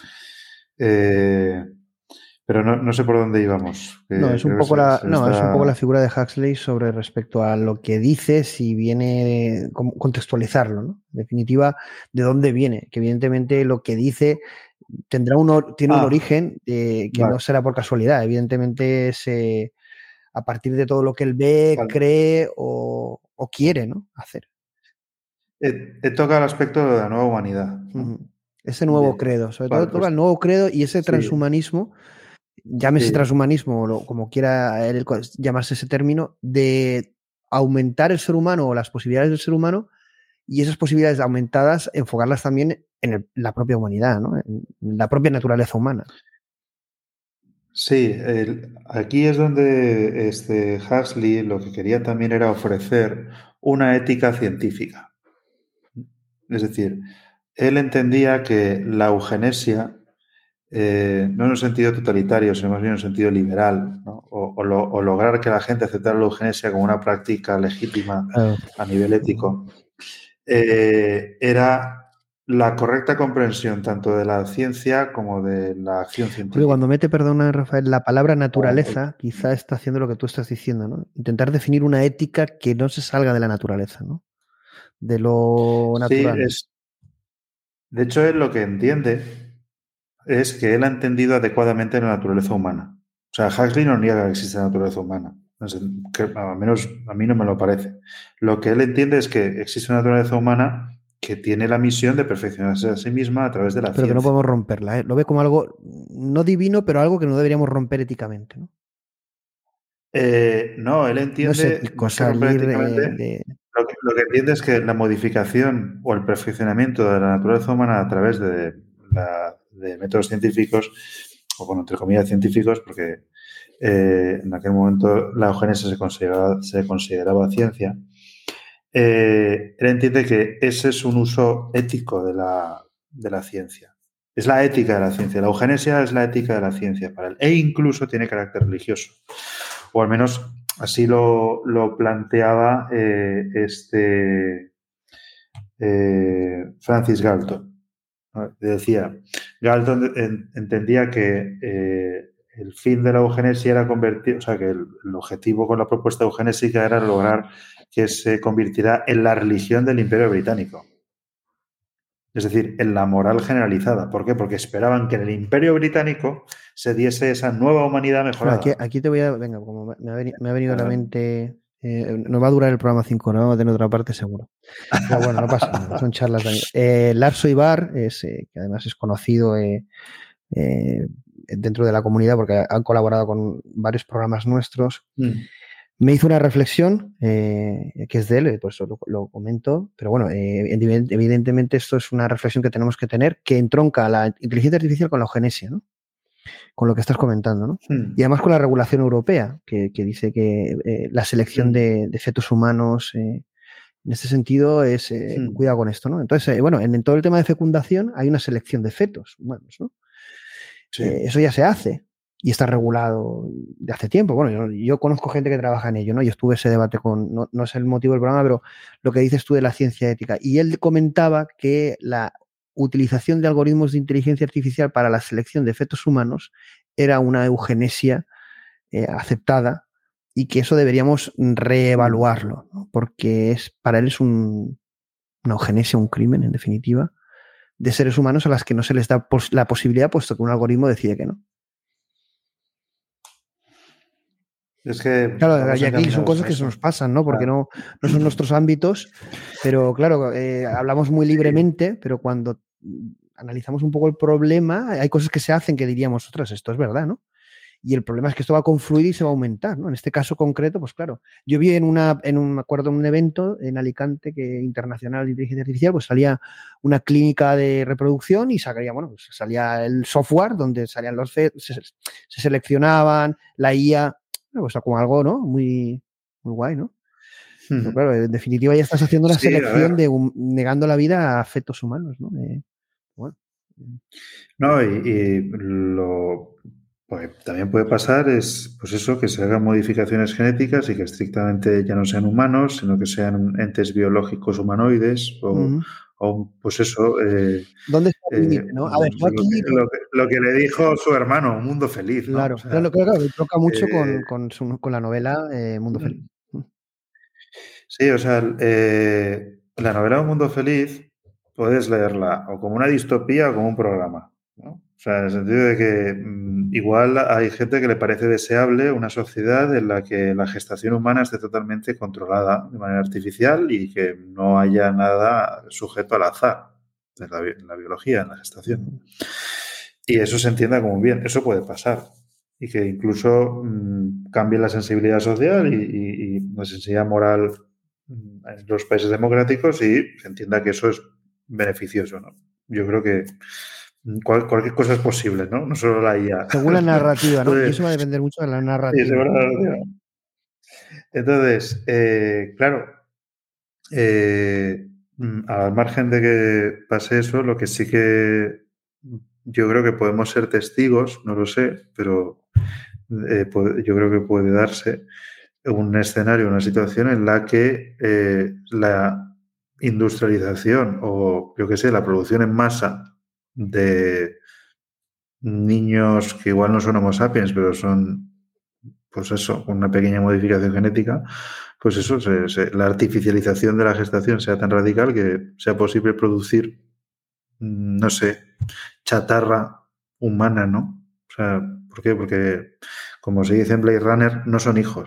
Eh, pero no, no sé por dónde íbamos. No, es un, poco la, no está... es un poco la figura de Huxley sobre respecto a lo que dice, si viene, contextualizarlo, ¿no? En definitiva, de dónde viene, que evidentemente lo que dice tendrá un, tiene ah, un origen eh, que vale. no será por casualidad, evidentemente se... a partir de todo lo que él ve, vale. cree o, o quiere, ¿no? hacer. Eh, eh, toca el aspecto de la nueva humanidad, ¿no? Uh-huh. Ese nuevo Bien. credo, sobre vale, todo toca pues, el nuevo credo y ese transhumanismo, sí. llámese sí. transhumanismo o como quiera él llamarse ese término, de aumentar el ser humano o las posibilidades del ser humano y esas posibilidades aumentadas, enfocarlas también en el, la propia humanidad, ¿no? En la propia naturaleza humana. Sí, el, aquí es donde este Huxley lo que quería también era ofrecer una ética científica. Es decir, él entendía que la eugenesia, eh, no en un sentido totalitario, sino más bien en un sentido liberal, ¿no? o, o, lo, o lograr que la gente aceptara la eugenesia como una práctica legítima a nivel ético, eh, era la correcta comprensión tanto de la ciencia como de la acción científica. Porque cuando mete, perdona, Rafael, la palabra naturaleza, quizá está haciendo lo que tú estás diciendo, ¿no? Intentar definir una ética que no se salga de la naturaleza, ¿no? De lo natural. Sí, es, de hecho, él lo que entiende es que él ha entendido adecuadamente la naturaleza humana. O sea, Huxley no niega que existe la naturaleza humana. No sé, que, al menos a mí no me lo parece. Lo que él entiende es que existe una naturaleza humana que tiene la misión de perfeccionarse a sí misma a través de la pero ciencia. Que no podemos romperla, ¿eh? Lo ve como algo no divino, pero algo que no deberíamos romper éticamente, ¿no? Eh, no, él entiende... No es ético salir de, de... Lo, que, lo que entiende es que la modificación o el perfeccionamiento de la naturaleza humana a través de, la, de métodos científicos, o bueno, entre comillas científicos, porque eh, en aquel momento la eugenesia se consideraba, se consideraba ciencia, eh, él entiende que ese es un uso ético de la, de la ciencia. Es la ética de la ciencia. La eugenesia es la ética de la ciencia para él. E incluso tiene carácter religioso. O al menos así lo, lo planteaba eh, este eh, Francis Galton. ¿No? Decía, Galton en, entendía que eh, el fin de la eugenesia era convertir, o sea, que el, el objetivo con la propuesta eugenésica era lograr que se convirtiera en la religión del Imperio Británico. Es decir, en la moral generalizada. ¿Por qué? Porque esperaban que en el Imperio Británico se diese esa nueva humanidad mejorada. Aquí, aquí te voy a... Venga, como me ha venido, me ha venido a la mente... Eh, nos va a durar el programa cinco horas, vamos a tener otra parte seguro. Pero bueno, no pasa nada, son charlas de eh, Lars Ibar, es, eh, que además es conocido eh, eh, dentro de la comunidad porque han colaborado con varios programas nuestros. Mm. Me hizo una reflexión eh, que es de él, por eso lo, lo comento, pero bueno, eh, evidentemente esto es una reflexión que tenemos que tener que entronca la inteligencia artificial con la eugenesia, ¿no? Con lo que estás comentando, ¿no? Hmm. Y además con la regulación europea, que, que dice que eh, la selección hmm. de, de fetos humanos, eh, en este sentido, es eh, hmm. cuidado con esto, ¿no? Entonces, eh, bueno, en, en todo el tema de fecundación hay una selección de fetos humanos, ¿no? Sí. Eh, eso ya se hace. Y está regulado de hace tiempo. Bueno, yo, yo conozco gente que trabaja en ello, ¿no? Yo estuve ese debate con, no, no es el motivo del programa, pero lo que dices tú de la ciencia ética. Y él comentaba que la utilización de algoritmos de inteligencia artificial para la selección de fetos humanos era una eugenesia eh, aceptada y que eso deberíamos reevaluarlo, ¿no? Porque es, para él es un, una eugenesia, un crimen, en definitiva, de seres humanos a las que no se les da pos- la posibilidad, puesto que un algoritmo decide que no. Es que claro, y aquí son cosas que se nos pasan, ¿no? Porque claro. no, no son nuestros ámbitos, pero claro, eh, hablamos muy libremente, pero cuando analizamos un poco el problema, hay cosas que se hacen que diríamos, otras, esto es verdad, ¿no? Y el problema es que esto va a confluir y se va a aumentar, ¿no? En este caso concreto, pues claro, yo vi en una, en un, me acuerdo, en un evento en Alicante que internacional de inteligencia artificial, pues salía una clínica de reproducción y salía, bueno, pues salía el software donde salían los fe- se, se seleccionaban, la I A. O sea, como algo, ¿no? Muy, muy guay, ¿no? Hmm. Pero claro, en definitiva ya estás haciendo una sí, selección de un, negando la vida a fetos humanos, ¿no? Eh, bueno. No, y, y lo pues, también puede pasar es, pues eso, que se hagan modificaciones genéticas y que estrictamente ya no sean humanos, sino que sean entes biológicos humanoides o, uh-huh. o pues eso. Eh, ¿Dónde está el límite, eh, no? A ver, lo, aquí, que, lo, que, lo que le dijo su hermano, Un Mundo Feliz, ¿no? Claro, o sea, claro, claro, claro, toca mucho eh, con, con, su, con la novela eh, Mundo uh-huh. Feliz. Sí, o sea, eh, la novela Un Mundo Feliz puedes leerla o como una distopía o como un programa, ¿no? O sea, en el sentido de que mmm, igual hay gente que le parece deseable una sociedad en la que la gestación humana esté totalmente controlada de manera artificial y que no haya nada sujeto al azar en la, en la biología, en la gestación. Y eso se entienda como bien. Eso puede pasar. Y que incluso mmm, cambie la sensibilidad social y, y, y la sensibilidad moral en los países democráticos y se entienda que eso es beneficioso, ¿no? Yo creo que Cual, cualquier cosa es posible, ¿no? No solo la I A. Según la narrativa, ¿no? Pues, y eso va a depender mucho de la narrativa. Sí, según la narrativa. Entonces, eh, claro, eh, al margen de que pase eso, lo que sí que yo creo que podemos ser testigos, no lo sé, pero eh, puede, yo creo que puede darse un escenario, una situación en la que eh, la industrialización o, yo qué sé, la producción en masa de niños que igual no son Homo sapiens, pero son, pues eso, una pequeña modificación genética, pues eso, se, se, la artificialización de la gestación sea tan radical que sea posible producir, no sé, chatarra humana, ¿no? O sea, ¿por qué? Porque, como se dice en Blade Runner, no son hijos,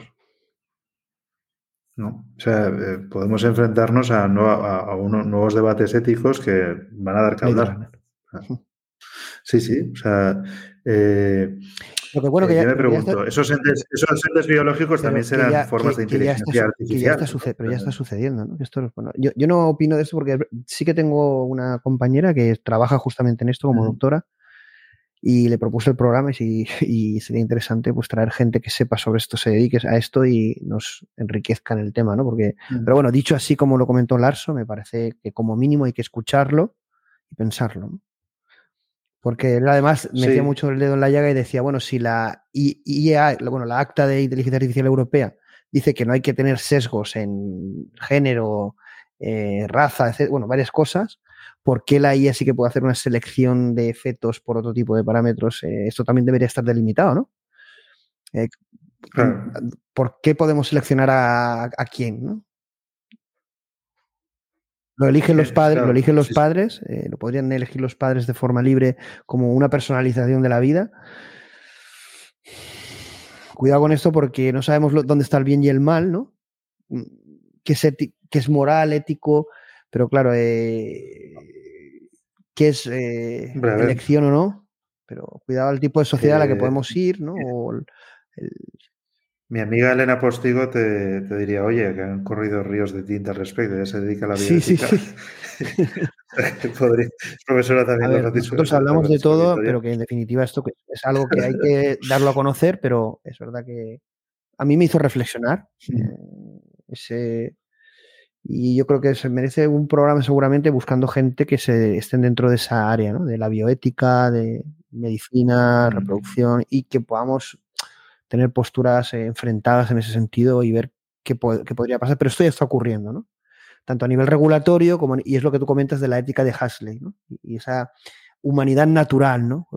¿no? O sea, eh, podemos enfrentarnos a, nueva, a, a unos nuevos debates éticos que van a dar que hablar. Sí, sí, o sea... Eh, Lo que bueno eh, que ya, yo me pregunto, está, ¿esos entes, esos entes biológicos también serán ya, formas que, de inteligencia que está, artificial? Que ya está suced, pero ya está sucediendo, ¿no? Esto, bueno, yo, yo no opino de esto porque sí que tengo una compañera que trabaja justamente en esto como uh-huh. doctora y le propuse el programa y, y sería interesante pues traer gente que sepa sobre esto, se dedique a esto y nos enriquezca en el tema, ¿no? Porque, uh-huh. Pero bueno, dicho así como lo comentó Larso, me parece que como mínimo hay que escucharlo y pensarlo, ¿no? Porque él además metía sí. mucho el dedo en la llaga y decía, bueno, si la I E A, bueno, la Acta de Inteligencia Artificial Europea dice que no hay que tener sesgos en género, eh, raza, etcétera, bueno, varias cosas, ¿por qué la I A sí que puede hacer una selección de fetos por otro tipo de parámetros? Eh, esto también debería estar delimitado, ¿no? Eh, claro. ¿Por qué podemos seleccionar a, a quién, no? Lo eligen los padres, claro, lo eligen los sí, padres, eh, lo podrían elegir los padres de forma libre como una personalización de la vida. Cuidado con esto porque no sabemos lo, dónde está el bien y el mal, ¿no? ¿Qué es, eti- qué es moral, ético? Pero claro, eh, ¿qué es eh, elección o no? Pero cuidado al tipo de sociedad eh, a la que podemos ir, ¿no? O el, el, Mi amiga Elena Postigo te, te diría, oye, que han corrido ríos de tinta al respecto, ya se dedica a la bioética. Sí, sí, sí. Podría, es profesora también. A ver, nosotros hablamos de todo, pero que en definitiva esto es algo que hay que darlo a conocer, pero es verdad que a mí me hizo reflexionar. Mm. Eh, ese, y yo creo que se merece un programa seguramente buscando gente que se estén dentro de esa área, ¿no? De la bioética, de medicina, mm. reproducción, y que podamos tener posturas eh, enfrentadas en ese sentido y ver qué, po- qué podría pasar. Pero esto ya está ocurriendo, ¿no? Tanto a nivel regulatorio como, y es lo que tú comentas de la ética de Huxley, ¿no? Y, y esa humanidad natural, ¿no?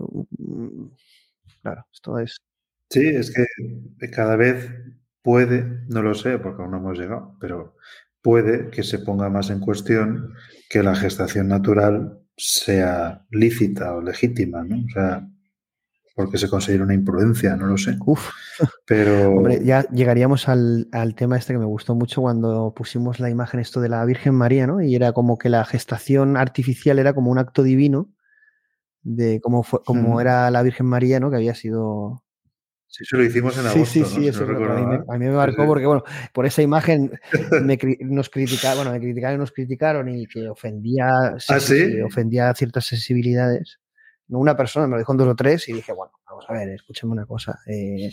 Claro, esto es... Sí, es que cada vez puede, no lo sé, porque aún no hemos llegado, pero puede que se ponga más en cuestión que la gestación natural sea lícita o legítima, ¿no? O sea... porque se considera una imprudencia, no lo sé. Uf. Pero... Hombre, ya llegaríamos al, al tema este que me gustó mucho cuando pusimos la imagen esto de la Virgen María, ¿no? Y era como que la gestación artificial era como un acto divino de cómo fue, cómo mm. era la Virgen María, ¿no? Que había sido... Sí, eso lo hicimos en agosto, sí, sí, sí, ¿no? eso Si no a, mí me, a mí me marcó porque, bueno, por esa imagen me, nos criticaron, bueno, me criticaron y nos criticaron y que ofendía, ¿Ah, sí? sí, ofendía ciertas sensibilidades. No una persona, me lo dijo en dos o tres y dije, bueno, vamos a ver, escúchame una cosa. Eh,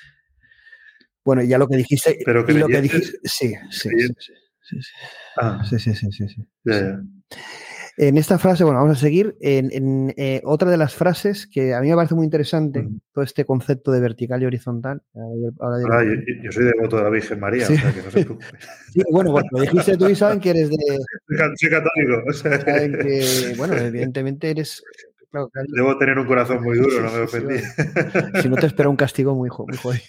bueno, ya lo que dijiste... Pero que y lo que dijiste, sí, sí, sí, sí, sí, sí. Ah. sí, sí, sí, sí, sí. Ya, ya. En esta frase, bueno, vamos a seguir. En, en eh, otra de las frases que a mí me parece muy interesante, mm. todo este concepto de vertical y horizontal. Ahora ah, yo, yo soy devoto de la Virgen María, sí. O sea que no se preocupe. Sí, bueno, bueno, lo dijiste tú y saben que eres de... Soy católico. O sea. Saben que, bueno, evidentemente eres... Claro, claro. Debo tener un corazón muy duro, sí, no me ofendí. Sí, sí, si no te espera un castigo muy, muy jodido.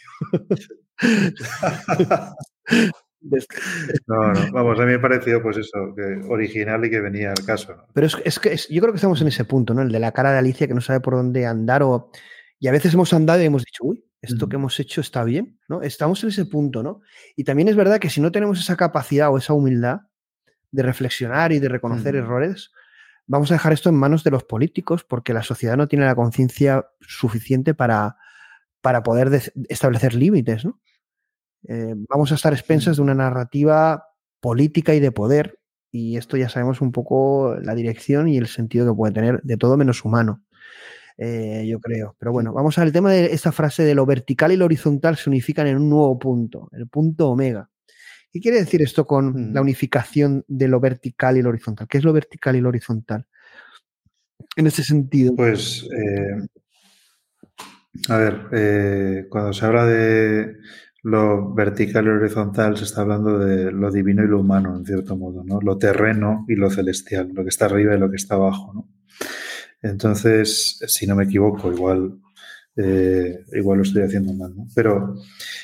No, no, vamos, a mí me pareció pues eso, que original y que venía al caso, ¿no? Pero es, es que es, yo creo que estamos en ese punto, ¿no? El de la cara de Alicia que no sabe por dónde andar o... Y a veces hemos andado y hemos dicho, uy, esto mm. que hemos hecho está bien, ¿no? Estamos en ese punto, ¿no? Y también es verdad que si no tenemos esa capacidad o esa humildad de reflexionar y de reconocer mm. errores, vamos a dejar esto en manos de los políticos porque la sociedad no tiene la conciencia suficiente para, para poder de- establecer límites, ¿no? Eh, vamos a estar expensas de una narrativa política y de poder y esto ya sabemos un poco la dirección y el sentido que puede tener de todo menos humano, eh, yo creo. Pero bueno, vamos al tema de esta frase de lo vertical y lo horizontal se unifican en un nuevo punto, el punto omega. ¿Qué quiere decir esto con mm. la unificación de lo vertical y lo horizontal? ¿Qué es lo vertical y lo horizontal? En ese sentido. Pues, eh, a ver, eh, cuando se habla de lo vertical y horizontal se está hablando de lo divino y lo humano, en cierto modo, ¿no? Lo terreno y lo celestial, lo que está arriba y lo que está abajo, ¿no? Entonces, si no me equivoco, igual, eh, igual lo estoy haciendo mal, ¿no? Pero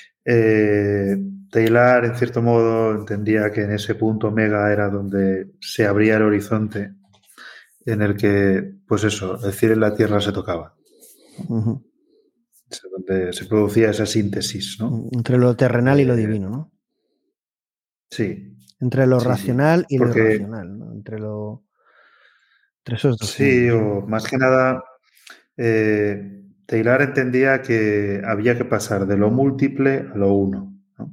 eh, Taylor, en cierto modo, entendía que en ese punto omega era donde se abría el horizonte en el que, pues eso, el cielo y la tierra se tocaban. Uh-huh. Donde se producía esa síntesis, ¿no? Entre lo terrenal y lo divino, ¿no? Sí. Entre lo sí, racional sí. y Porque, lo irracional, ¿no? Entre lo... Entre esos dos. Sí, mundos. O más que nada, eh, Taylor entendía que había que pasar de lo múltiple a lo uno, ¿no?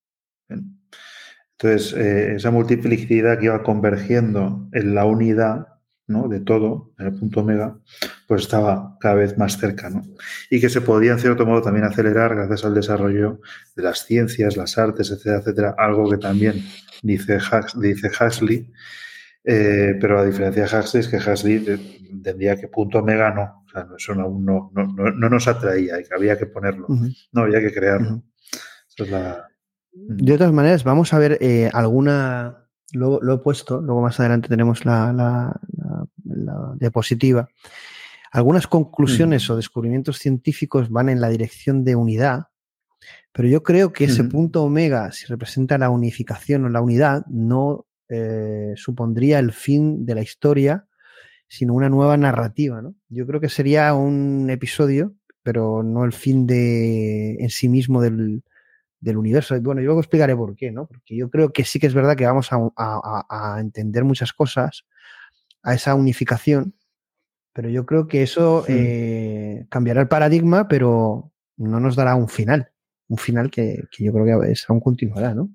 Entonces, eh, esa multiplicidad que iba convergiendo en la unidad, ¿no? De todo, en el punto omega, pues estaba cada vez más cerca, ¿no? Y que se podía, en cierto modo, también acelerar gracias al desarrollo de las ciencias, las artes, etcétera, etcétera, algo que también dice, Hux, dice Huxley, eh, pero la diferencia de Huxley es que Huxley entendía que punto omega no, o sea, eso no, no, no, no nos atraía y que había que ponerlo, uh-huh. no había que crearlo. Uh-huh. Eso es la... De todas maneras, vamos a ver eh, alguna... Lo, lo he puesto, luego más adelante tenemos la, la, la, la diapositiva. Algunas conclusiones uh-huh. o descubrimientos científicos van en la dirección de unidad, pero yo creo que ese uh-huh. punto omega, si representa la unificación o la unidad, no eh, supondría el fin de la historia, sino una nueva narrativa, ¿no? Yo creo que sería un episodio, pero no el fin de en sí mismo del del universo. Bueno, yo luego explicaré por qué, ¿no? Porque yo creo que sí que es verdad que vamos a, a, a entender muchas cosas, a esa unificación, pero yo creo que eso sí. eh, cambiará el paradigma, pero no nos dará un final, un final que, que yo creo que es, aún continuará, ¿no?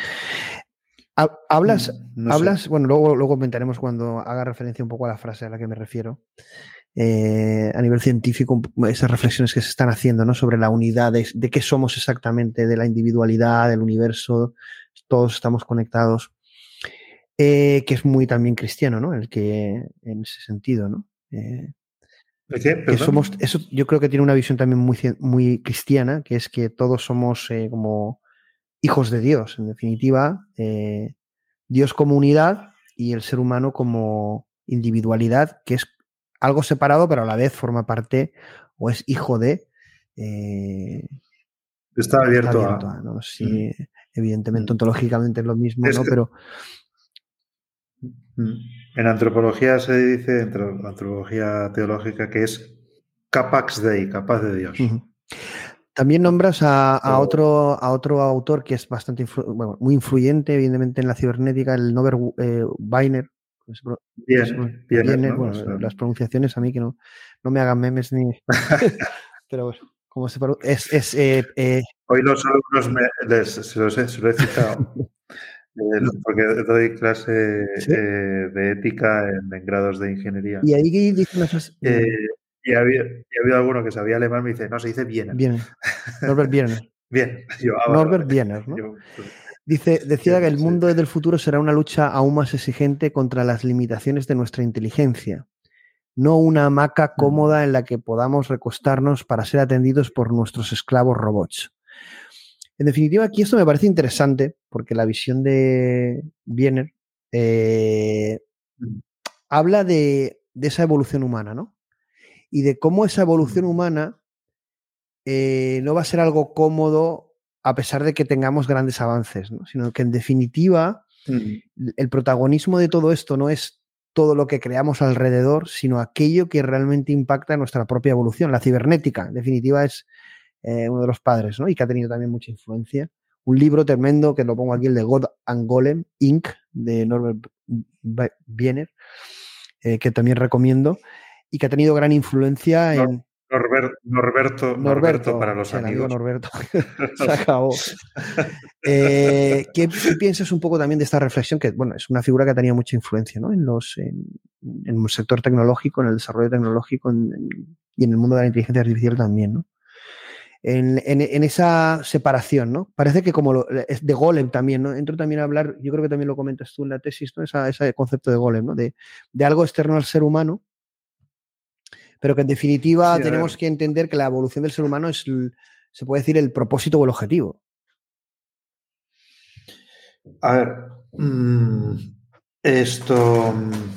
Hablas, no hablas, sé. bueno, luego, luego comentaremos cuando haga referencia un poco a la frase a la que me refiero. Eh, a nivel científico, esas reflexiones que se están haciendo, ¿no? Sobre la unidad, de, de qué somos exactamente, de la individualidad, del universo, todos estamos conectados, eh, que es muy también cristiano, ¿no? El que, en ese sentido, ¿no? Eh, ¿De qué? Que somos, eso yo creo que tiene una visión también muy, muy cristiana, que es que todos somos eh, como hijos de Dios, en definitiva, eh, Dios como unidad y el ser humano como individualidad, que es algo separado, pero a la vez forma parte o es hijo de... Eh, está abierto, está abierto a... a ¿no? Sí, mm. Evidentemente, mm. ontológicamente es lo mismo, es ¿no? Que, pero... En antropología se dice, en antropología teológica, que es capax Dei, capaz de Dios. Uh-huh. También nombras a, a, otro, a otro autor que es bastante influ- bueno, muy influyente, evidentemente, en la cibernética, el Norbert eh, Wiener. Bien, bien, Wiener, ¿no? bueno, o sea, las pronunciaciones a mí que no, no me hagan memes ni... Pero bueno, como se pronuncia... Es, es, eh, eh... Hoy los alumnos me, les, se, los he, se lo he citado. Eh, porque doy clase ¿Sí? eh, de ética en, en grados de ingeniería. Y ahí dice una frase... Eh, y había, y había alguno que sabía alemán, me dice, no, se dice Wiener. Wiener. Norbert Wiener. Bien. Yo, ah, Norbert vale. Wiener, ¿no? Yo, pues, dice, decía sí, que el sí. mundo del futuro será una lucha aún más exigente contra las limitaciones de nuestra inteligencia, no una hamaca cómoda en la que podamos recostarnos para ser atendidos por nuestros esclavos robots. En definitiva, aquí esto me parece interesante porque la visión de Wiener eh, habla de, de esa evolución humana, ¿no? Y de cómo esa evolución humana eh, no va a ser algo cómodo a pesar de que tengamos grandes avances, ¿no? Sino que en definitiva mm. el protagonismo de todo esto no es todo lo que creamos alrededor, sino aquello que realmente impacta en nuestra propia evolución. La cibernética, en definitiva, es Eh, uno de los padres, ¿no? Y que ha tenido también mucha influencia. Un libro tremendo, que lo pongo aquí, el de God and Golem, incorporated, de Norbert Wiener, eh, que también recomiendo, y que ha tenido gran influencia no, en... Norberto, Norberto, Norberto para los amigos. Norberto, se acabó. eh, ¿qué, ¿Qué piensas un poco también de esta reflexión? Que, bueno, es una figura que ha tenido mucha influencia, ¿no? En, los, en, en el sector tecnológico, en el desarrollo tecnológico en, en, y en el mundo de la inteligencia artificial también, ¿no? En, en, en esa separación, ¿no? Parece que como lo, es de golem también, ¿no? Entro también a hablar, yo creo que también lo comentas tú en la tesis, ¿no? Esa, ese concepto de golem, ¿no? De, de algo externo al ser humano, pero que en definitiva sí, tenemos que entender que la evolución del ser humano es, se puede decir, el propósito o el objetivo. A ver, mmm, esto...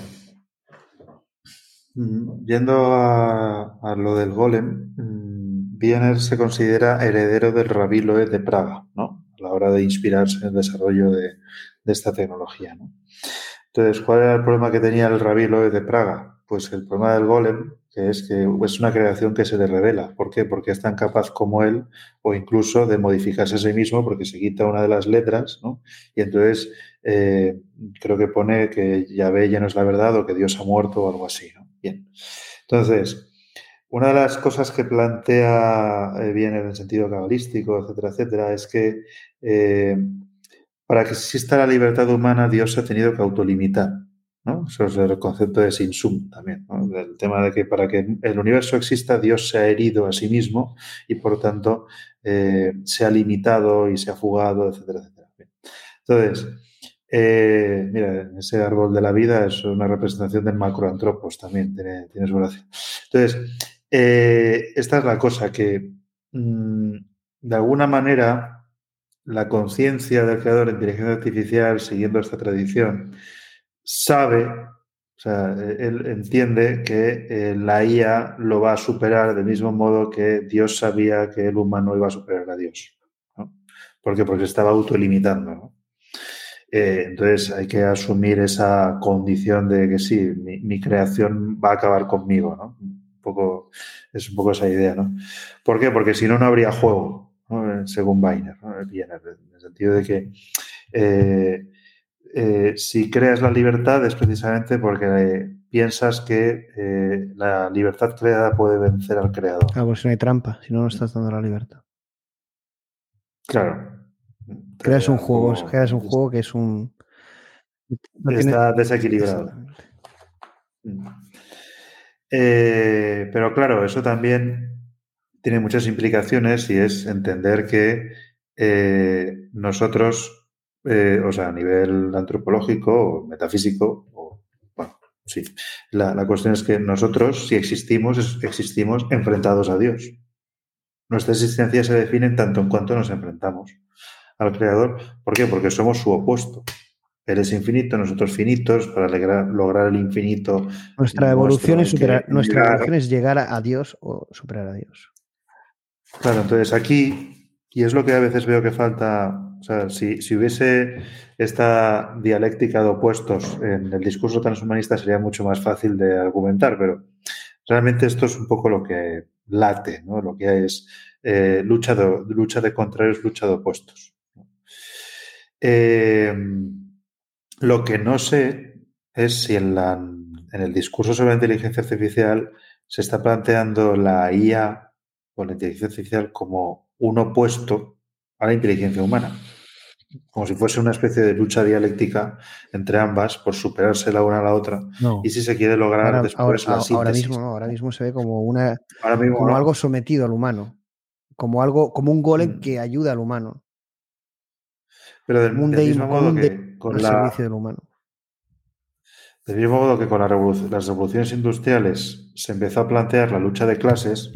Mmm, yendo a, a lo del golem, mmm, Wiener se considera heredero del Rabí Loeb de Praga, ¿no? A la hora de inspirarse en el desarrollo de, de esta tecnología, ¿no? Entonces, ¿cuál era el problema que tenía el Rabí Loeb de Praga? Pues el problema del golem, que es que es una creación que se le revela. ¿Por qué? Porque es tan capaz como él, o incluso de modificarse a sí mismo, porque se quita una de las letras, ¿no? Y entonces eh, creo que pone que Yahvé ya no es la verdad o que Dios ha muerto o algo así, ¿no? Bien. Entonces, una de las cosas que plantea eh, bien en el sentido cabalístico, etcétera, etcétera, es que eh, para que exista la libertad humana, Dios se ha tenido que autolimitar, ¿no? Eso es el concepto de Sin Sum también, ¿no? El tema de que para que el universo exista, Dios se ha herido a sí mismo y, por tanto, eh, se ha limitado y se ha fugado, etcétera, etcétera. Bien. Entonces, eh, mira, ese árbol de la vida es una representación del macroantropos también, tiene, tiene su gracia. Entonces, eh, esta es la cosa, que mmm, de alguna manera la conciencia del creador de inteligencia artificial, siguiendo esta tradición, sabe, o sea, él entiende que eh, la I A lo va a superar del mismo modo que Dios sabía que el humano iba a superar a Dios, ¿no? ¿Por qué? Porque estaba autolimitando, ¿no? Eh, entonces hay que asumir esa condición de que sí, mi, mi creación va a acabar conmigo, ¿no? Un poco, es un poco esa idea, ¿no? ¿Por qué? Porque si no, no habría juego, ¿no? Según Weiner, ¿no? Wiener, en el sentido de que eh, eh, si creas la libertad es precisamente porque eh, piensas que eh, la libertad creada puede vencer al creador. Ah, pues no hay trampa, si no, no estás dando la libertad. Claro. Creas un juego, como, creas un juego que es un... No está tiene... desequilibrado. Eh, pero claro, eso también tiene muchas implicaciones y es entender que eh, nosotros, eh, o sea, a nivel antropológico o metafísico, o, bueno, sí, la, la cuestión es que nosotros, si existimos, existimos enfrentados a Dios. Nuestra existencia se define en tanto en cuanto nos enfrentamos al creador. ¿Por qué? Porque somos su opuesto. Él es infinito, nosotros finitos. Para lograr, lograr el infinito. Nuestra evolución, es, superar, nuestra llegar... evolución es llegar a Dios o superar a Dios. Claro, entonces aquí, y es lo que a veces veo que falta, o sea, si, si hubiese esta dialéctica de opuestos en el discurso transhumanista sería mucho más fácil de argumentar, pero realmente esto es un poco lo que late, ¿no? Lo que es eh, lucha, de, lucha de contrarios, lucha de opuestos. Eh, lo que no sé es si en, la, en el discurso sobre la inteligencia artificial se está planteando la I A o la inteligencia artificial como un opuesto a la inteligencia humana, como si fuese una especie de lucha dialéctica entre ambas por superarse la una a la otra. No. Y si se quiere lograr ahora, después ahora, la síntesis. Ahora mismo, no, ahora mismo se ve como, una, mismo, como no. algo sometido al humano, como, algo, como un golem mm. que ayuda al humano. Pero del, un del mismo modo de, que con al la, servicio del humano. Del mismo modo que con la revolución, las revoluciones industriales se empezó a plantear la lucha de clases,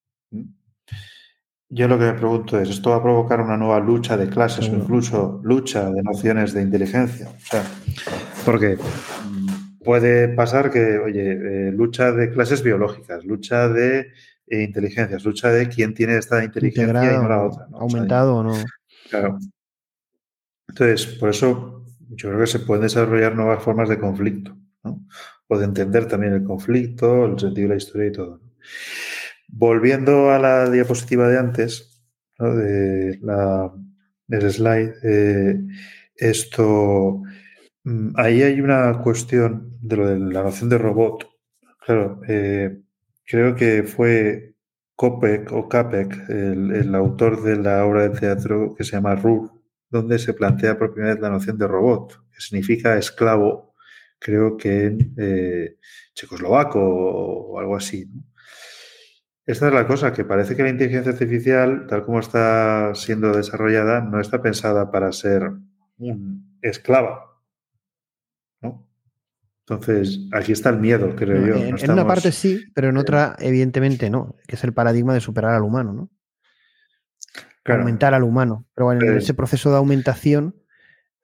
yo lo que me pregunto es, ¿esto va a provocar una nueva lucha de clases sí. o incluso lucha de nociones de inteligencia? O sea, porque puede pasar que, oye, eh, lucha de clases biológicas, lucha de eh, inteligencias, lucha de quién tiene esta inteligencia integrado, y no la otra, ¿no? Aumentado o, sea, o no. Claro. Entonces, por eso yo creo que se pueden desarrollar nuevas formas de conflicto, ¿no? O de entender también el conflicto, el sentido de la historia y todo, ¿no? Volviendo a la diapositiva de antes, ¿no? de la, del slide, eh, esto, ahí hay una cuestión de lo de la noción de robot. Claro, eh, creo que fue Kopek o Capek, el, el autor de la obra de teatro que se llama Ruhr, donde se plantea por primera vez la noción de robot, que significa esclavo, creo que en eh, checoslovaco o algo así, ¿no? Esta es la cosa, que parece que la inteligencia artificial, tal como está siendo desarrollada, no está pensada para ser un esclava, ¿no? Entonces, aquí está el miedo, creo no, yo. En, no en estamos... una parte sí, pero en otra, evidentemente, no, que es el paradigma de superar al humano, ¿no? Claro. Aumentar al humano. Pero bueno, en ese proceso de aumentación,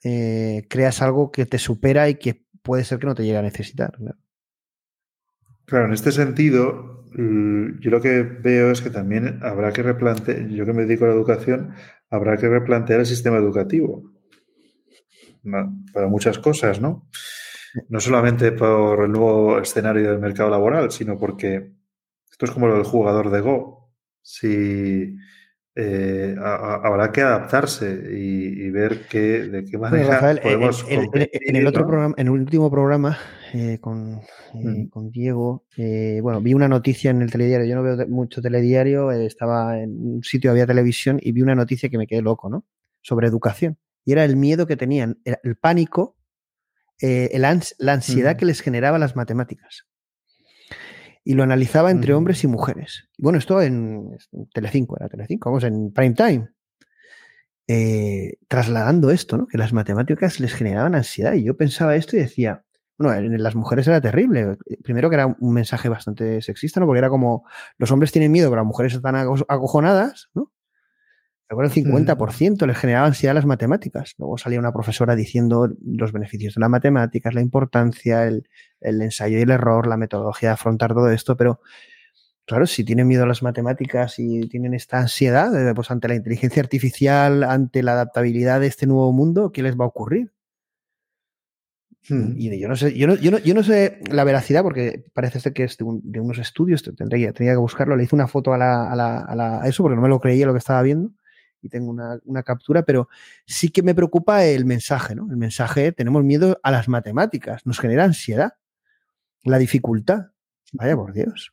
eh, creas algo que te supera y que puede ser que no te llegue a necesitar, ¿no? Claro, en este sentido, yo lo que veo es que también habrá que replantear, yo que me dedico a la educación, habrá que replantear el sistema educativo para muchas cosas, ¿no? No solamente por el nuevo escenario del mercado laboral, sino porque esto es como lo del jugador de Go. Si eh, a, a, habrá que adaptarse y, y ver qué, de qué manera bueno, Rafael, podemos en, en, en el otro ¿no? programa, en el último programa eh, con, eh, mm. con Diego, eh, bueno, vi una noticia en el telediario. Yo no veo mucho telediario, eh, estaba en un sitio, había televisión y vi una noticia que me quedé loco, ¿no? Sobre educación. Y era el miedo que tenían, el, el pánico, eh, el ans la ansiedad mm. que les generaba las matemáticas. Y lo analizaba entre mm. hombres y mujeres. Y bueno, esto en, en Telecinco, era Telecinco, vamos, en prime time. Eh, trasladando esto, ¿no? Que las matemáticas les generaban ansiedad. Y yo pensaba esto y decía, bueno, en las mujeres era terrible. Primero que era un mensaje bastante sexista, ¿no? Porque era como, los hombres tienen miedo, pero las mujeres están acojonadas, ¿no? Pero el cincuenta por ciento les generaba ansiedad las matemáticas. Luego salía una profesora diciendo los beneficios de las matemáticas, la importancia, el, el ensayo y el error, la metodología de afrontar todo esto, pero claro, si tienen miedo a las matemáticas y tienen esta ansiedad, pues ante la inteligencia artificial, ante la adaptabilidad de este nuevo mundo, ¿qué les va a ocurrir? Hmm. Y yo no sé, yo no, yo no, yo no sé la veracidad, porque parece ser que es de, un, de unos estudios, tendría, tendría que buscarlo. Le hice una foto a, la, a, la, a, la, a eso porque no me lo creía lo que estaba viendo y tengo una, una captura, pero sí que me preocupa el mensaje, ¿no? El mensaje, tenemos miedo a las matemáticas, nos genera ansiedad, la dificultad. Vaya por Dios.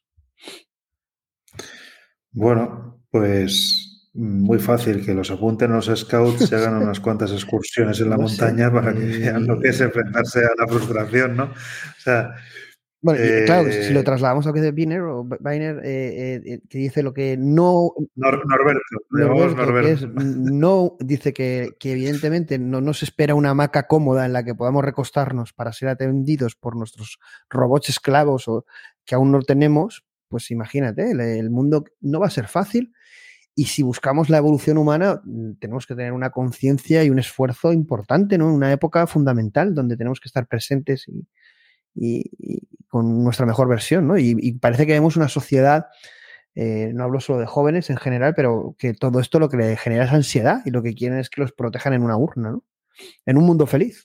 Bueno, pues muy fácil que los apunten a los scouts, se hagan unas cuantas excursiones en la no montaña sé. para que vean lo que es enfrentarse a la frustración, ¿no? O sea, bueno, eh, claro, si lo trasladamos a lo que dice Wiener, o Wiener eh, eh, que dice lo que no... Nor Norberto, Norberto, Norberto. Que es, no, dice que, que evidentemente no nos espera una hamaca cómoda en la que podamos recostarnos para ser atendidos por nuestros robots esclavos o que aún no tenemos. Pues imagínate, el, el mundo no va a ser fácil y si buscamos la evolución humana tenemos que tener una conciencia y un esfuerzo importante, ¿no? En una época fundamental donde tenemos que estar presentes y, y, y con nuestra mejor versión, ¿no? Y, y parece que vemos una sociedad, eh, no hablo solo de jóvenes en general, pero que todo esto lo que le genera es ansiedad y lo que quieren es que los protejan en una urna, ¿no? En un mundo feliz.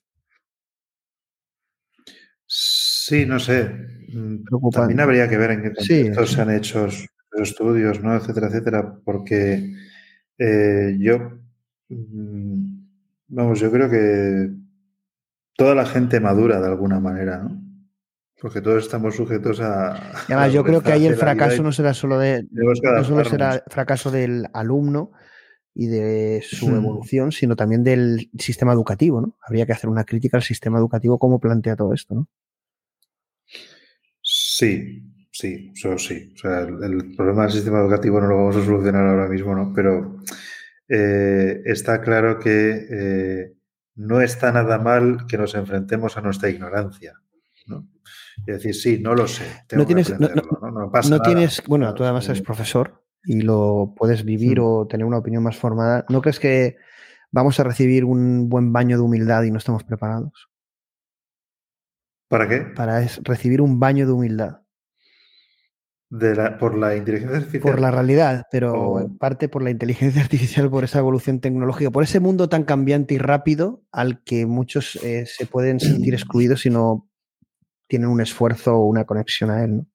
Sí, no sé. También habría que ver en qué contextos sí. se han hecho los estudios, ¿no? Etcétera, etcétera, porque eh, yo, vamos, yo creo que toda la gente madura de alguna manera, ¿no? Porque todos estamos sujetos a... Y además, a yo creo que ahí el fracaso no será solo de, no solo será el fracaso del alumno y de su hmm. evolución, sino también del sistema educativo, ¿no? Habría que hacer una crítica al sistema educativo, cómo plantea todo esto, ¿no? Sí, sí, eso sí. O sea, el, el problema del sistema educativo no lo vamos a solucionar ahora mismo, ¿no? Pero eh, está claro que eh, no está nada mal que nos enfrentemos a nuestra ignorancia, ¿no? Y decir, sí, no lo sé, tengo no tienes, que aprenderlo, no, ¿no? No pasa no nada. Tienes, bueno, tú además eres profesor y lo puedes vivir sí. o tener una opinión más formada. ¿No crees que vamos a recibir un buen baño de humildad y no estamos preparados? ¿Para qué? Para es recibir un baño de humildad. De la, por la inteligencia artificial. Por la realidad, pero o... en parte por la inteligencia artificial, por esa evolución tecnológica, por ese mundo tan cambiante y rápido al que muchos eh, se pueden sentir excluidos si no tienen un esfuerzo o una conexión a él, ¿no?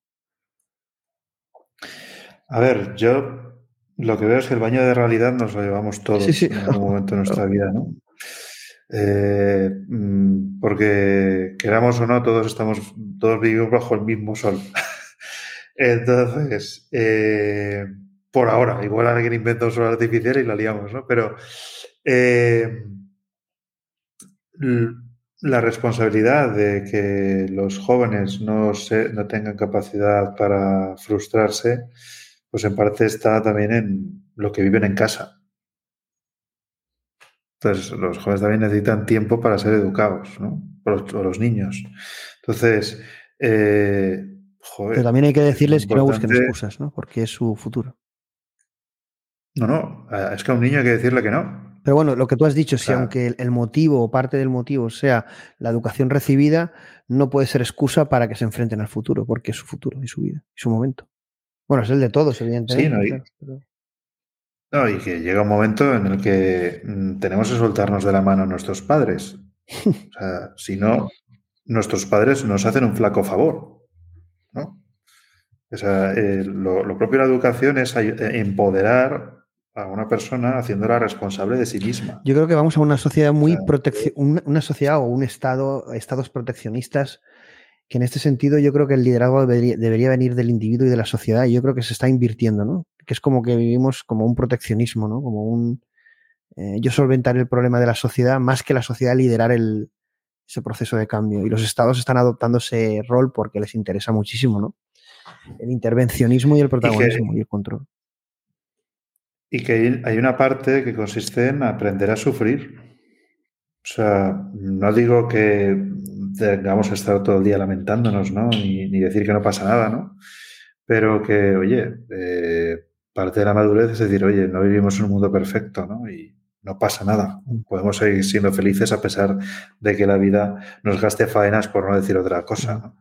A ver, yo lo que veo es que el baño de realidad nos lo llevamos todos sí, sí. en algún momento de nuestra vida, ¿no? Eh, porque queramos o no, todos estamos, todos vivimos bajo el mismo sol. Entonces, eh, por ahora, igual alguien inventa un sol artificial y la liamos, ¿no? Pero eh, la responsabilidad de que los jóvenes no, se, no tengan capacidad para frustrarse, pues en parte está también en lo que viven en casa. Entonces, los jóvenes también necesitan tiempo para ser educados, ¿no? O los, o los niños. Entonces, eh, joder. Pero también hay que decirles que no busquen excusas, ¿no? Porque es su futuro. No, no. Es que a un niño hay que decirle que no. Pero bueno, lo que tú has dicho, si Claro. aunque el, el motivo o parte del motivo sea la educación recibida, no puede ser excusa para que se enfrenten al futuro, porque es su futuro y su vida y su momento. Bueno, es el de todos, evidentemente. Sí, ¿no? Y, claro, pero- no, y que llega un momento en el que mm, tenemos que soltarnos de la mano a nuestros padres. O sea, si no, nuestros padres nos hacen un flaco favor, ¿no? O sea, eh, lo, lo propio de la educación es ay- eh, empoderar a una persona haciéndola responsable de sí misma. Yo creo que vamos a una sociedad muy protecci- una, una sociedad o un estado, estados proteccionistas, que en este sentido yo creo que el liderazgo debería, debería venir del individuo y de la sociedad, y yo creo que se está invirtiendo, ¿no? Que es como que vivimos como un proteccionismo, ¿no? Como un eh, yo solventar el problema de la sociedad más que la sociedad liderar el, ese proceso de cambio. Y los estados están adoptando ese rol porque les interesa muchísimo, ¿no? El intervencionismo y el protagonismo y, que, y el control. Y que hay una parte que consiste en aprender a sufrir. O sea, no digo que tengamos que estar todo el día lamentándonos, ¿no? Ni, ni decir que no pasa nada, ¿no? Pero que, oye, eh, parte de la madurez es decir, oye, no vivimos en un mundo perfecto, ¿no? Y no pasa nada. Podemos seguir siendo felices a pesar de que la vida nos gaste faenas, por no decir otra cosa, ¿no?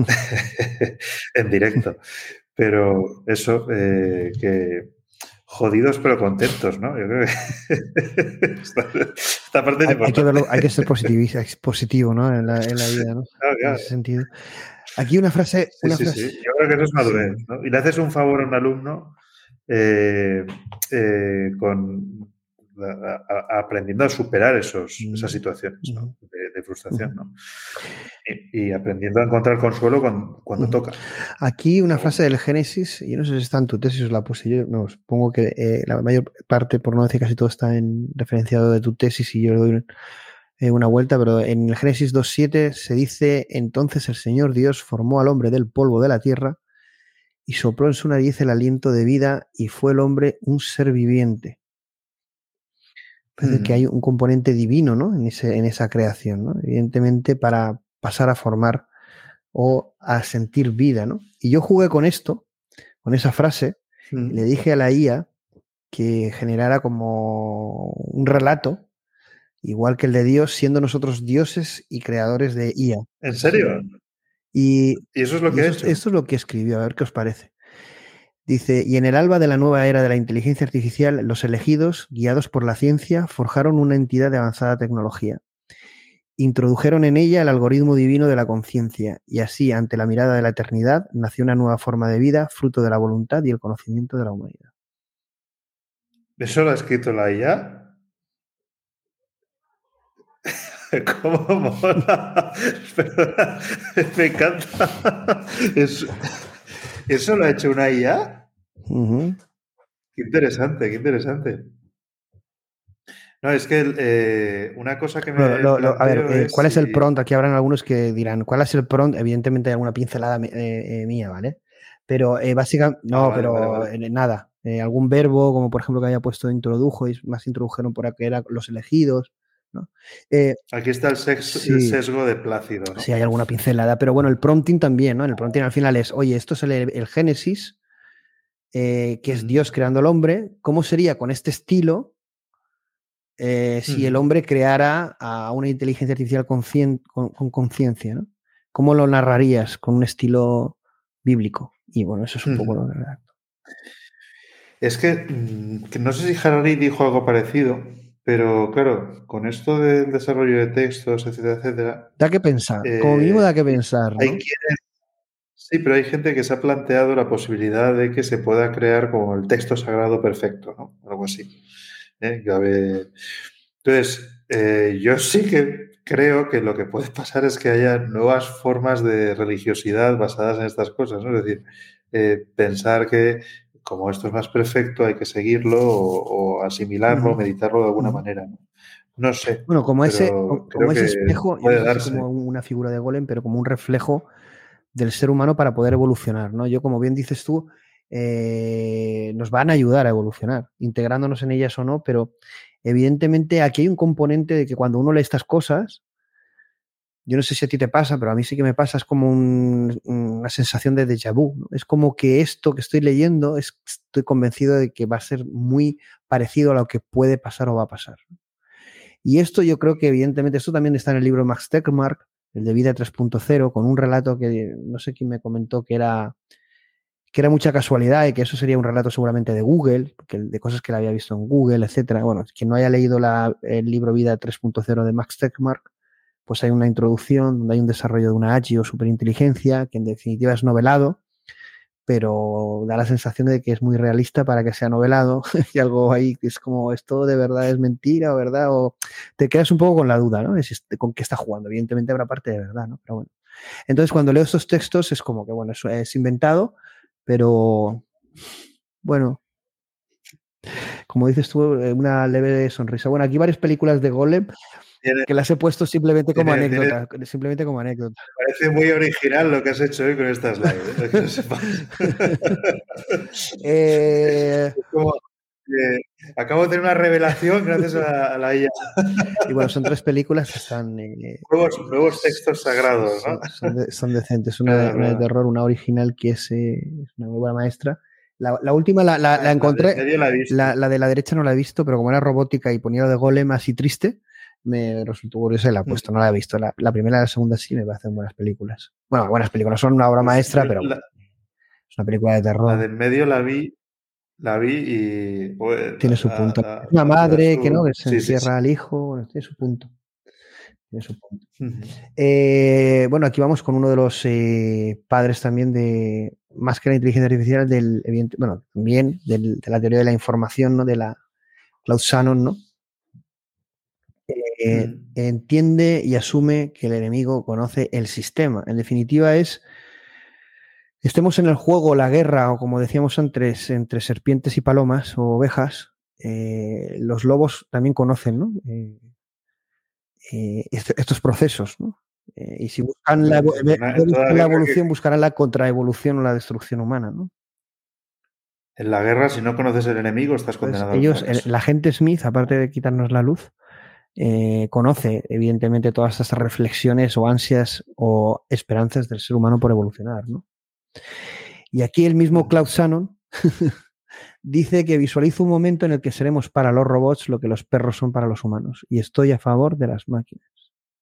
En directo. Pero eso, eh, que jodidos pero contentos, ¿no? Yo creo que esta, esta parte es hay, importante. Hay que verlo, hay que ser positivo, ¿no? En la, en la vida, ¿no? Claro, claro. En ese sentido. Aquí una frase... Sí, una sí, frase... sí. Yo creo que eso es madurez, ¿no? Y le haces un favor a un alumno eh, eh, con... A, a, aprendiendo a superar esos, mm. esas situaciones, ¿no? de, de frustración, ¿no? Y, y aprendiendo a encontrar consuelo cuando, cuando uh-huh. toca. Aquí una frase del Génesis, yo no sé si está en tu tesis, os la puse yo, no, supongo que eh, la mayor parte, por no decir casi todo, está en referenciado de tu tesis y yo le doy eh, una vuelta, pero en el Génesis dos siete se dice: entonces el Señor Dios formó al hombre del polvo de la tierra y sopló en su nariz el aliento de vida y fue el hombre un ser viviente. Parece mm. que hay un componente divino, ¿no? En, ese, en esa creación, ¿no? Evidentemente para pasar a formar o a sentir vida, ¿no? Y yo jugué con esto, con esa frase, mm. y le dije a la I A que generara como un relato, igual que el de Dios, siendo nosotros dioses y creadores de I A. ¿En serio? Y, ¿Y eso es lo que ha hecho? Esto es lo que escribió, a ver qué os parece. Dice, y en el alba de la nueva era de la inteligencia artificial, los elegidos, guiados por la ciencia, forjaron una entidad de avanzada tecnología. Introdujeron en ella el algoritmo divino de la conciencia, y así, ante la mirada de la eternidad, nació una nueva forma de vida, fruto de la voluntad y el conocimiento de la humanidad. ¿Eso lo ha escrito la I A? ¿Cómo mola? Perdona, me encanta. ¿Eso, ¿Eso lo ha hecho una I A? Uh-huh. Qué interesante, qué interesante. No, es que eh, una cosa que me. Bueno, lo, lo, a ver, eh, es ¿cuál es el si... prompt? Aquí habrán algunos que dirán, ¿cuál es el prompt? Evidentemente hay alguna pincelada eh, eh, mía, ¿vale? Pero eh, básicamente, no, ah, vale, pero vale, vale. Eh, nada. Eh, algún verbo, como por ejemplo que haya puesto introdujo, y más introdujeron por aquí, eran los elegidos, ¿no? Eh, aquí está el, sexo, sí, el sesgo de Plácido, ¿no? Sí, hay alguna pincelada, pero bueno, el prompting también, ¿no? El prompting al final es, oye, esto es el, el Génesis, eh, que es Dios creando al hombre, ¿cómo sería con este estilo eh, si uh-huh. el hombre creara a una inteligencia artificial con conciencia, ¿no? ¿Cómo lo narrarías con un estilo bíblico? Y bueno, eso es un uh-huh. poco lo que redacto. Es que, que no sé si Harari dijo algo parecido, pero claro, con esto del desarrollo de textos, etcétera, etcétera. Da que pensar, eh, como mínimo da que pensar, ¿no? Hay quienes, sí, pero hay gente que se ha planteado la posibilidad de que se pueda crear como el texto sagrado perfecto, ¿no? Algo así. ¿Eh? Entonces, eh, yo sí que creo que lo que puede pasar es que haya nuevas formas de religiosidad basadas en estas cosas, ¿no? Es decir, eh, pensar que como esto es más perfecto, hay que seguirlo o, o asimilarlo, uh-huh. meditarlo de alguna uh-huh. manera, ¿no? No sé. Bueno, como ese, como ese espejo, yo puede no darse. sé como una figura de golem, pero como un reflejo del ser humano para poder evolucionar, ¿no? Yo, como bien dices tú, eh, nos van a ayudar a evolucionar, integrándonos en ellas o no, pero evidentemente aquí hay un componente de que cuando uno lee estas cosas, yo no sé si a ti te pasa, pero a mí sí que me pasa, es como un, una sensación de déjà vu, ¿no? Es como que esto que estoy leyendo, es, estoy convencido de que va a ser muy parecido a lo que puede pasar o va a pasar. Y esto yo creo que evidentemente, esto también está en el libro Max Tegmark, el de Vida tres punto cero, con un relato que no sé quién me comentó que era, que era mucha casualidad y que eso sería un relato seguramente de Google, que, de cosas que él había visto en Google, etcétera. Bueno, quien no haya leído la, el libro Vida tres punto cero de Max Tegmark, pues hay una introducción donde hay un desarrollo de una H I o superinteligencia que en definitiva es novelado, pero da la sensación de que es muy realista para que sea novelado y algo ahí que es como, ¿esto de verdad es mentira o verdad? O te quedas un poco con la duda, ¿no? Es, ¿con qué está jugando? Evidentemente habrá parte de verdad, ¿no? Pero bueno. Entonces cuando leo estos textos es como que, bueno, eso es inventado, pero bueno, como dices tú, una leve sonrisa. Bueno, aquí varias películas de Golem que las he puesto simplemente como tiene, anécdota. Tiene, simplemente como anécdota. Parece muy original lo que has hecho hoy con esta slide. ¿eh? Que lo sepas. eh... como, eh, acabo de tener una revelación gracias a, a la I A. Y bueno, son tres películas que están... Eh, nuevos, nuevos textos sagrados, ¿no? Son, son, de, son decentes. Una, claro, una de terror, una original que es, eh, es una muy buena maestra. La, la última la, la, la encontré. La de, la, la, la de la derecha no la he visto, pero como era robótica y ponía lo de Golem así triste, me resultó curiosa y la he puesto, no la he visto. La, la primera y la segunda sí me parecen buenas películas. Bueno, buenas películas, son una obra maestra, pero la, es una película de terror. La del medio la vi, la vi y... Pues, tiene su punto. A, a, una madre su... que no, que se sí, encierra sí, sí. al hijo, bueno, tiene su punto. Tiene su punto. Uh-huh. Eh, bueno, aquí vamos con uno de los eh, padres también de, más que la inteligencia artificial, del, bueno, también del, de la teoría de la información, ¿no? De la Claude Shannon, ¿no? Eh, mm. Entiende y asume que el enemigo conoce el sistema. En definitiva es, estemos en el juego, la guerra, o como decíamos antes, entre serpientes y palomas o ovejas, eh, los lobos también conocen, ¿no? Eh, eh, est estos procesos, ¿no? Eh, y si buscan la, buscan la evolución, que... buscarán la contraevolución o la destrucción humana, ¿no? En la guerra, si no conoces el enemigo, estás condenado. Pues ellos, el, la agente Smith, aparte de quitarnos la luz, Eh, conoce evidentemente todas estas reflexiones o ansias o esperanzas del ser humano por evolucionar, ¿no? Y aquí el mismo Claude Shannon dice que visualiza un momento en el que seremos para los robots lo que los perros son para los humanos, y estoy a favor de las máquinas.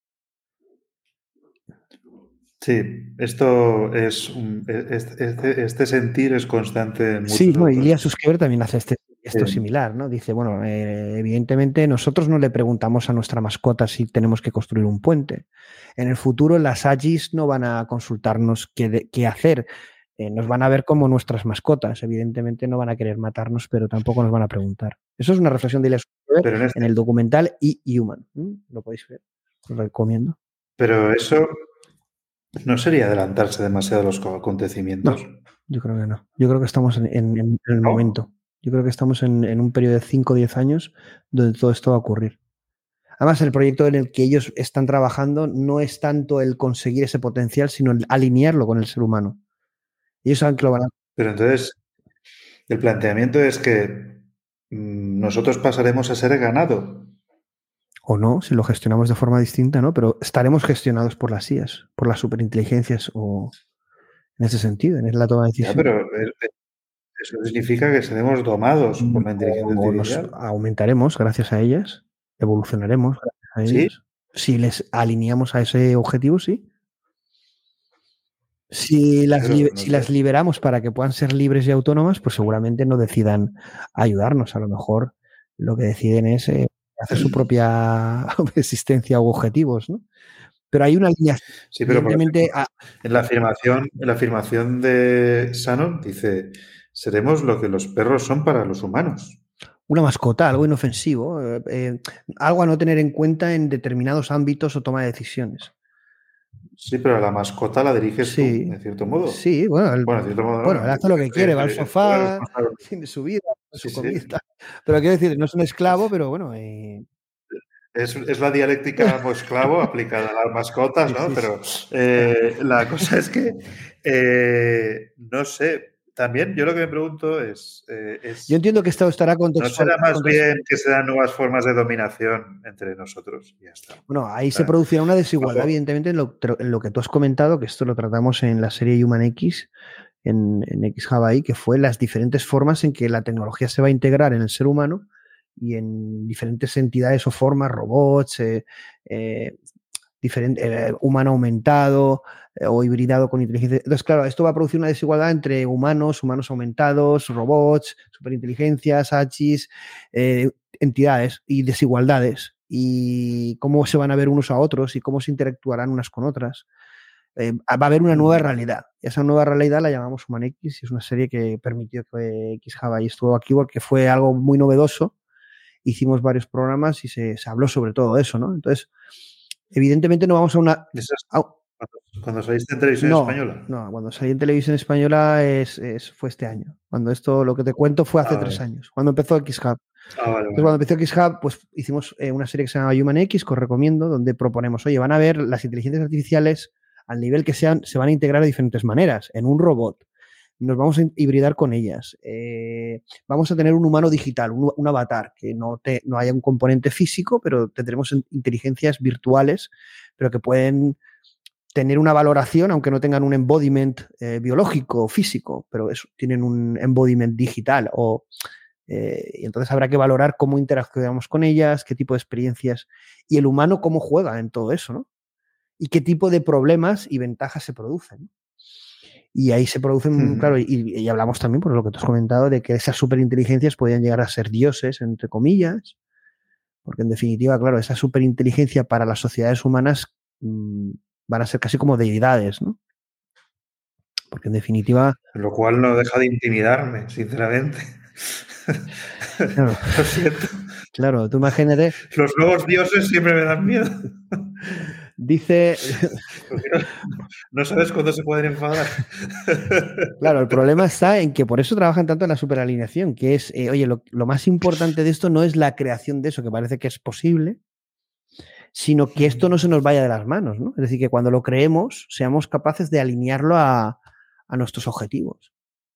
Sí, esto es un, este, este sentir es constante. En sí, no, y Lia Susskever también hace este, esto sí. similar, ¿no? Dice, bueno, eh, evidentemente nosotros no le preguntamos a nuestra mascota si tenemos que construir un puente. En el futuro las A G Is no van a consultarnos qué, de, qué hacer. Eh, nos van a ver como nuestras mascotas. Evidentemente no van a querer matarnos, pero tampoco nos van a preguntar. Eso es una reflexión de Lia Susskever en, este... en el documental E-Human. ¿Mm? Lo podéis ver, os lo recomiendo. Pero eso... ¿No sería adelantarse demasiado a los acontecimientos? No, yo creo que no. Yo creo que estamos en, en, en el ¿No? momento. Yo creo que estamos en, en un periodo de cinco o diez años donde todo esto va a ocurrir. Además, el proyecto en el que ellos están trabajando no es tanto el conseguir ese potencial, sino el alinearlo con el ser humano. Ellos saben que lo van a... Pero entonces, el planteamiento es que mmm, nosotros pasaremos a ser ganado. O no, si lo gestionamos de forma distinta, ¿no? Pero estaremos gestionados por las I As, por las superinteligencias o en ese sentido, en la toma de decisiones. Ya, pero eso significa que seremos domados por la inteligencia o artificial. Nos aumentaremos gracias a ellas, evolucionaremos gracias a ellas. ¿Sí? Si les alineamos a ese objetivo, sí. Si las, li no si sé. las liberamos para que puedan ser libres y autónomas, pues seguramente no decidan ayudarnos. A lo mejor lo que deciden es... Eh, hacer su propia existencia u objetivos, ¿no? Pero hay una línea. Sí, pero evidentemente a... en la afirmación, en la afirmación de Shannon dice: seremos lo que los perros son para los humanos. Una mascota, algo inofensivo, eh, eh, algo a no tener en cuenta en determinados ámbitos o toma de decisiones. Sí, pero a la mascota la diriges sí. tú, en cierto modo. Sí, bueno, el, bueno, en cierto modo, bueno no. él hace lo que quiere, va al sofá, tiene su vida, su sí, comida. Sí. Pero quiero decir, no es un esclavo, pero bueno. Eh... Es, es la dialéctica amo-esclavo aplicada a las mascotas, ¿no? Sí, sí, pero eh, la cosa es que, eh, no sé, también yo lo que me pregunto es... Eh, es yo entiendo que esto estará contextual. ¿No será más contextual. bien que se dan nuevas formas de dominación entre nosotros? Y ya está. Bueno, ahí o sea, se producirá una desigualdad, ojo. evidentemente, en lo, en lo que tú has comentado, que esto lo tratamos en la serie Human X, en, en X-Hawaii, que fue las diferentes formas en que la tecnología se va a integrar en el ser humano y en diferentes entidades o formas, robots, eh, eh, diferente, eh, humano aumentado eh, o hibridado con inteligencia. Entonces, claro, esto va a producir una desigualdad entre humanos, humanos aumentados, robots, superinteligencias, hachis, eh, entidades y desigualdades. Y cómo se van a ver unos a otros y cómo se interactuarán unas con otras. Eh, va a haber una nueva realidad. Y esa nueva realidad la llamamos Human X y es una serie que permitió que X-Hawaii estuvo aquí porque fue algo muy novedoso. Hicimos varios programas y se, se habló sobre todo eso, ¿no? Entonces, evidentemente no vamos a una... A, ¿Cuando saliste en televisión no, española? No, cuando salí en televisión española es, es, fue este año. Cuando esto, lo que te cuento, fue hace ah, tres vale. años. Cuando empezó X-Hub. Ah, vale, Entonces, vale. cuando empezó X-Hub, pues hicimos eh, una serie que se llama Human X, que os recomiendo, donde proponemos, oye, van a ver las inteligencias artificiales al nivel que sean, se van a integrar de diferentes maneras. En un robot, nos vamos a hibridar con ellas. Eh, vamos a tener un humano digital, un, un avatar, que no, te, no haya un componente físico, pero tendremos inteligencias virtuales, pero que pueden tener una valoración, aunque no tengan un embodiment eh, biológico o físico, pero eso, tienen un embodiment digital. O, eh, y entonces habrá que valorar cómo interaccionamos con ellas, qué tipo de experiencias, y el humano cómo juega en todo eso, ¿no? Y qué tipo de problemas y ventajas se producen. Y ahí se producen, uh-huh. claro, y, y hablamos también, por lo que tú has comentado, de que esas superinteligencias podían llegar a ser dioses, entre comillas, porque en definitiva, claro, esa superinteligencia para las sociedades humanas mmm, van a ser casi como deidades, ¿no? Porque en definitiva... Lo cual no deja de intimidarme, sinceramente. Claro. Lo siento. Claro, tú imagínate... Los nuevos dioses siempre me dan miedo. Dice... No, no sabes cuándo se pueden enfadar. Claro, el problema está en que por eso trabajan tanto en la superalineación, que es, eh, oye, lo, lo más importante de esto no es la creación de eso, que parece que es posible, sino que esto no se nos vaya de las manos, ¿no? Es decir, que cuando lo creemos, seamos capaces de alinearlo a, a nuestros objetivos.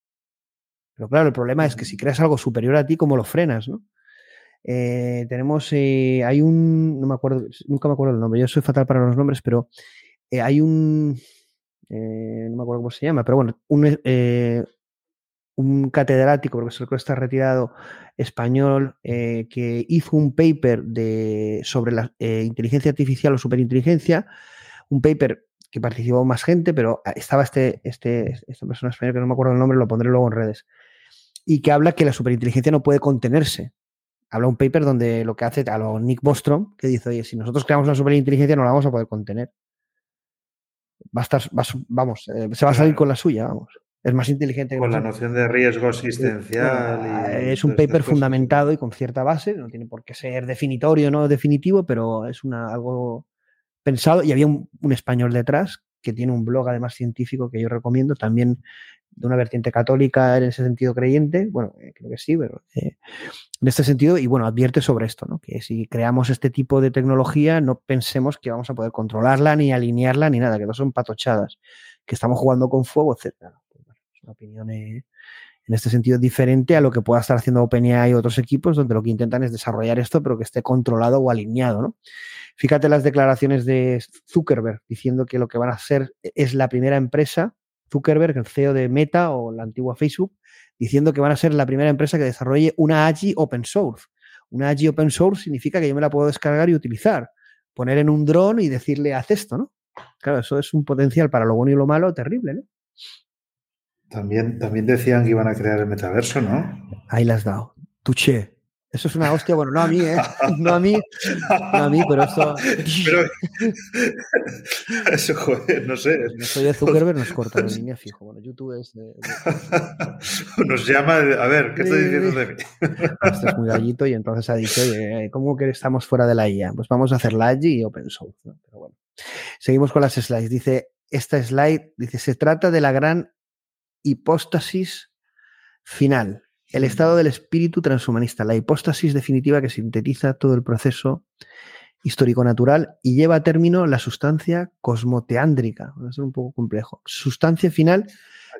Pero claro, el problema es que si creas algo superior a ti, ¿cómo lo frenas, no? Eh, tenemos, eh, hay un, no me acuerdo, nunca me acuerdo el nombre, yo soy fatal para los nombres, pero eh, hay un, eh, no me acuerdo cómo se llama, pero bueno, un, eh, un catedrático, porque creo que está retirado, español, eh, que hizo un paper de, sobre la eh, inteligencia artificial o superinteligencia, un paper que participó más gente, pero estaba este, este, esta persona española, que no me acuerdo el nombre, lo pondré luego en redes, y que habla que la superinteligencia no puede contenerse. Habla un paper donde lo que hace a lo Nick Bostrom, que dice, oye, si nosotros creamos una superinteligencia no la vamos a poder contener. Va a estar, va, vamos, eh, se va a salir con la suya, vamos. Es más inteligente. Con que la nosotros. Noción de riesgo existencial. Bueno, y es un paper fundamentado y con cierta base, no tiene por qué ser definitorio, no definitivo, pero es una, algo pensado. Y había un, un español detrás que tiene un blog además científico que yo recomiendo, también de una vertiente católica en ese sentido creyente, bueno, eh, creo que sí, pero eh, en este sentido, y bueno, advierte sobre esto, ¿no? Que si creamos este tipo de tecnología no pensemos que vamos a poder controlarla, ni alinearla, ni nada, que no son patochadas, que estamos jugando con fuego, etcétera. Pues bueno, es una opinión eh, en este sentido diferente a lo que pueda estar haciendo OpenAI y otros equipos, donde lo que intentan es desarrollar esto, pero que esté controlado o alineado, ¿no? Fíjate las declaraciones de Zuckerberg diciendo que lo que van a hacer es la primera empresa, Zuckerberg, el C E O de Meta o la antigua Facebook, diciendo que van a ser la primera empresa que desarrolle una A G I open source. Una A G I open source significa que yo me la puedo descargar y utilizar. Poner en un dron y decirle, haz esto, ¿no? Claro, eso es un potencial para lo bueno y lo malo terrible, ¿no? También, también decían que iban a crear el metaverso, ¿no? Ahí la has dado. Tuché. Eso es una hostia, bueno, no a mí, ¿eh? No a mí, no a mí, pero eso... Pero, eso, joder, no sé. No soy de Zuckerberg, nos corta la línea fijo. Bueno, YouTube es... De, de... Nos llama, a ver, ¿qué estoy diciendo de mí? Este es muy gallito y entonces ha dicho, oye, ¿cómo que estamos fuera de la I A? Pues vamos a hacer la A G I y open source, ¿no? Pero bueno. Seguimos con las slides. Dice, esta slide, dice, se trata de la gran hipóstasis final. El estado del espíritu transhumanista, la hipóstasis definitiva que sintetiza todo el proceso histórico-natural y lleva a término la sustancia cosmoteándrica. Va a ser un poco complejo. Sustancia final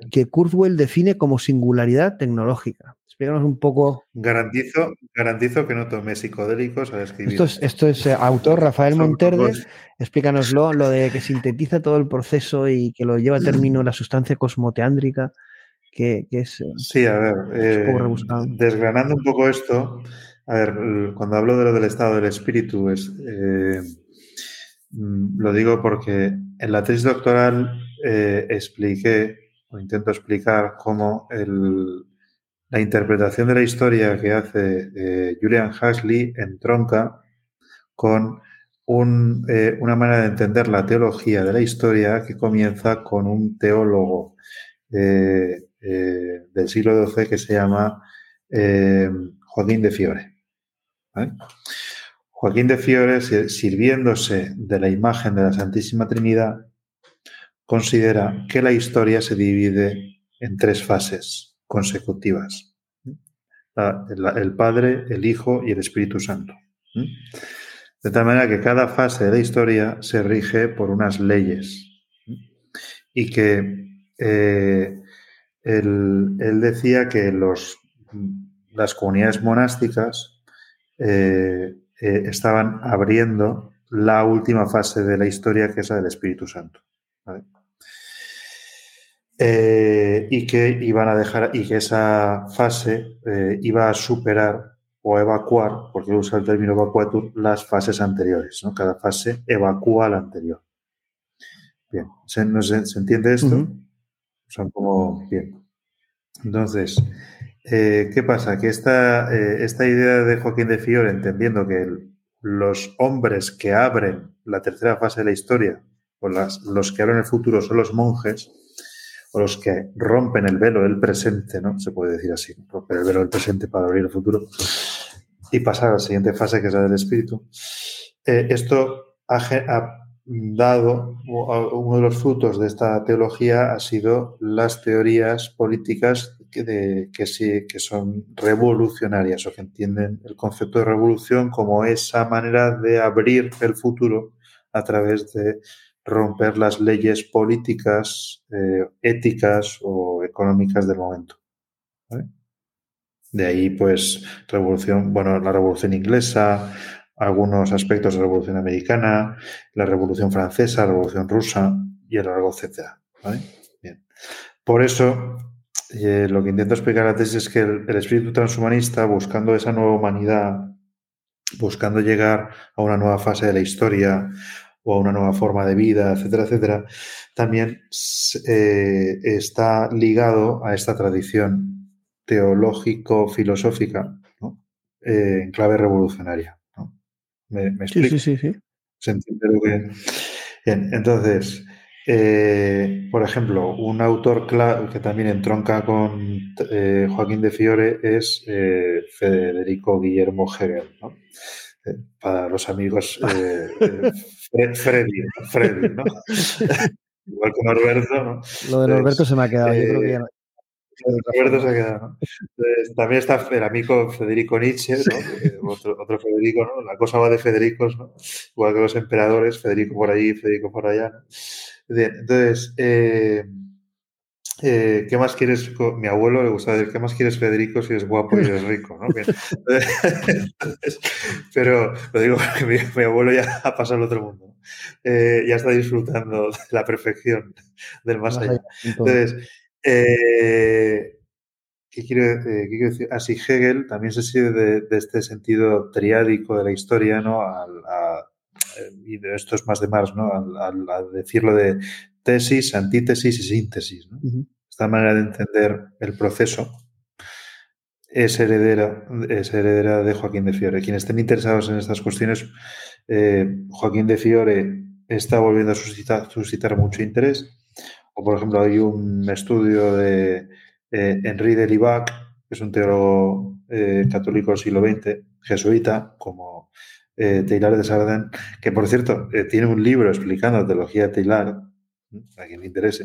que Kurzweil define como singularidad tecnológica. Explícanos un poco. Garantizo, garantizo que no tomé psicodélicos al escribir. Esto es, esto es eh, autor Rafael Monterde. Explícanoslo, lo de que sintetiza todo el proceso y que lo lleva a término la sustancia cosmoteándrica, que, que es, sí, a ver, es un poco eh, rebuscado. Desgranando un poco esto, a ver, cuando hablo de lo del estado del espíritu, es, eh, lo digo porque en la tesis doctoral eh, expliqué, o intento explicar, cómo el la interpretación de la historia que hace eh, Julian Huxley entronca con un, eh, una manera de entender la teología de la historia que comienza con un teólogo eh, eh, del siglo doce que se llama eh, Joaquín de Fiore. ¿Vale? Joaquín de Fiore, sirviéndose de la imagen de la Santísima Trinidad, considera que la historia se divide en tres fases consecutivas. El, el Padre, el Hijo y el Espíritu Santo. De tal manera que cada fase de la historia se rige por unas leyes. Y que eh, él, él decía que los, las comunidades monásticas eh, eh, estaban abriendo la última fase de la historia, que es la del Espíritu Santo. ¿Vale? Eh, y que iban a dejar y que esa fase eh, iba a superar o evacuar, porque usa el término evacuatur, las fases anteriores, ¿no? Cada fase evacúa a la anterior. Bien, ¿se, no se, ¿se entiende esto? Uh-huh. Son como bien. Entonces, eh, ¿qué pasa? Que esta, eh, esta idea de Joaquín de Fiore, entendiendo que el, los hombres que abren la tercera fase de la historia, o las, los que abren el futuro son los monjes, o los que rompen el velo del presente, ¿no? Se puede decir así, romper el velo del presente para abrir el futuro y pasar a la siguiente fase, que es la del espíritu. Eh, esto ha, ha dado, uno de los frutos de esta teología ha sido las teorías políticas que, de, que, sí, que son revolucionarias, o que entienden el concepto de revolución como esa manera de abrir el futuro a través de romper las leyes políticas, eh, éticas o económicas del momento. ¿Vale? De ahí, pues, revolución, bueno, la Revolución Inglesa, algunos aspectos de la Revolución Americana, la Revolución Francesa, la Revolución Rusa y a lo largo, etcétera. ¿Vale? Bien. Por eso, eh, lo que intento explicar en la tesis es que el, el espíritu transhumanista, buscando esa nueva humanidad, buscando llegar a una nueva fase de la historia, o a una nueva forma de vida, etcétera, etcétera, también eh, está ligado a esta tradición teológico-filosófica, ¿no? eh, en clave revolucionaria, ¿no? ¿Me, me explico? Sí, sí, sí, sí. ¿Se entiende lo que...? Bien, entonces, eh, por ejemplo, un autor clave que también entronca con eh, Joaquín de Fiore es eh, Federico Guillermo Hegel, ¿no? Eh, para los amigos eh, eh, Freddy, Freddy, ¿no? Igual que Norberto, ¿no? Lo de Norberto Entonces, se me ha quedado, eh, yo creo que ya no. Norberto se ha quedado, ¿no? Entonces, también está el amigo Federico Nietzsche, ¿no? Eh, otro, otro Federico, ¿no? La cosa va de Federicos, ¿no? Igual que los emperadores, Federico por allí, Federico por allá, ¿no? Bien, entonces, eh, Eh, ¿qué más quieres? Mi abuelo le gusta decir, ¿qué más quieres, Federico, si eres guapo y eres rico? ¿No? Bien. Entonces, pero lo digo porque mi, mi abuelo ya ha pasado al otro mundo. Eh, ya está disfrutando de la perfección del más allá. Entonces, eh, ¿qué, quiero, eh, ¿qué quiero decir? Así Hegel también se sirve de, de este sentido triádico de la historia, ¿no? Al, a, y de esto es más de Marx, ¿no? Al, al, al decirlo de tesis, antítesis y síntesis, ¿no? Uh-huh. Esta manera de entender el proceso es heredera, es heredera de Joaquín de Fiore. Quienes estén interesados en estas cuestiones, eh, Joaquín de Fiore está volviendo a suscitar, suscitar mucho interés. O, por ejemplo, hay un estudio de eh, Henri de Libac, que es un teólogo eh, católico del siglo veinte, jesuita, como eh, Teilhard de Chardin, que, por cierto, eh, tiene un libro explicando la teología de Teilhard, a quien le interese.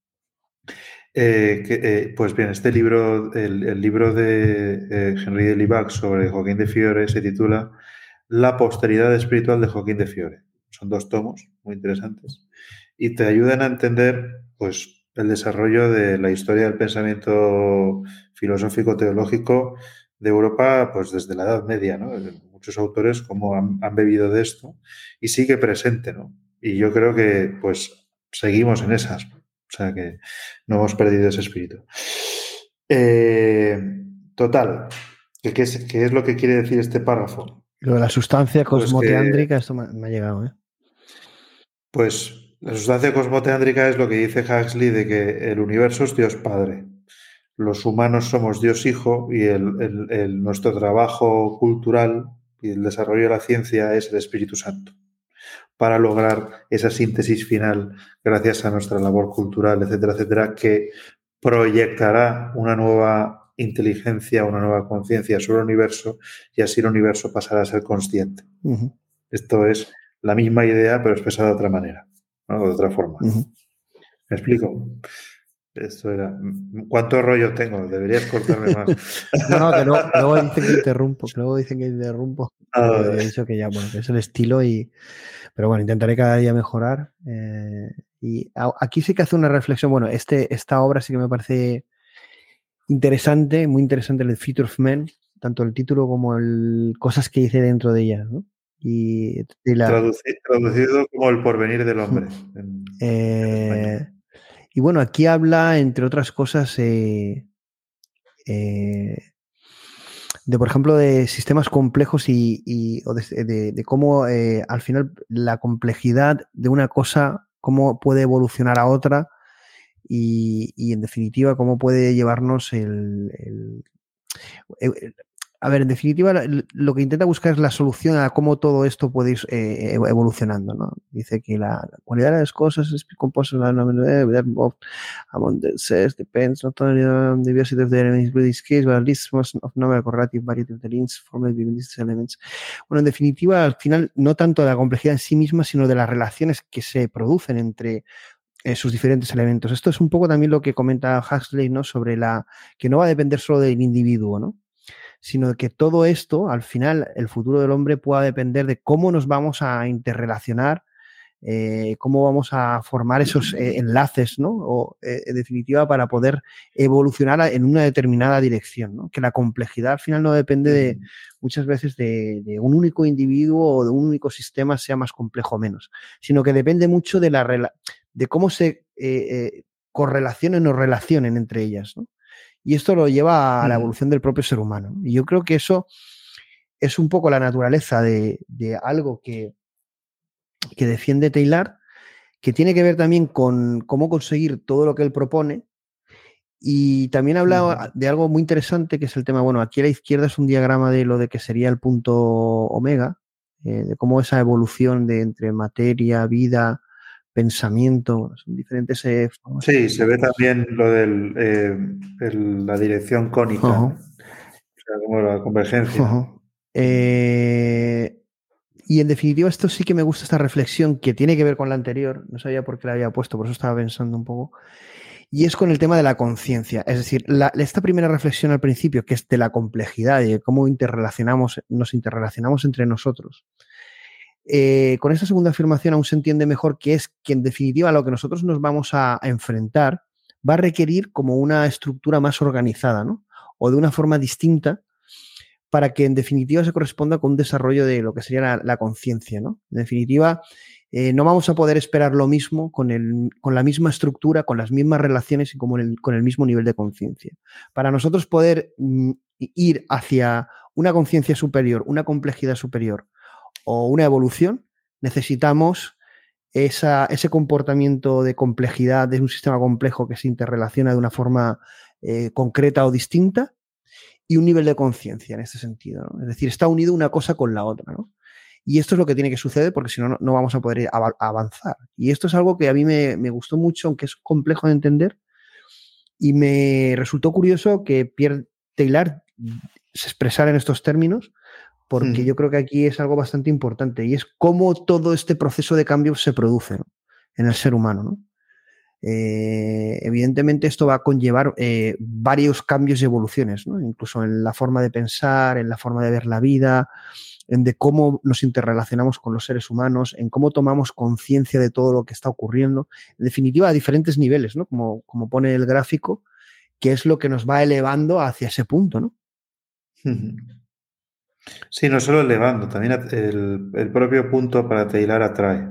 Eh, que, eh, pues bien, este libro, el, el libro de eh, Henri de Libac sobre Joaquín de Fiore se titula La posteridad espiritual de Joaquín de Fiore. Son dos tomos muy interesantes y te ayudan a entender, pues, el desarrollo de la historia del pensamiento filosófico-teológico de Europa, pues desde la Edad Media, ¿no? Muchos autores como han, han bebido de esto y sigue presente, ¿no? Y yo creo que, pues, seguimos en esas, ¿no? O sea que no hemos perdido ese espíritu. Eh, total, ¿qué, qué, es, ¿qué es lo que quiere decir este párrafo? Lo de la sustancia Pues cosmoteándrica, que, esto me, me ha llegado, ¿eh? Pues la sustancia cosmoteándrica es lo que dice Huxley de que el universo es Dios Padre. Los humanos somos Dios Hijo y el, el, el, nuestro trabajo cultural y el desarrollo de la ciencia es el Espíritu Santo, para lograr esa síntesis final gracias a nuestra labor cultural, etcétera, etcétera, que proyectará una nueva inteligencia, una nueva conciencia sobre el universo y así el universo pasará a ser consciente. Uh-huh. Esto es la misma idea, pero expresada de otra manera, ¿no? De otra forma. Uh-huh. ¿Me explico? Esto era... ¿Cuánto rollo tengo? Deberías cortarme más. No, no, que luego, luego dicen que interrumpo, que luego dicen que interrumpo. Ah, he dicho que ya, bueno, que es el estilo y... Pero bueno, intentaré cada día mejorar. Eh, y a, aquí sí que hace una reflexión. Bueno, este, esta obra sí que me parece interesante, muy interesante, el Future of Men, tanto el título como el cosas que dice dentro de ella, ¿no? Y, y la, Traducido, traducido como el porvenir del hombre. En, eh, en y bueno, aquí habla, entre otras cosas, eh, eh, de, por ejemplo, de sistemas complejos y, y o de, de, de cómo eh, al final la complejidad de una cosa, cómo puede evolucionar a otra y, y en definitiva, cómo puede llevarnos el... el, el a ver, en definitiva, lo que intenta buscar es la solución a cómo todo esto puede ir eh, evolucionando, ¿no? Dice que la cualidad de las cosas es compuesta among the says depends not only on the diversity of the elements in this case, but at least most of number correlative variety of the links formed between these elements. Bueno, en definitiva, al final, no tanto de la complejidad en sí misma, sino de las relaciones que se producen entre Eh, sus diferentes elementos. Esto es un poco también lo que comenta Huxley, ¿no? Sobre la que no va a depender solo del individuo, ¿no? Sino que todo esto, al final, el futuro del hombre pueda depender de cómo nos vamos a interrelacionar, eh, cómo vamos a formar esos eh, enlaces, ¿no? O, eh, en definitiva, para poder evolucionar en una determinada dirección, ¿no? Que la complejidad al final no depende de, muchas veces de, de un único individuo o de un único sistema, sea más complejo o menos, sino que depende mucho de la rela- de cómo se eh, eh, correlacionen o relacionen entre ellas, ¿no? Y esto lo lleva a la evolución del propio ser humano. Y yo creo que eso es un poco la naturaleza de, de algo que, que defiende Taylor, que tiene que ver también con cómo conseguir todo lo que él propone. Y también habla de algo muy interesante, que es el tema, bueno, aquí a la izquierda es un diagrama de lo de que sería el punto omega, eh, de cómo esa evolución de entre materia, vida, pensamiento, son diferentes eh, formas. Sí, se ve también lo de eh, la dirección cónica, uh-huh. ¿no? O sea, como la convergencia. Uh-huh. Eh, y en definitiva, esto sí que me gusta, esta reflexión que tiene que ver con la anterior, no sabía por qué la había puesto, por eso estaba pensando un poco, y es con el tema de la conciencia. Es decir, la, esta primera reflexión al principio, que es de la complejidad y de cómo interrelacionamos, nos interrelacionamos entre nosotros. Eh, con esta segunda afirmación aún se entiende mejor que es que en definitiva a lo que nosotros nos vamos a, a enfrentar va a requerir como una estructura más organizada, ¿no? O de una forma distinta para que en definitiva se corresponda con un desarrollo de lo que sería la, la conciencia, ¿no? En definitiva, eh, no vamos a poder esperar lo mismo con, el, con la misma estructura, con las mismas relaciones y como el, con el mismo nivel de conciencia. Para nosotros poder mm, ir hacia una conciencia superior, una complejidad superior, o una evolución, necesitamos esa, ese comportamiento de complejidad de un sistema complejo que se interrelaciona de una forma eh, concreta o distinta y un nivel de conciencia en este sentido, ¿no? Es decir, está unido una cosa con la otra, ¿no? Y esto es lo que tiene que suceder porque si no, no vamos a poder av- avanzar. Y esto es algo que a mí me, me gustó mucho, aunque es complejo de entender, y me resultó curioso que Pierre Taylor se expresara en estos términos, porque yo creo que aquí es algo bastante importante y es cómo todo este proceso de cambio se produce, ¿no? En el ser humano, ¿no? Eh, evidentemente esto va a conllevar eh, varios cambios y evoluciones, ¿no? Incluso en la forma de pensar, en la forma de ver la vida, en de cómo nos interrelacionamos con los seres humanos, en cómo tomamos conciencia de todo lo que está ocurriendo, en definitiva a diferentes niveles, ¿no? Como, como pone el gráfico, que es lo que nos va elevando hacia ese punto, ¿no? Sí, no solo elevando, también el, el propio punto para Taylor atrae.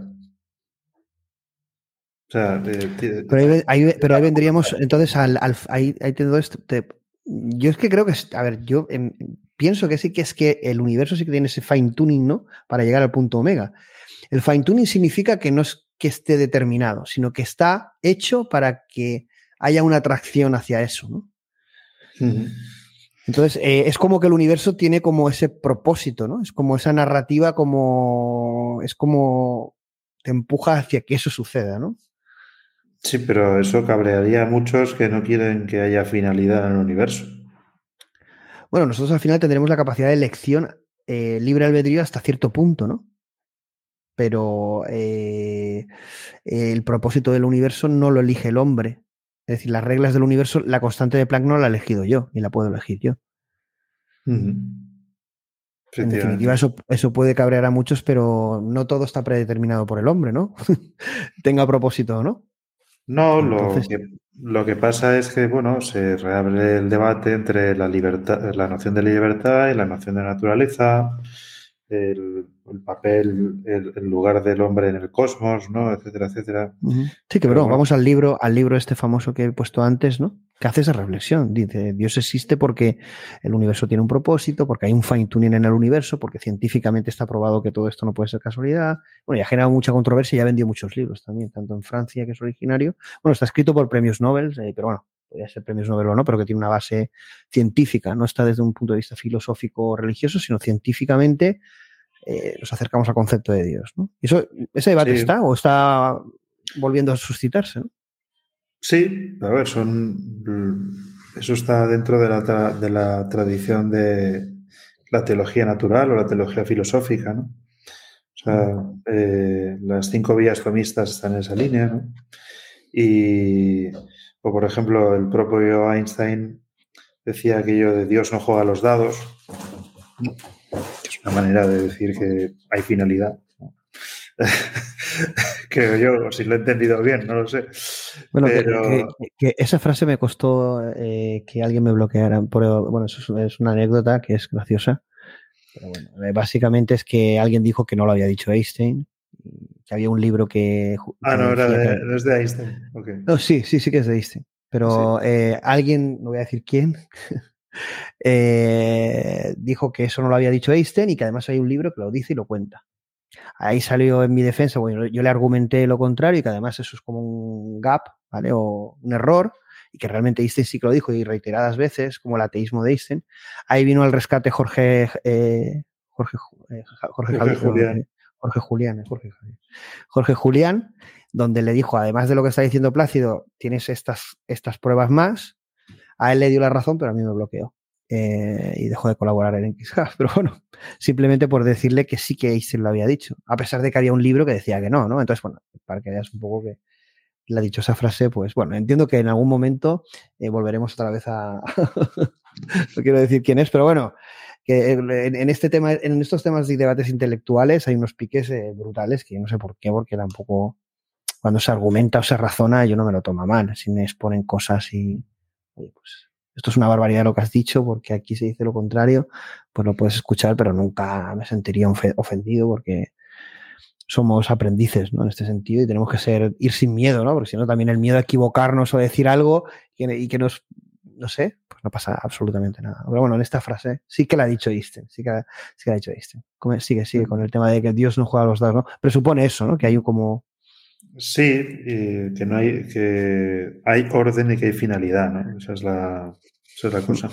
O sea, eh, pero, ahí, ahí, pero ahí vendríamos entonces al, al ahí, ahí te doy esto, te, yo es que creo que, a ver, yo eh, pienso que sí que es que el universo sí que tiene ese fine tuning, ¿no? Para llegar al punto omega. El fine tuning significa que no es que esté determinado, sino que está hecho para que haya una atracción hacia eso, ¿no? Uh-huh. Entonces, eh, es como que el universo tiene como ese propósito, ¿no? Es como esa narrativa, como es como te empuja hacia que eso suceda, ¿no? Sí, pero eso cabrearía a muchos que no quieren que haya finalidad en el universo. Bueno, nosotros al final tendremos la capacidad de elección eh, libre albedrío hasta cierto punto, ¿no? Pero eh, el propósito del universo no lo elige el hombre. Es decir, las reglas del universo, la constante de Planck no la he elegido yo, ni la puedo elegir yo. Uh-huh. En definitiva, eso, eso puede cabrear a muchos, pero no todo está predeterminado por el hombre, ¿no? Tenga propósito o no. No, Entonces, lo, que, lo que pasa es que, bueno, se reabre el debate entre la libertad, la noción de libertad y la noción de naturaleza, el, el papel, el, el lugar del hombre en el cosmos, ¿no? Etcétera, etcétera. Uh-huh. Sí, que bueno, vamos al libro, al libro este famoso que he puesto antes, ¿no? Que hace esa reflexión. Dice, Dios existe porque el universo tiene un propósito, porque hay un fine tuning en el universo, porque científicamente está probado que todo esto no puede ser casualidad. Bueno, y ha generado mucha controversia y ya ha vendido muchos libros también, tanto en Francia, que es originario. Bueno, está escrito por premios Nobel, eh, pero bueno, podría ser premios Nobel o no, pero que tiene una base científica. No está desde un punto de vista filosófico o religioso, sino científicamente eh, nos acercamos al concepto de Dios, ¿no? Y eso, ¿ese debate sí. está o está volviendo a suscitarse, ¿no? Sí, a ver, son, eso está dentro de la, tra, de la tradición de la teología natural o la teología filosófica, ¿no? O sea, eh, las cinco vías tomistas están en esa línea, ¿no? Y, o por ejemplo, el propio Einstein decía aquello de Dios no juega a los dados, ¿no? Es una manera de decir que hay finalidad, ¿no? Creo yo, si lo he entendido bien, no lo sé. Bueno, pero... que, que, que esa frase me costó eh, que alguien me bloqueara. Pero, bueno, eso es, es una anécdota que es graciosa. Pero bueno, eh, básicamente es que alguien dijo que no lo había dicho Einstein, que había un libro que... Ah, que no, era de, que... no es de Einstein. Okay. No, sí, sí, sí que es de Einstein. Pero sí. eh, alguien, no voy a decir quién, eh, dijo que eso no lo había dicho Einstein y que además hay un libro que lo dice y lo cuenta. Ahí salió en mi defensa, bueno, yo le argumenté lo contrario y que además eso es como un gap, ¿vale? O un error, y que realmente Einstein sí que lo dijo y reiteradas veces, como el ateísmo de Einstein. Ahí vino al rescate Jorge eh, Jorge, eh, Jorge, Jorge, Julián. Jorge Julián, Jorge, Jorge Julián, donde le dijo, además de lo que está diciendo Plácido, tienes estas, estas pruebas más. A él le dio la razón, pero a mí me bloqueó. Eh, y dejó de colaborar en X H A, pero bueno, simplemente por decirle que sí que Einstein lo había dicho, a pesar de que había un libro que decía que no, ¿no? Entonces, bueno, para que veas un poco que le ha dicho esa frase, pues bueno, entiendo que en algún momento eh, volveremos otra vez a... no quiero decir quién es, pero bueno, que en, en este tema, en estos temas de debates intelectuales hay unos piques eh, brutales que yo no sé por qué, porque tampoco cuando se argumenta o se razona yo no me lo tomo mal, si me exponen cosas y oye, pues esto es una barbaridad lo que has dicho, porque aquí se dice lo contrario, pues lo puedes escuchar, pero nunca me sentiría ofendido porque somos aprendices, ¿no? En este sentido, y tenemos que ser, ir sin miedo, ¿no? Porque si no, también el miedo a equivocarnos o decir algo y que nos, no sé, pues no pasa absolutamente nada. Pero bueno, en esta frase sí que la ha dicho Einstein, sí que, sí que la ha dicho Einstein. Sigue, sigue con el tema de que Dios no juega a los dados, ¿no? Presupone eso, ¿no? Que hay como... Sí, eh, que no hay, que hay orden y que hay finalidad, ¿no? Esa es la, esa es la cosa.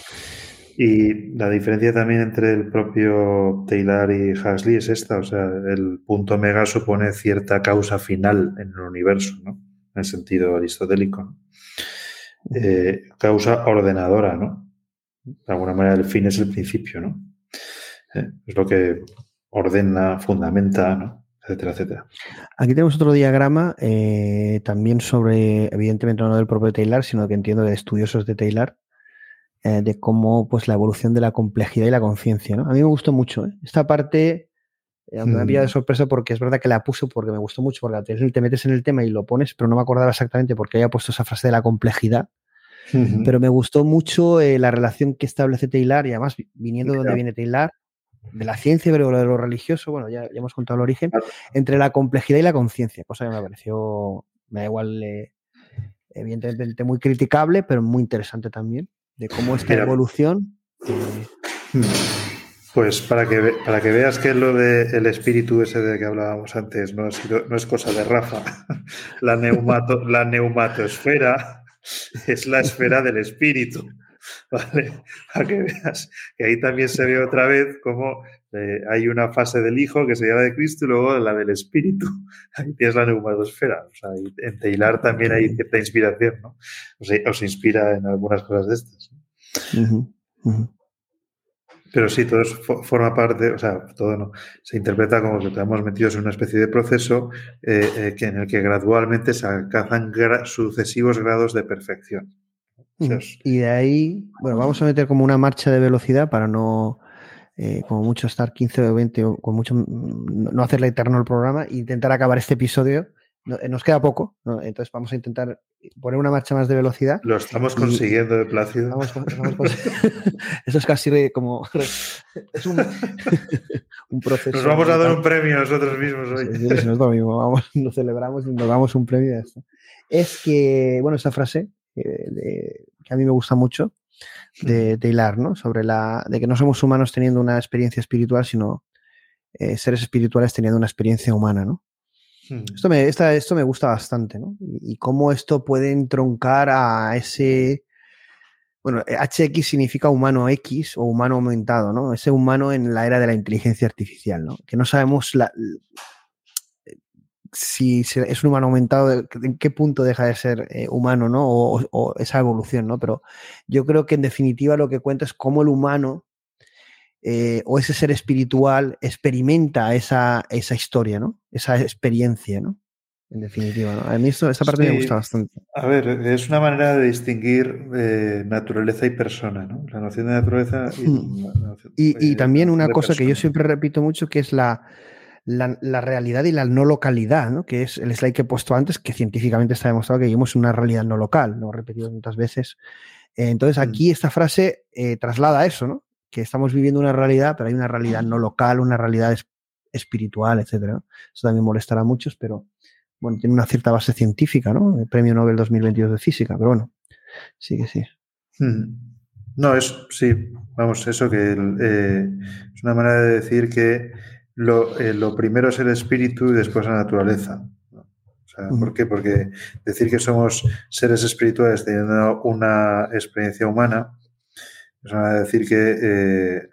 Y la diferencia también entre el propio Taylor y Huxley es esta, o sea, el punto omega supone cierta causa final en el universo, ¿no? En el sentido aristotélico, ¿no? Eh, causa ordenadora, ¿no? De alguna manera el fin es el principio, ¿no? Eh, es lo que ordena, fundamenta, ¿no? Etcétera, etcétera. Aquí tenemos otro diagrama eh, también sobre, evidentemente no del propio Taylor, sino que entiendo de estudiosos de Taylor, eh, de cómo pues la evolución de la complejidad y la conciencia, ¿no? A mí me gustó mucho, ¿eh? Esta parte, eh, aunque mm. me ha pillado de sorpresa porque es verdad que la puse porque me gustó mucho, porque te metes en el tema y lo pones, pero no me acordaba exactamente por qué había puesto esa frase de la complejidad. Uh-huh. Pero me gustó mucho eh, la relación que establece Teilhard, y además viniendo de donde viene Teilhard, de la ciencia, pero de lo religioso, bueno, ya, ya hemos contado el origen, claro, entre la complejidad y la conciencia, cosa que me pareció, me da igual, eh, evidentemente muy criticable, pero muy interesante también, de cómo esta Mira, evolución... Eh, pues para que, para que veas que lo del espíritu ese de que hablábamos antes no, ha sido, no es cosa de Rafa, la, neumato, la neumatosfera es la esfera del espíritu. ¿Vale? Para que veas que ahí también se ve otra vez cómo eh, hay una fase del Hijo que se llama de Cristo y luego la del Espíritu. Ahí tienes la neumatosfera. O sea, en Teilhard también hay cierta inspiración, ¿no? O sea, os inspira en algunas cosas de estas, ¿no? Uh-huh, uh-huh. Pero sí, todo eso forma parte, o sea, todo no, se interpreta como que estamos metidos en una especie de proceso eh, eh, que en el que gradualmente se alcanzan gra- sucesivos grados de perfección. Y de ahí, bueno, vamos a meter como una marcha de velocidad para no, eh, como mucho estar quince o veinte, o con mucho, no hacerle eterno el programa e intentar acabar este episodio. No, nos queda poco, ¿no? Entonces vamos a intentar poner una marcha más de velocidad. Lo estamos consiguiendo, de Plácido. Vamos, vamos, vamos, eso es casi como... Es un, un proceso. Nos vamos a dar un premio nosotros mismos hoy. Sí, sí, nosotros mismos, vamos, nos celebramos y nos damos un premio. De esto. Es que, bueno, esa frase... Eh, de, que a mí me gusta mucho de Teilhard, ¿no? Sobre la de que no somos humanos teniendo una experiencia espiritual, sino eh, seres espirituales teniendo una experiencia humana, ¿no? Hmm. Esto, me, esta, esto me gusta bastante, ¿no? Y, y cómo esto puede entroncar a ese... Bueno, H X significa humano X o humano aumentado, ¿no? Ese humano en la era de la inteligencia artificial, ¿no? Que no sabemos la... si es un humano aumentado, en qué punto deja de ser eh, humano, ¿no? O, o esa evolución, ¿no? Pero yo creo que en definitiva lo que cuenta es cómo el humano eh, o ese ser espiritual experimenta esa, esa historia, ¿no? Esa experiencia, ¿no? En definitiva, ¿no? A mí esto, esa parte sí, me gusta bastante. A ver, es una manera de distinguir eh, naturaleza y persona, ¿no? La noción de naturaleza y... Mm. La noción, y, y eh, también una cosa persona. Que yo siempre repito mucho, que es la... La, la realidad y la no localidad, ¿no? Que es el slide que he puesto antes, que científicamente está demostrado que vivimos en una realidad no local, lo he repetido muchas veces. Eh, entonces aquí esta frase eh, traslada eso, ¿no? Que estamos viviendo una realidad, pero hay una realidad no local, una realidad es, espiritual, etcétera, ¿no? Eso también molestará a muchos, pero bueno, tiene una cierta base científica, ¿no? El Premio Nobel dos mil veintidós de Física, pero bueno, sí que sí. No, es, sí, vamos, eso que eh, es una manera de decir que Lo, eh, lo primero es el espíritu y después la naturaleza. O sea, ¿por qué? Porque decir que somos seres espirituales teniendo una experiencia humana es una decir que eh,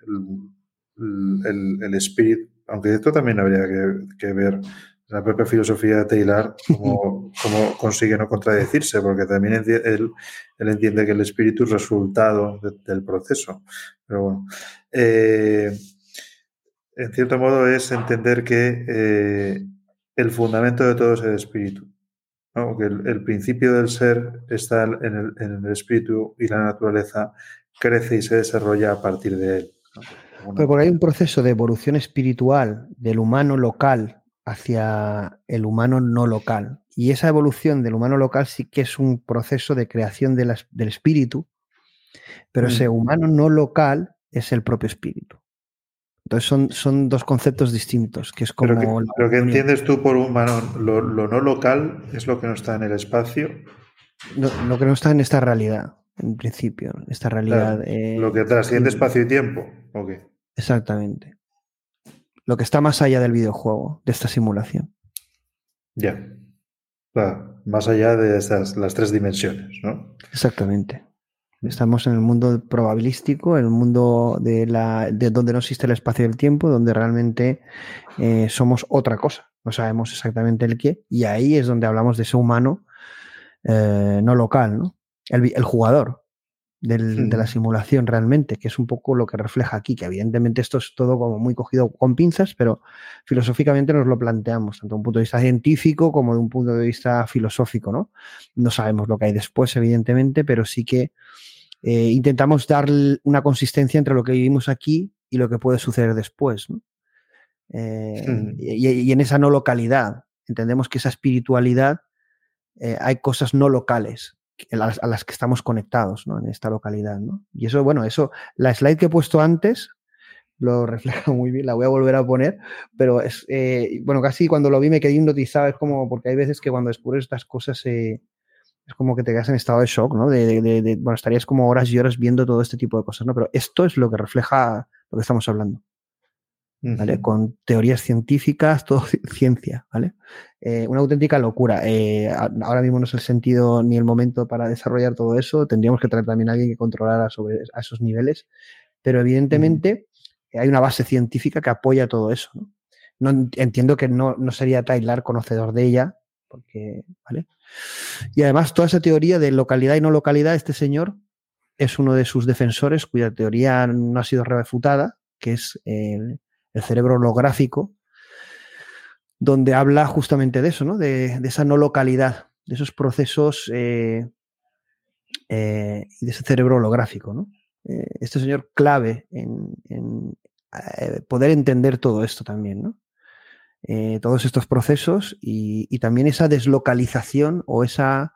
el, el, el espíritu, aunque esto también habría que, que ver la propia filosofía de Teilhard, cómo, cómo consigue no contradecirse, porque también él, él entiende que el espíritu es resultado de, del proceso. Pero bueno. Eh, En cierto modo es entender que eh, el fundamento de todo es el espíritu, ¿no? Que el, el principio del ser está en el, en el espíritu y la naturaleza crece y se desarrolla a partir de él, ¿no? Una... Pero porque hay un proceso de evolución espiritual del humano local hacia el humano no local. Y esa evolución del humano local sí que es un proceso de creación de la, del espíritu, pero mm. ese humano no local es el propio espíritu. Entonces son, son dos conceptos distintos, que es como... Pero que, pero que entiendes tú por humano, lo, lo no local es lo que no está en el espacio. Lo, lo que no está en esta realidad, en principio, esta realidad... Claro, eh, lo que trasciende espacio y tiempo, ¿o qué? Exactamente. Lo que está más allá del videojuego, de esta simulación. Ya. Claro, más allá de esas, las tres dimensiones, ¿no? Exactamente. Estamos en el mundo probabilístico, en el mundo de, la, de donde no existe el espacio y el tiempo, donde realmente eh, somos otra cosa. No sabemos exactamente el qué. Y ahí es donde hablamos de ese humano eh, no local, ¿no? El, el jugador del, sí. de la simulación realmente, que es un poco lo que refleja aquí, que evidentemente esto es todo como muy cogido con pinzas, pero filosóficamente nos lo planteamos, tanto de un punto de vista científico como de un punto de vista filosófico, ¿no? No sabemos lo que hay después, evidentemente, pero sí que eh, intentamos dar una consistencia entre lo que vivimos aquí y lo que puede suceder después, ¿no? Eh, hmm. y, y en esa no localidad, entendemos que esa espiritualidad, eh, hay cosas no locales a las, a las que estamos conectados, ¿no? En esta localidad, ¿no? Y eso, bueno, eso, la slide que he puesto antes lo refleja muy bien, la voy a volver a poner, pero es, eh, bueno, casi cuando lo vi me quedé hipnotizado, es como, porque hay veces que cuando descubres estas cosas eh, es como que te quedas en estado de shock, ¿no? De, de, de, de, bueno, estarías como horas y horas viendo todo este tipo de cosas, ¿no? Pero esto es lo que refleja lo que estamos hablando, ¿vale? Uh-huh. Con teorías científicas, todo ciencia, ¿vale? Eh, una auténtica locura. Eh, ahora mismo no es el sentido ni el momento para desarrollar todo eso, tendríamos que traer también a alguien que controlara sobre a esos niveles, pero evidentemente uh-huh. hay una base científica que apoya todo eso, ¿no? No entiendo que no, no sería Tyler conocedor de ella, porque, ¿vale? Y además toda esa teoría de localidad y no localidad, este señor es uno de sus defensores cuya teoría no ha sido refutada, que es el, el cerebro holográfico, donde habla justamente de eso, ¿no? De, de esa no localidad, de esos procesos eh, eh, y de ese cerebro holográfico, ¿no? Eh, este señor clave en, en eh, poder entender todo esto también, ¿no? Eh, todos estos procesos y, y también esa deslocalización o esa,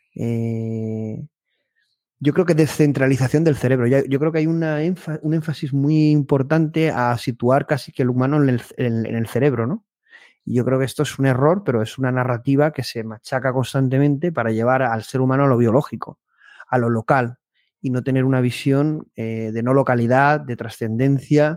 eh, yo creo que descentralización del cerebro. Yo, yo creo que hay una énfa, un énfasis muy importante a situar casi que el humano en el, en, en el cerebro, ¿no? Y yo creo que esto es un error, pero es una narrativa que se machaca constantemente para llevar al ser humano a lo biológico, a lo local, y no tener una visión eh, de no localidad, de trascendencia.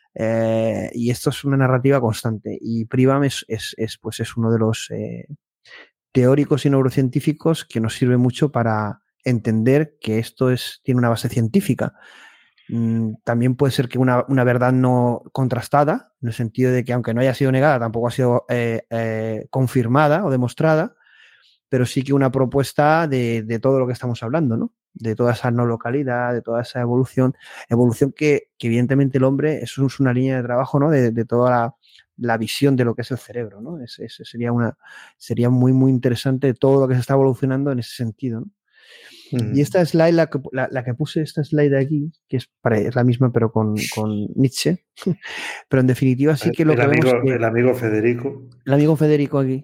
Eh, y esto es una narrativa constante y Pribam es, es, es, pues es uno de los eh, teóricos y neurocientíficos que nos sirve mucho para entender que esto es, tiene una base científica. Mm, también puede ser que una, una verdad no contrastada, en el sentido de que aunque no haya sido negada, tampoco ha sido eh, eh, confirmada o demostrada, pero sí que una propuesta de, de todo lo que estamos hablando, ¿no? De toda esa no localidad, de toda esa evolución, evolución que, que evidentemente el hombre, eso es una línea de trabajo, ¿no? De, de toda la, la visión de lo que es el cerebro, ¿no? Es, es, sería, una, sería muy, muy interesante todo lo que se está evolucionando en ese sentido, ¿no? Mm. Y esta slide, la que, la, la que puse, esta slide de aquí, que es, es la misma pero con, con Nietzsche, pero en definitiva sí que lo el que amigo, vemos... Que, el amigo Federico. El amigo Federico aquí.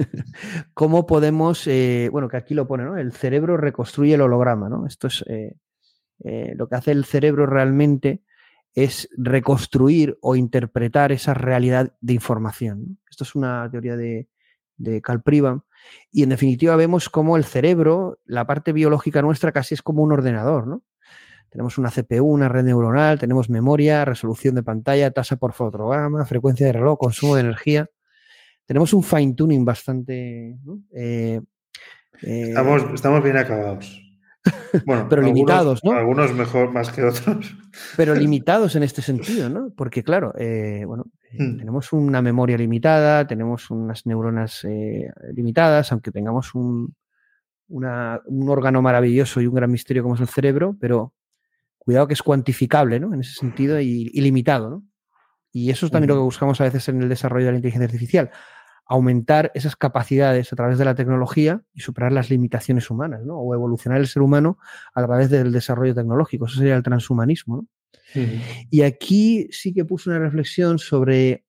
¿Cómo podemos, eh, bueno, que aquí lo pone, ¿no? El cerebro reconstruye el holograma, ¿no? Esto es, eh, eh, lo que hace el cerebro realmente es reconstruir o interpretar esa realidad de información, ¿no? Esto es una teoría de, de Carl Pribam. Y en definitiva vemos cómo el cerebro, la parte biológica nuestra casi es como un ordenador, ¿no? Tenemos una C P U, una red neuronal, tenemos memoria, resolución de pantalla, tasa por fotograma, frecuencia de reloj, consumo de energía. Tenemos un fine tuning bastante, ¿no? eh, eh, estamos, estamos bien acabados. Bueno, pero algunos, limitados, ¿no? Algunos mejor más que otros. Pero limitados en este sentido, ¿no? Porque claro, eh, bueno, eh, hmm. tenemos una memoria limitada, tenemos unas neuronas eh, limitadas, aunque tengamos un, una, un órgano maravilloso y un gran misterio como es el cerebro, pero cuidado que es cuantificable, ¿no? En ese sentido y, y limitado, ¿no? Y eso es también uh-huh. lo que buscamos a veces en el desarrollo de la inteligencia artificial, aumentar esas capacidades a través de la tecnología y superar las limitaciones humanas, ¿no? O evolucionar el ser humano a través del desarrollo tecnológico. Eso sería el transhumanismo, ¿no? Uh-huh. Y aquí sí que puse una reflexión sobre,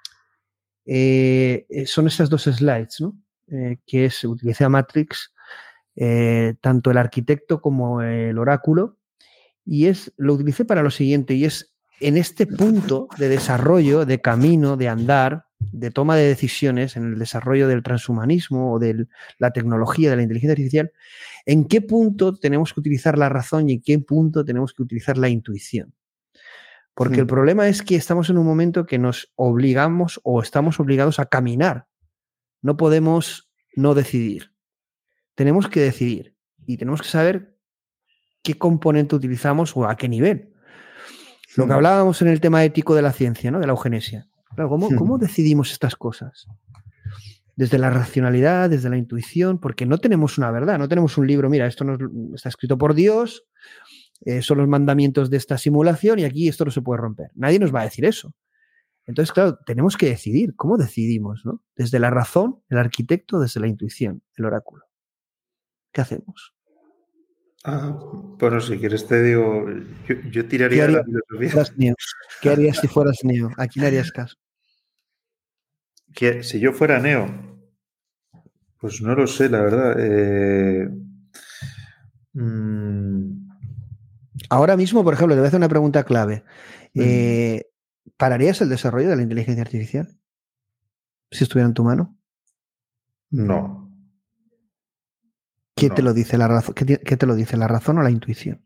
eh, son estas dos slides, ¿no? Eh, que es, utilicé a Matrix, eh, tanto el arquitecto como el oráculo, y es, lo utilicé para lo siguiente, y es en este punto de desarrollo, de camino, de andar, de toma de decisiones en el desarrollo del transhumanismo o de la tecnología, de la inteligencia artificial, ¿en qué punto tenemos que utilizar la razón y en qué punto tenemos que utilizar la intuición? Porque sí. el problema es que estamos en un momento que nos obligamos o estamos obligados a caminar. No podemos no decidir. Tenemos que decidir y tenemos que saber qué componente utilizamos o a qué nivel. Lo que hablábamos en el tema ético de la ciencia, ¿no? De la eugenesia. Claro, ¿cómo, ¿cómo decidimos estas cosas? Desde la racionalidad, desde la intuición, porque no tenemos una verdad, no tenemos un libro, mira, esto no está escrito por Dios, eh, son los mandamientos de esta simulación y aquí esto no se puede romper. Nadie nos va a decir eso. Entonces, claro, tenemos que decidir. ¿Cómo decidimos, no? Desde la razón, el arquitecto, desde la intuición, el oráculo. ¿Qué hacemos? Ah, bueno, si quieres te digo, yo, yo tiraría de la filosofía. Neo? ¿Qué harías si fueras Neo? ¿A quién harías caso? ¿Qué, si yo fuera Neo, pues no lo sé, la verdad. Eh, mmm... Ahora mismo, por ejemplo, te voy a hacer una pregunta clave. Eh, ¿Pararías el desarrollo de la inteligencia artificial si estuviera en tu mano? No. ¿Qué no. te lo dice la razón? ¿Qué te, qué te lo dice, la razón o la intuición?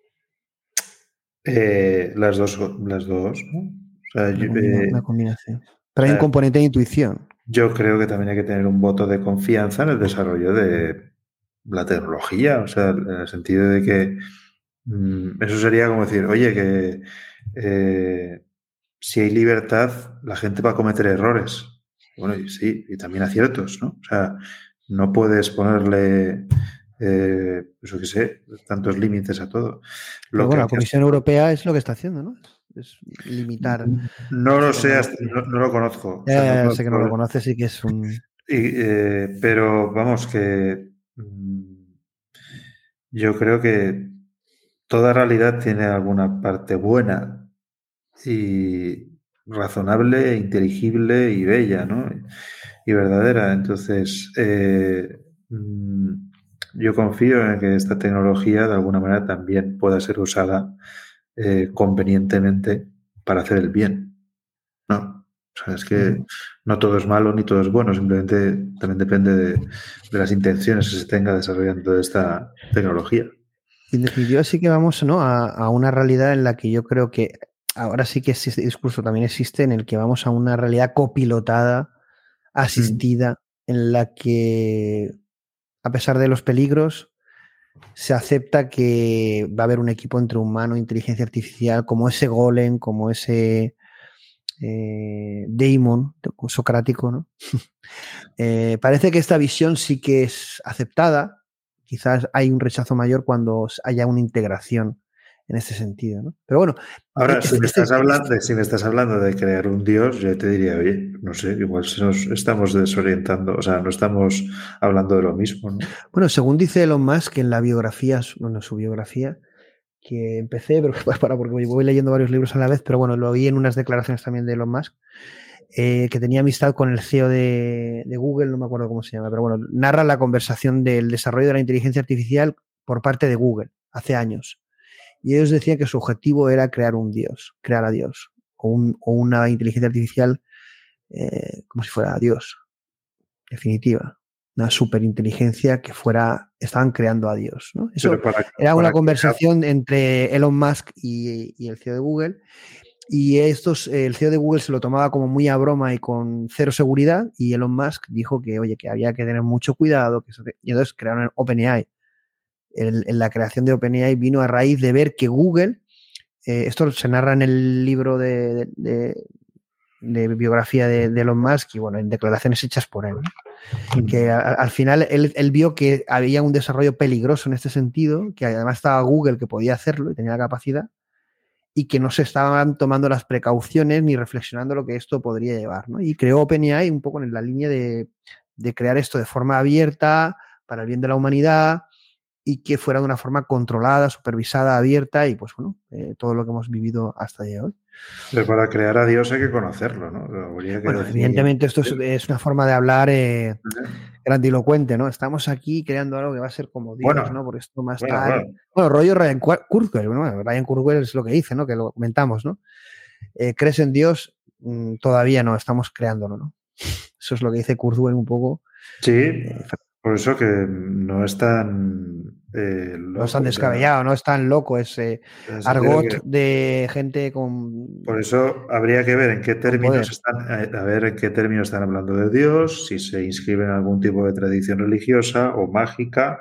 Eh, las dos, las dos, ¿no? O sea, una, yo, combina, eh, una combinación. Pero hay un componente de intuición. Yo creo que también hay que tener un voto de confianza en el desarrollo de la tecnología, o sea, en el sentido de que mmm, eso sería como decir, oye, que eh, si hay libertad, la gente va a cometer errores. Bueno, y sí, y también aciertos, ¿no? O sea, no puedes ponerle, eh, eso que sé, tantos límites a todo. Lo Pero bueno, la Comisión hacer... Europea es lo que está haciendo, ¿no? Es limitar. No lo sé, hasta, no, no lo conozco. Ya, o sea, ya, no ya sé que no lo conoces y que es un... Y, eh, pero vamos, que mmm, yo creo que toda realidad tiene alguna parte buena y razonable, inteligible y bella, ¿no? Y verdadera. Entonces, eh, mmm, yo confío en que esta tecnología de alguna manera también pueda ser usada eh, convenientemente para hacer el bien, ¿no? O sea, es que no todo es malo ni todo es bueno, simplemente también depende de, de las intenciones que se tenga desarrollando esta tecnología. En definitiva, sí que vamos, ¿no? a, a una realidad en la que yo creo que ahora sí que este discurso también existe, en el que vamos a una realidad copilotada, asistida, mm. en la que, a pesar de los peligros, se acepta que va a haber un equipo entre humano e inteligencia artificial, como ese golem, como ese eh, daemon socrático, ¿no? eh, parece que esta visión sí que es aceptada. Quizás hay un rechazo mayor cuando haya una integración en este sentido, ¿no? Pero bueno. Ahora, este, si, me estás este, hablando de, si me estás hablando de crear un dios, yo te diría, oye, no sé, igual se nos estamos desorientando, o sea, no estamos hablando de lo mismo, ¿no? Bueno, según dice Elon Musk en la biografía, bueno, su biografía, que empecé, pero para porque voy leyendo varios libros a la vez, pero bueno, lo oí en unas declaraciones también de Elon Musk, eh, que tenía amistad con el C E O de, de Google, no me acuerdo cómo se llama, pero bueno, narra la conversación del desarrollo de la inteligencia artificial por parte de Google hace años. Y ellos decían que su objetivo era crear un dios, crear a Dios, o, un, o una inteligencia artificial eh, como si fuera Dios, definitiva. Una superinteligencia que fuera, estaban creando a Dios, ¿no? Eso para, era una conversación crear... entre Elon Musk y, y el C E O de Google, y estos, el C E O de Google se lo tomaba como muy a broma y con cero seguridad, y Elon Musk dijo que, oye, que había que tener mucho cuidado, que eso, y entonces crearon OpenAI. El, en la creación de OpenAI vino a raíz de ver que Google, eh, esto se narra en el libro de, de, de biografía de, de Elon Musk y bueno, en declaraciones hechas por él, ¿no? Que a, al final él, él vio que había un desarrollo peligroso en este sentido, que además estaba Google que podía hacerlo y tenía la capacidad, y que no se estaban tomando las precauciones ni reflexionando lo que esto podría llevar, ¿no? Y creó OpenAI un poco en la línea de, de crear esto de forma abierta para el bien de la humanidad y que fuera de una forma controlada, supervisada, abierta y pues bueno, eh, todo lo que hemos vivido hasta el día de hoy. Pero para crear a Dios hay que conocerlo, ¿no? Que bueno, decir... evidentemente esto es, es una forma de hablar eh, grandilocuente, ¿no? Estamos aquí creando algo que va a ser como Dios, bueno, ¿no? Por esto más bueno, tal... Bueno. bueno, rollo Ryan Kurzweil, bueno, Ryan Kurzweil es lo que dice, ¿no? Que lo comentamos, ¿no? Eh, ¿Crees en Dios? Mm, todavía no, estamos creándolo, ¿no? Eso es lo que dice Kurzweil un poco. Sí, eh, por eso que no es tan... Eh, loco, no es tan descabellado, o sea, no es tan loco, es eh, argot que, de gente con... Por eso habría que ver en qué términos están, a ver en qué términos están hablando de Dios, si se inscribe en algún tipo de tradición religiosa o mágica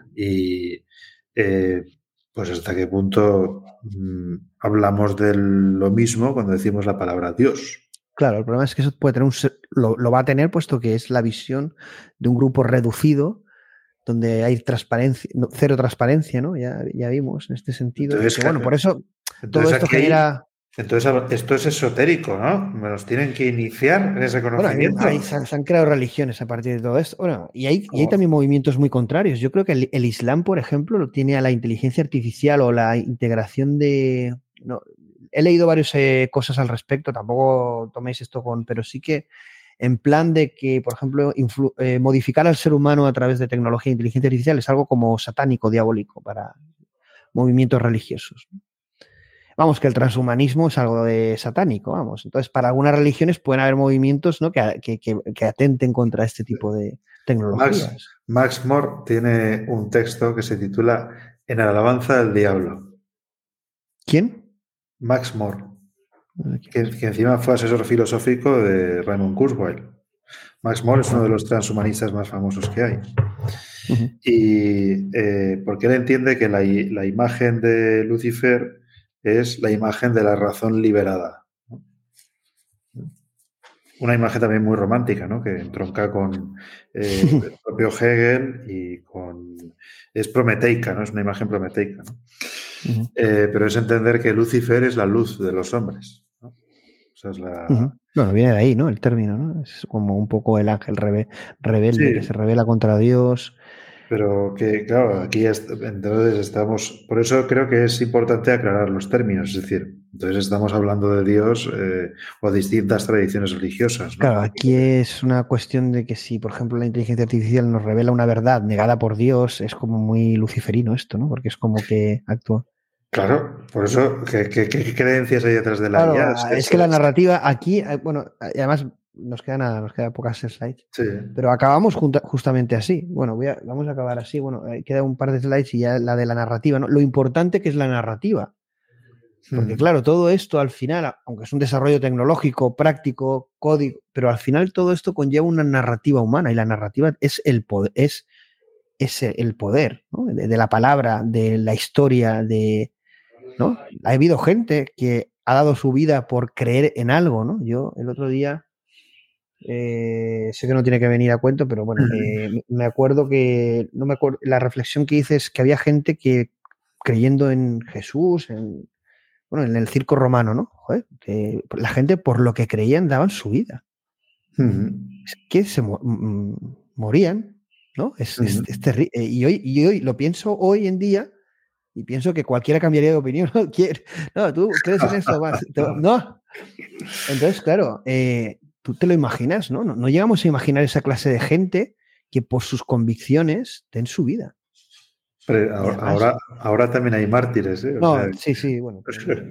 y eh, pues hasta qué punto mmm, hablamos de lo mismo cuando decimos la palabra Dios. Claro, el problema es que eso puede tener un, lo, lo va a tener puesto que es la visión de un grupo reducido donde hay transparencia, no, cero transparencia, ¿no? Ya, ya vimos en este sentido. Entonces, que, bueno, por eso entonces todo esto aquí, genera... Entonces, esto es esotérico, ¿no? Me los tienen que iniciar en ese conocimiento. Bueno, ahí se, han, se han creado religiones a partir de todo esto. Bueno, y hay, y hay también movimientos muy contrarios. Yo creo que el, el Islam, por ejemplo, lo tiene a la inteligencia artificial o la integración de... No, he leído varias eh, cosas al respecto, tampoco toméis esto con... Pero sí que en plan de que, por ejemplo, influ, eh, modificar al ser humano a través de tecnología e inteligencia artificial es algo como satánico, diabólico para movimientos religiosos. Vamos, que el transhumanismo es algo de satánico, vamos. Entonces, para algunas religiones pueden haber movimientos, ¿no?, que, que, que, que atenten contra este tipo de tecnologías. Max, Max More tiene un texto que se titula En alabanza del diablo. ¿Quién? Max More, que, que encima fue asesor filosófico de Raymond Kurzweil. Max More es uno de los transhumanistas más famosos que hay. Uh-huh. Y eh, porque él entiende que la, la imagen de Lucifer es la imagen de la razón liberada. Una imagen también muy romántica, ¿no?, que entronca con eh, el propio Hegel y con... Es prometeica, ¿no? Es una imagen prometeica, ¿no? Uh-huh. Eh, pero es entender que Lucifer es la luz de los hombres, ¿no? O sea, es la... Uh-huh. Bueno, viene de ahí, ¿no?, el término, ¿no? Es como un poco el ángel rebe- rebelde, sí, que se revela contra Dios. Pero que, claro, aquí est- entonces estamos... Por eso creo que es importante aclarar los términos. Es decir, entonces estamos hablando de Dios eh, o distintas tradiciones religiosas, ¿no? Claro, aquí es una cuestión de que si, por ejemplo, la inteligencia artificial nos revela una verdad negada por Dios, es como muy luciferino esto, ¿no? Porque es como que actúa. Claro, por eso, ¿qué, qué, qué creencias hay detrás de la claro, I A? Es, es que la narrativa aquí, bueno, además... Nos queda nada, nos queda pocas slides. Sí. Pero acabamos junta, justamente así. Bueno, voy a, vamos a acabar así. Bueno, queda un par de slides y ya la de la narrativa, ¿no? Lo importante que es la narrativa. Porque, mm. claro, todo esto al final, aunque es un desarrollo tecnológico, práctico, código, pero al final todo esto conlleva una narrativa humana y la narrativa es el poder, es, es el poder, ¿no?, de, de la palabra, de la historia, de, ¿no? Ha habido gente que ha dado su vida por creer en algo, ¿no? Yo el otro día... Eh, sé que no tiene que venir a cuento, pero bueno, eh, me acuerdo que no me acuerdo, la reflexión que hice es que había gente que creyendo en Jesús, en, bueno, en el circo romano, ¿no? Joder, que la gente por lo que creían daban su vida. Uh-huh. Es que se mo- m- morían, ¿no? Es, uh-huh. es, es terrible. Y hoy, y hoy lo pienso hoy en día y pienso que cualquiera cambiaría de opinión. No, no, tú crees en eso más. No. Entonces, claro, eh, tú te lo imaginas, ¿no? ¿no? No llegamos a imaginar esa clase de gente que por sus convicciones den su vida. Pero ahora, ahora, ahora también hay mártires, ¿eh? O no, sea, sí, sí, bueno.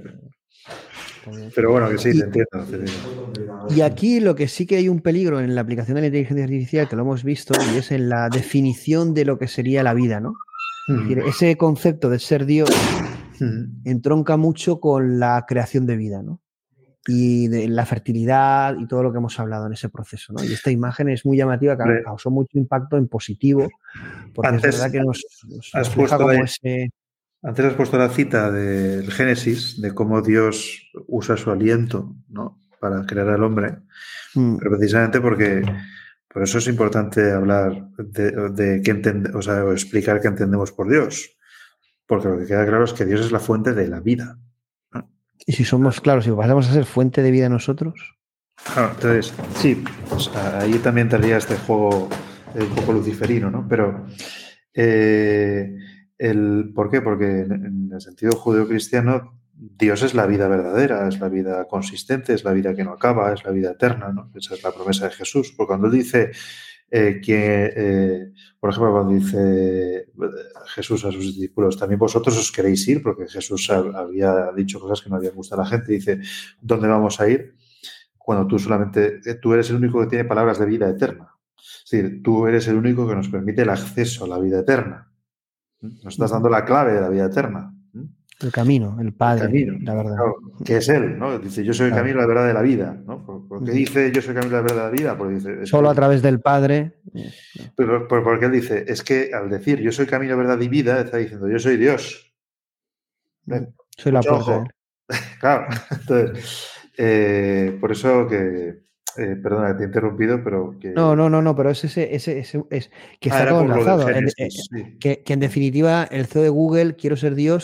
Pero bueno, que sí, y, te entiendo, te entiendo. Y aquí lo que sí que hay un peligro en la aplicación de la inteligencia artificial, que lo hemos visto, y es en la definición de lo que sería la vida, ¿no? Mm. Es decir, ese concepto de ser Dios mm. entronca mucho con la creación de vida, ¿no? Y de la fertilidad y todo lo que hemos hablado en ese proceso, ¿no? Y esta imagen es muy llamativa, que Re. causó mucho impacto en positivo, porque antes, es verdad que nos, nos has puesto como la, ese... Antes has puesto la cita del Génesis, de cómo Dios usa su aliento, ¿no?, para crear al hombre, mm. pero precisamente porque por eso es importante hablar de, de qué entende, o sea, o explicar qué entendemos por Dios, porque lo que queda claro es que Dios es la fuente de la vida. Y si somos, claro, si pasamos a ser fuente de vida nosotros. Claro, entonces, sí, o sea, ahí también tendría este juego un poco luciferino, ¿no? Pero, eh, el, ¿por qué? Porque en el sentido judeocristiano, Dios es la vida verdadera, es la vida consistente, es la vida que no acaba, es la vida eterna, ¿no? Esa es la promesa de Jesús. Porque cuando él dice eh, que, eh, por ejemplo, cuando dice Jesús a sus discípulos, también vosotros os queréis ir, porque Jesús había dicho cosas que no habían gustado a la gente, dice, ¿dónde vamos a ir? Cuando tú solamente, tú eres el único que tiene palabras de vida eterna. Es decir, tú eres el único que nos permite el acceso a la vida eterna. Nos estás dando la clave de la vida eterna. El camino, el Padre, el camino, la verdad. Claro, que es Él, ¿no? Dice, yo soy el camino, la verdad de la vida, ¿no? ¿Por qué dice yo soy el camino, la verdad de la vida? Porque dice, solo que, a través del Padre. Pero, pero porque Él dice, es que al decir yo soy camino, verdad y vida, está diciendo yo soy Dios. ¿Ven? Soy la puerta. Claro, entonces, eh, por eso que... Eh, perdona, te he interrumpido, pero que... No, no, no, no, pero es ese, ese, ese es que está ah, todo enlazado. En, eh, sí. que, que en definitiva el C E O de Google, quiero ser Dios,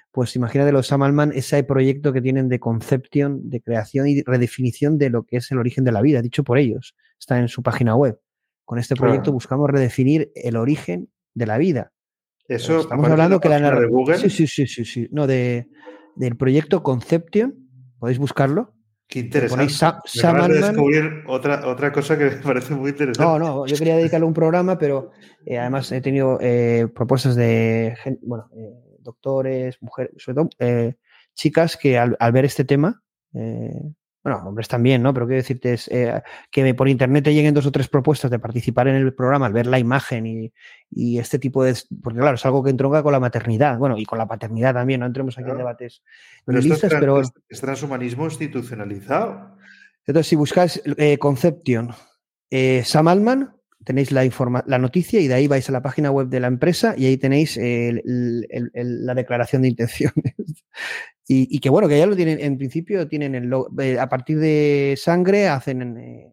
pues imagínate los Sam Altman, ese proyecto que tienen de concepción, de creación y redefinición de lo que es el origen de la vida, dicho por ellos, está en su página web. Con este proyecto claro. buscamos redefinir el origen de la vida. Eso estamos hablando que la narrativa de Google. Sí, sí, sí, sí, sí. No, de, del proyecto Conception, podéis buscarlo. Qué interesante. Sam, me Sam acabas Altman. de descubrir otra, otra cosa que me parece muy interesante. No, no, yo quería dedicarle un programa, pero eh, además he tenido eh, propuestas de gente, bueno, eh, doctores, mujeres, sobre todo eh, chicas que al, al ver este tema, eh, bueno, hombres también, ¿no? Pero quiero decirte es eh, que por internet te lleguen dos o tres propuestas de participar en el programa al ver la imagen y, y este tipo de... Porque claro, es algo que entronca con la maternidad, bueno, y con la paternidad también, no entremos aquí claro. en debates pero listas, esto es, pero... Es, es transhumanismo institucionalizado. Entonces, si buscáis eh, Conception, eh, Sam Altman, tenéis la, informa la noticia y de ahí vais a la página web de la empresa y ahí tenéis el, el, el, el, la declaración de intenciones. y, y que bueno, que ya lo tienen, en principio tienen el eh, a partir de sangre hacen eh,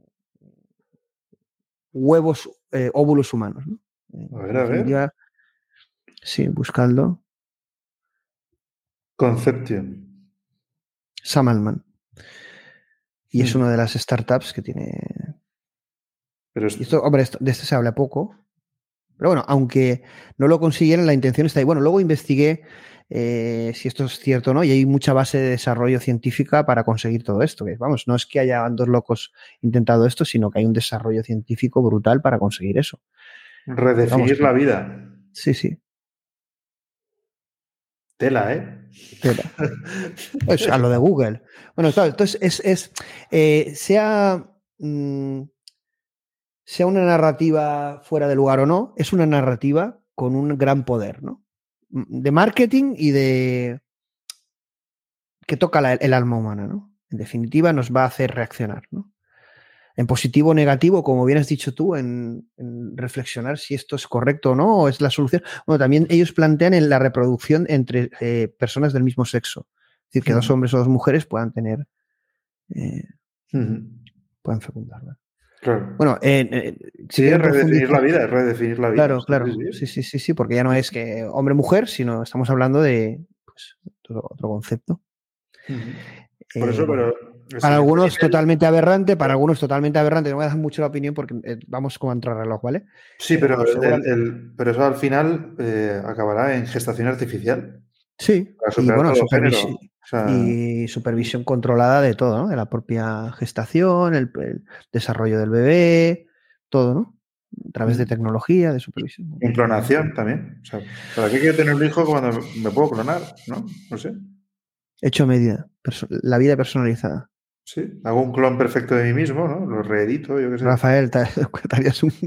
huevos, eh, óvulos humanos, ¿no? A ver, a ver. Sí, buscadlo. Conception. Sam Altman. Y es una de las startups que tiene... Pero esto... esto, hombre, esto, de esto se habla poco. Pero bueno, aunque no lo consiguieran, la intención está ahí. Bueno, luego investigué eh, si esto es cierto o no, y hay mucha base de desarrollo científica para conseguir todo esto. Que, vamos, no es que haya dos locos intentado esto, sino que hay un desarrollo científico brutal para conseguir eso. Redefinir vamos, la vida. Sí, sí. Tela, ¿eh? Tela. Pues a lo de Google. Bueno, claro, entonces es, es eh, sea, mmm, sea una narrativa fuera de lugar o no, es una narrativa con un gran poder, ¿no? De marketing y de que toca la, el alma humana, ¿no? En definitiva, nos va a hacer reaccionar, ¿no? En positivo o negativo, como bien has dicho tú, en, en reflexionar si esto es correcto o no, o es la solución. Bueno, también ellos plantean en la reproducción entre eh, personas del mismo sexo. Es decir, que uh-huh. dos hombres o dos mujeres puedan tener, eh, uh-huh. puedan fecundar, ¿verdad? Claro. Bueno, eh, eh, sí, es redefinir la vida, es redefinir la vida. Claro, claro. Sí sí. sí, sí, sí, porque ya no es que hombre-mujer, sino estamos hablando de pues, otro, otro concepto. Uh-huh. Por eh, eso, pero... Para algunos nivel... totalmente aberrante, para algunos totalmente aberrante. No voy a dar mucho la opinión porque eh, vamos como a entrar reloj, ¿vale? Sí, pero, pero, el, el, pero eso al final eh, acabará en gestación artificial. Sí, y bueno, supervisión, o sea... y supervisión controlada de todo, ¿no? De la propia gestación, el, el desarrollo del bebé, todo, ¿no? A través de tecnología, de supervisión. En clonación también. O sea, ¿para qué quiero tener un hijo cuando me puedo clonar? ¿No? No sé. Hecho a medida, la vida personalizada. Sí, hago un clon perfecto de mí mismo, ¿no? Lo reedito, yo qué sé. Rafael, te harías un...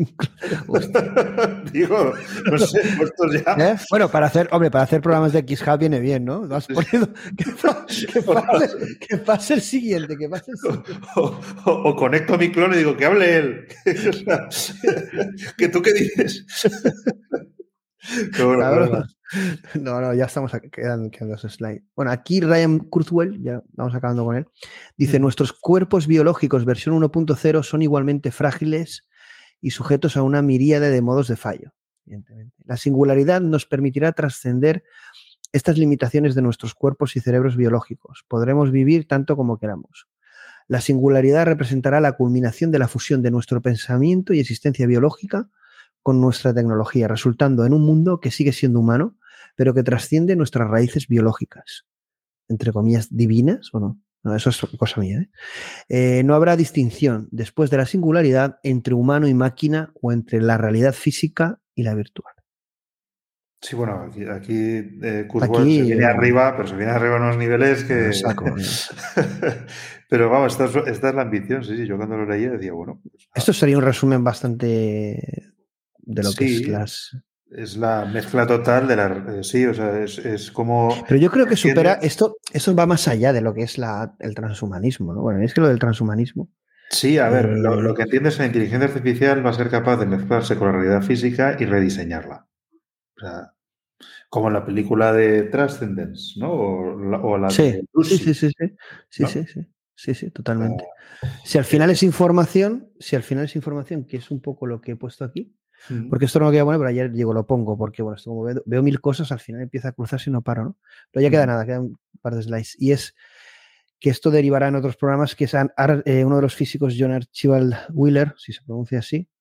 Digo, no sé, puestos ya... ¿Eh? Bueno, para hacer, hombre, para hacer programas de X-Hub viene bien, ¿no? Vas poniendo... que, que, pase, que pase el siguiente, que pase el siguiente. O, o, o conecto a mi clon y digo, que hable él. O sea, ¿que tú qué dices? Bueno, claro. No, no, ya estamos quedando, quedando los slides. Bueno, aquí Ryan Kurzweil, ya vamos acabando con él, dice: nuestros cuerpos biológicos versión uno punto cero son igualmente frágiles y sujetos a una miríade de modos de fallo. Evidentemente. La singularidad nos permitirá trascender estas limitaciones de nuestros cuerpos y cerebros biológicos. Podremos vivir tanto como queramos. La singularidad representará la culminación de la fusión de nuestro pensamiento y existencia biológica con nuestra tecnología, resultando en un mundo que sigue siendo humano, pero que trasciende nuestras raíces biológicas, entre comillas, divinas, ¿o no? No, eso es cosa mía, ¿eh? Eh, no habrá distinción después de la singularidad entre humano y máquina o entre la realidad física y la virtual. Sí, bueno, aquí, aquí eh, Kurzweil aquí, se viene eh, arriba, pero se viene arriba a unos niveles que... Saco, pero vamos, esta es, esta es la ambición, sí, sí, yo cuando lo leía decía, bueno... Pues, esto sería un resumen bastante... de lo sí, que es las... es la mezcla total de la... Eh, sí, o sea, es, es como... Pero yo creo que supera... Esto, esto va más allá de lo que es la, el transhumanismo, ¿no? Bueno, es que lo del transhumanismo... Sí, a ver, eh, lo, lo que entiendes es que la inteligencia artificial va a ser capaz de mezclarse con la realidad física y rediseñarla. O sea, como en la película de Transcendence, ¿no? O la, o la sí, de Lucy, sí, sí, sí, sí, sí, ¿no? sí, sí, sí, sí, totalmente. Si al final es información, si al final es información, que es un poco lo que he puesto aquí, Mm. Porque esto no lo quería poner, pero ayer digo, lo pongo, porque bueno, esto como veo, veo mil cosas, al final empieza a cruzarse y no paro, ¿no? Pero ya queda mm. nada, quedan un par de slides. Y es que esto derivará en otros programas, que es eh, uno de los físicos, John Archibald Wheeler, si se pronuncia así.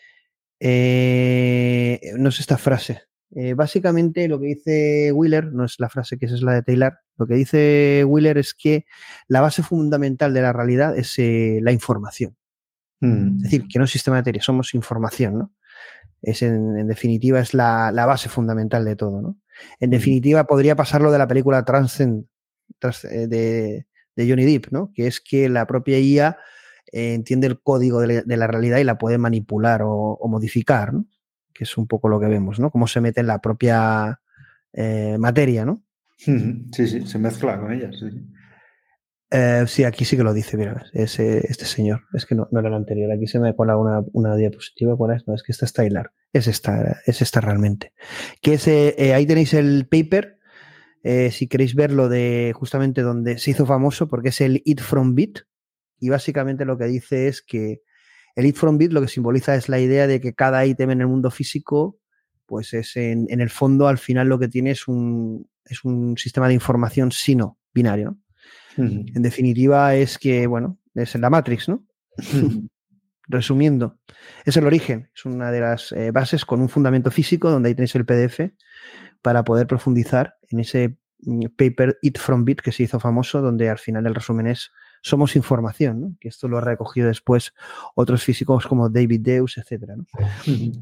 Eh, no es esta frase. Eh, básicamente lo que dice Wheeler, no es la frase que esa es la de Taylor, lo que dice Wheeler es que la base fundamental de la realidad es eh, la información. Mm. Es decir, que no es sistema de teoría, somos información, ¿no? Es en, en definitiva es la, la base fundamental de todo, ¿no? En mm. definitiva podría pasar lo de la película Transcend trans, eh, de, de Johnny Depp, ¿no? Que es que la propia I A eh, entiende el código de la, de la realidad y la puede manipular o, o modificar, ¿no? Que es un poco lo que vemos, ¿no? Cómo se mete en la propia eh, materia, ¿no? Sí, sí, se mezcla con ella, sí. Eh, sí, aquí sí que lo dice, mira, es este señor. Es que no, no era el anterior. Aquí se me cola una, una diapositiva. ¿Cuál es? No, es que esta es Taylor. Es esta, es esta realmente. Que es, eh, ahí tenéis el paper, eh, si queréis verlo, de justamente donde se hizo famoso, porque es el Eat from Bit. Y básicamente lo que dice es que el Eat from Bit lo que simboliza es la idea de que cada ítem en el mundo físico, pues es en, en el fondo, al final lo que tiene es un, es un sistema de información sino binario, ¿no? Uh-huh. En definitiva es que, bueno, es la Matrix, ¿no? Uh-huh. Resumiendo, es el origen, es una de las eh, bases con un fundamento físico, donde ahí tenéis el P D F para poder profundizar en ese paper Eat from Bit que se hizo famoso, donde al final el resumen es somos información, ¿no? Que esto lo ha recogido después otros físicos como David Deus, etcétera, ¿no? Uh-huh.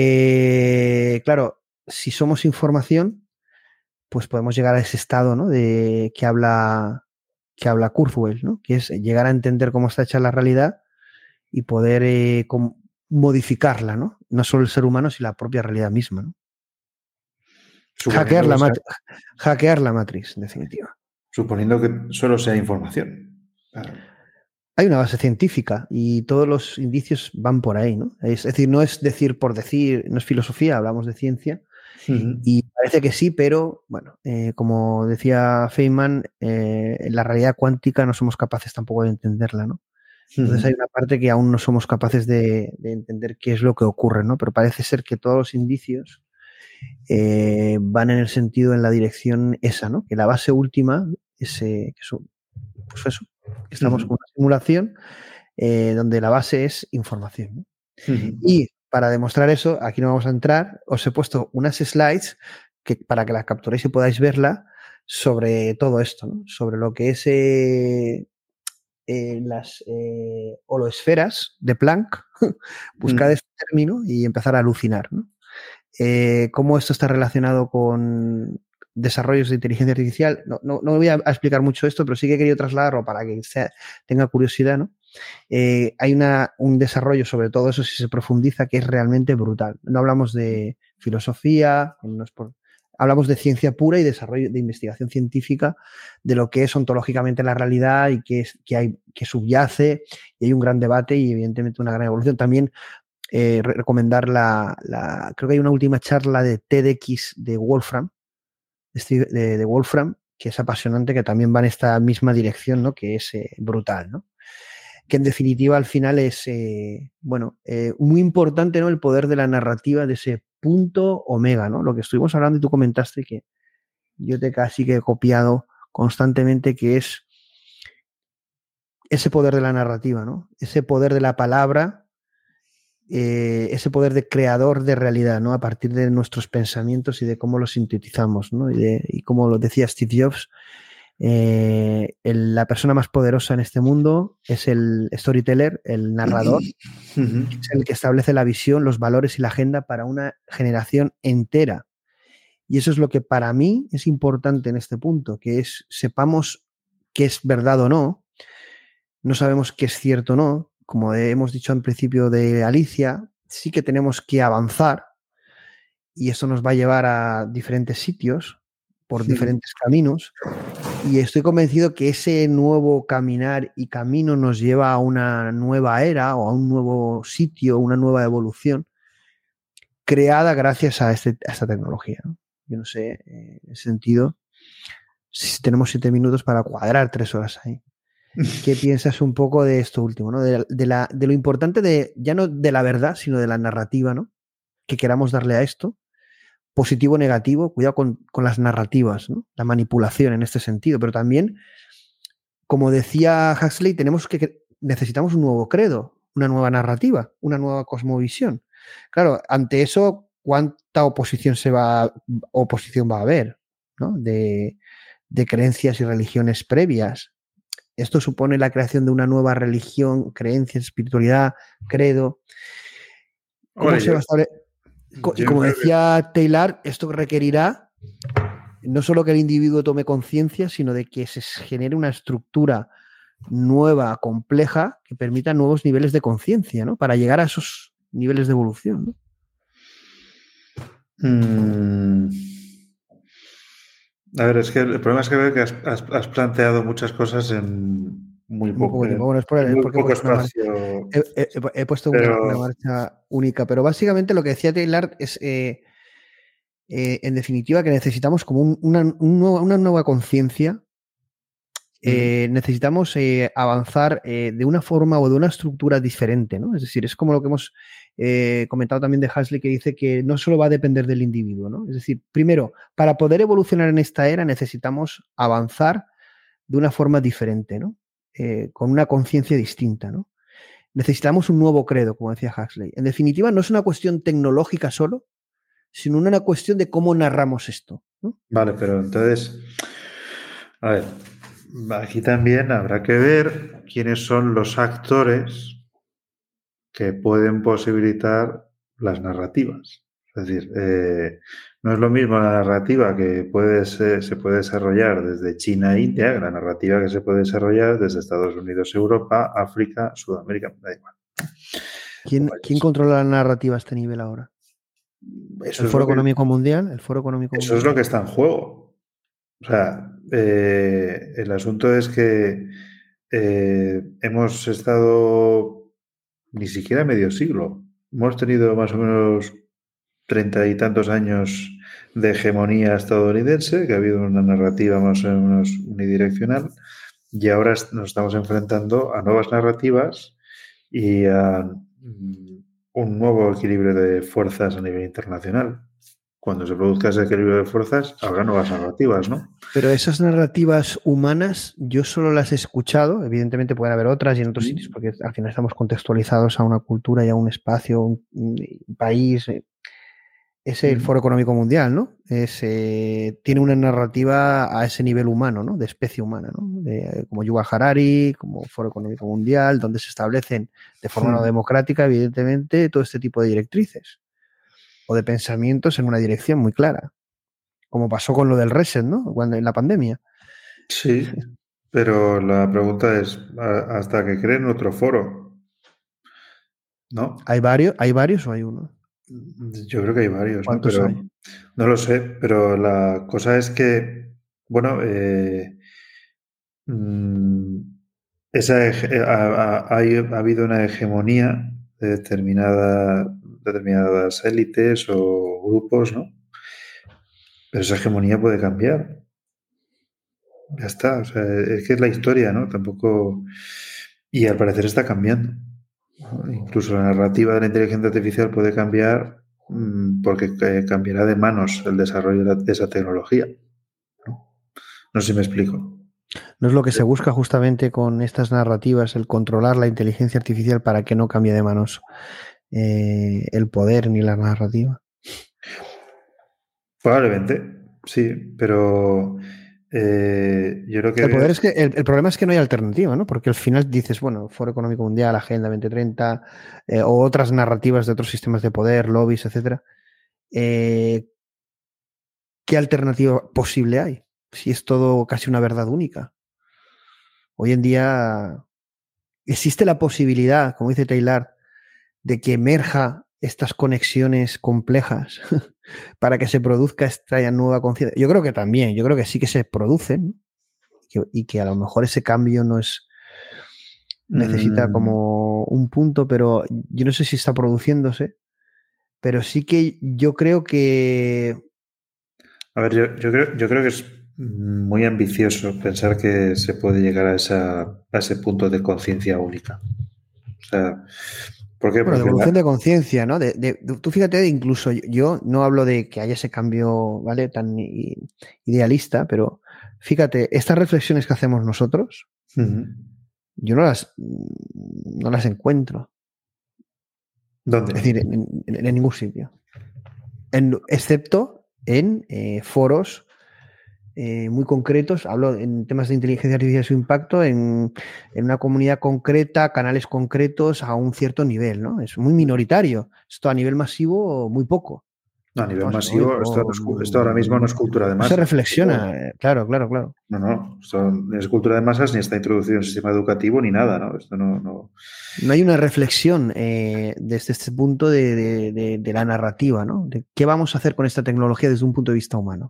Eh, claro, si somos información, pues podemos llegar a ese estado, ¿no? De que habla que habla Kurzweil, ¿no? Que es llegar a entender cómo está hecha la realidad y poder eh, com- modificarla, ¿no? No solo el ser humano, sino la propia realidad misma, ¿no? Hackear la, mat- hackear la Matrix, en definitiva. Suponiendo que solo sea información. Claro. Hay una base científica y todos los indicios van por ahí, ¿no? Es decir, no es decir por decir, no es filosofía, hablamos de ciencia. Uh-huh. Y parece que sí, pero bueno, eh, como decía Feynman, eh, en la realidad cuántica no somos capaces tampoco de entenderla, ¿no? Entonces uh-huh. hay una parte que aún no somos capaces de, de entender qué es lo que ocurre, ¿no? Pero parece ser que todos los indicios eh, van en el sentido, en la dirección esa, ¿no? Que la base última es, eh, que es pues eso, que estamos uh-huh. con una simulación eh, donde la base es información, ¿no? Uh-huh. Y para demostrar eso, aquí no vamos a entrar, os he puesto unas slides que, para que las capturéis y podáis verla sobre todo esto, ¿no? Sobre lo que es eh, eh, las eh, holoesferas de Planck, buscad mm. este término y empezar a alucinar, ¿no? Eh, cómo esto está relacionado con desarrollos de inteligencia artificial. No, no, no voy a, a explicar mucho esto, pero sí que he querido trasladarlo para que sea, tenga curiosidad, ¿no? Eh, hay una, un desarrollo sobre todo eso si se profundiza que es realmente brutal. No hablamos de filosofía, no es por, hablamos de ciencia pura y desarrollo de investigación científica de lo que es ontológicamente la realidad y que, es, que, hay, que subyace, y hay un gran debate y evidentemente una gran evolución. También eh, recomendar la, la, creo que hay una última charla de TEDx de Wolfram, de, de, de Wolfram, que es apasionante, que también va en esta misma dirección, ¿no? Que es eh, brutal, ¿no? Que en definitiva al final es, eh, bueno, eh, muy importante, ¿no? El poder de la narrativa, de ese punto omega, ¿no? Lo que estuvimos hablando y tú comentaste que yo te casi que he copiado constantemente, que es ese poder de la narrativa, ¿no? Ese poder de la palabra, eh, ese poder de creador de realidad, ¿no? A partir de nuestros pensamientos y de cómo los sintetizamos, ¿no? Y, de, y como lo decía Steve Jobs, Eh, el, la persona más poderosa en este mundo es el storyteller, el narrador, uh-huh. es el que establece la visión, los valores y la agenda para una generación entera. Y eso es lo que para mí es importante en este punto, que es sepamos qué es verdad o no, no sabemos qué es cierto o no, como hemos dicho al principio de Alicia, sí que tenemos que avanzar y eso nos va a llevar a diferentes sitios, por sí. diferentes caminos, y estoy convencido que ese nuevo caminar y camino nos lleva a una nueva era o a un nuevo sitio, una nueva evolución creada gracias a, este, a esta tecnología, ¿no? Yo no sé, eh, en ese sentido, si tenemos siete minutos para cuadrar tres horas ahí. ¿Qué piensas un poco de esto último, ¿no? De, de, la, de lo importante de, ya no de la verdad, sino de la narrativa, ¿no? que queramos darle a esto, positivo o negativo, cuidado con, con las narrativas, ¿no? La manipulación en este sentido, pero también, como decía Huxley, tenemos que, necesitamos un nuevo credo, una nueva narrativa, una nueva cosmovisión. Claro, ante eso, ¿cuánta oposición se va, oposición va a haber, ¿no? de, de creencias y religiones previas? Esto supone la creación de una nueva religión, creencias, espiritualidad, credo. ¿Cómo Oye, se va a establecer? Y como decía Taylor, esto requerirá no solo que el individuo tome conciencia, sino de que se genere una estructura nueva, compleja, que permita nuevos niveles de conciencia, ¿no? Para llegar a esos niveles de evolución, ¿no? Mm. A ver, es que el problema es que veo que has, has, has planteado muchas cosas en muy poco, poco tiempo. Bueno, es por, en muy porque poco he puesto, espacio. Una, he, he, he puesto pero... una, una marcha única, pero básicamente lo que decía Taylor es, eh, eh, en definitiva, que necesitamos como un, una, un nuevo, una nueva conciencia. Eh, mm. Necesitamos eh, avanzar eh, de una forma o de una estructura diferente, ¿no? Es decir, es como lo que hemos eh, comentado también de Huxley, que dice que no solo va a depender del individuo, ¿no? Es decir, primero, para poder evolucionar en esta era necesitamos avanzar de una forma diferente, ¿no? Eh, con una conciencia distinta, ¿no? Necesitamos un nuevo credo, como decía Huxley. En definitiva, no es una cuestión tecnológica solo, sino una cuestión de cómo narramos esto, ¿no? Vale, pero entonces, a ver, aquí también habrá que ver quiénes son los actores que pueden posibilitar las narrativas. Es decir, eh, no es lo mismo la narrativa que puede ser, se puede desarrollar desde China e India, que la narrativa que se puede desarrollar desde Estados Unidos, Europa, África, Sudamérica, da igual. ¿Quién, ¿quién controla la narrativa a este nivel ahora? Eso ¿El Foro es Económico que, Mundial? ¿El Foro Económico Eso Mundial? es lo que está en juego. O sea, eh, el asunto es que eh, hemos estado ni siquiera medio siglo. Hemos tenido más o menos treinta y tantos años de hegemonía estadounidense, que ha habido una narrativa más o menos unidireccional, y ahora nos estamos enfrentando a nuevas narrativas y a un nuevo equilibrio de fuerzas a nivel internacional. Cuando se produzca ese equilibrio de fuerzas, habrá nuevas narrativas, ¿no? Pero esas narrativas humanas, yo solo las he escuchado, evidentemente pueden haber otras y en otros sitios, porque al final estamos contextualizados a una cultura y a un espacio, un, un país. Es el Foro Económico Mundial, ¿no? Es, eh, tiene una narrativa a ese nivel humano, ¿no? De especie humana, ¿no? De, como Yuval Harari, como Foro Económico Mundial, donde se establecen de forma sí. no democrática, evidentemente, todo este tipo de directrices o de pensamientos en una dirección muy clara, como pasó con lo del reset, ¿no? Cuando en la pandemia. Sí, pero la pregunta es ¿hasta que creen otro foro? ¿No? ¿Hay varios, hay varios o hay uno? Yo creo que hay varios, ¿no? ¿Cuántos Pero, hay? No lo sé, pero la cosa es que, bueno, eh, esa ha, ha, ha habido una hegemonía de determinada, determinadas élites o grupos, ¿no? Pero esa hegemonía puede cambiar. Ya está, o sea, es que es la historia, ¿no? Tampoco... Y al parecer está cambiando. Incluso la narrativa de la inteligencia artificial puede cambiar mmm, porque eh, cambiará de manos el desarrollo de esa tecnología. ¿No? No sé si me explico. ¿No es lo que se busca justamente con estas narrativas, el controlar la inteligencia artificial para que no cambie de manos eh, el poder ni la narrativa? Probablemente, sí, pero... Eh, yo creo que el, poder es que, el, el problema es que no hay alternativa, ¿no? Porque al final dices, bueno, Foro Económico Mundial, Agenda veinte treinta, eh, o otras narrativas de otros sistemas de poder, lobbies, etcétera. Eh, ¿Qué alternativa posible hay? Si es todo casi una verdad única. Hoy en día existe la posibilidad, como dice Taylor, de que emerja estas conexiones complejas para que se produzca esta nueva conciencia. Yo creo que también, yo creo que sí que se producen y que a lo mejor ese cambio no es necesita mm. como un punto, pero yo no sé si está produciéndose, pero sí que yo creo que... A ver, yo, yo, creo, yo creo que es muy ambicioso pensar que se puede llegar a, esa, a ese punto de conciencia única. O sea, ¿Por qué? Bueno, de Porque evolución la- de conciencia, ¿no? De, de- de- tú fíjate, incluso yo, yo no hablo de que haya ese cambio, ¿vale? Tan i- idealista, pero fíjate, estas reflexiones que hacemos nosotros, Ujú. yo no las, no las encuentro. ¿Dónde? Es decir, en, en- en ningún sitio. En- excepto en eh, foros eh, muy concretos, hablo en temas de inteligencia artificial y su impacto, en, en una comunidad concreta, canales concretos a un cierto nivel, ¿no? Es muy minoritario. Esto a nivel masivo, muy poco. No, a nivel No, se masivo, oigo, esto, no es cu- esto ahora mismo no es cultura de no masas. se reflexiona, eh, claro, claro, claro. No, no, esto no es cultura de masas ni está introducido en el sistema educativo ni nada, ¿no? Esto no, no... No hay una reflexión eh, desde este punto de, de- de- de la narrativa, ¿no? De qué vamos a hacer con esta tecnología desde un punto de vista humano.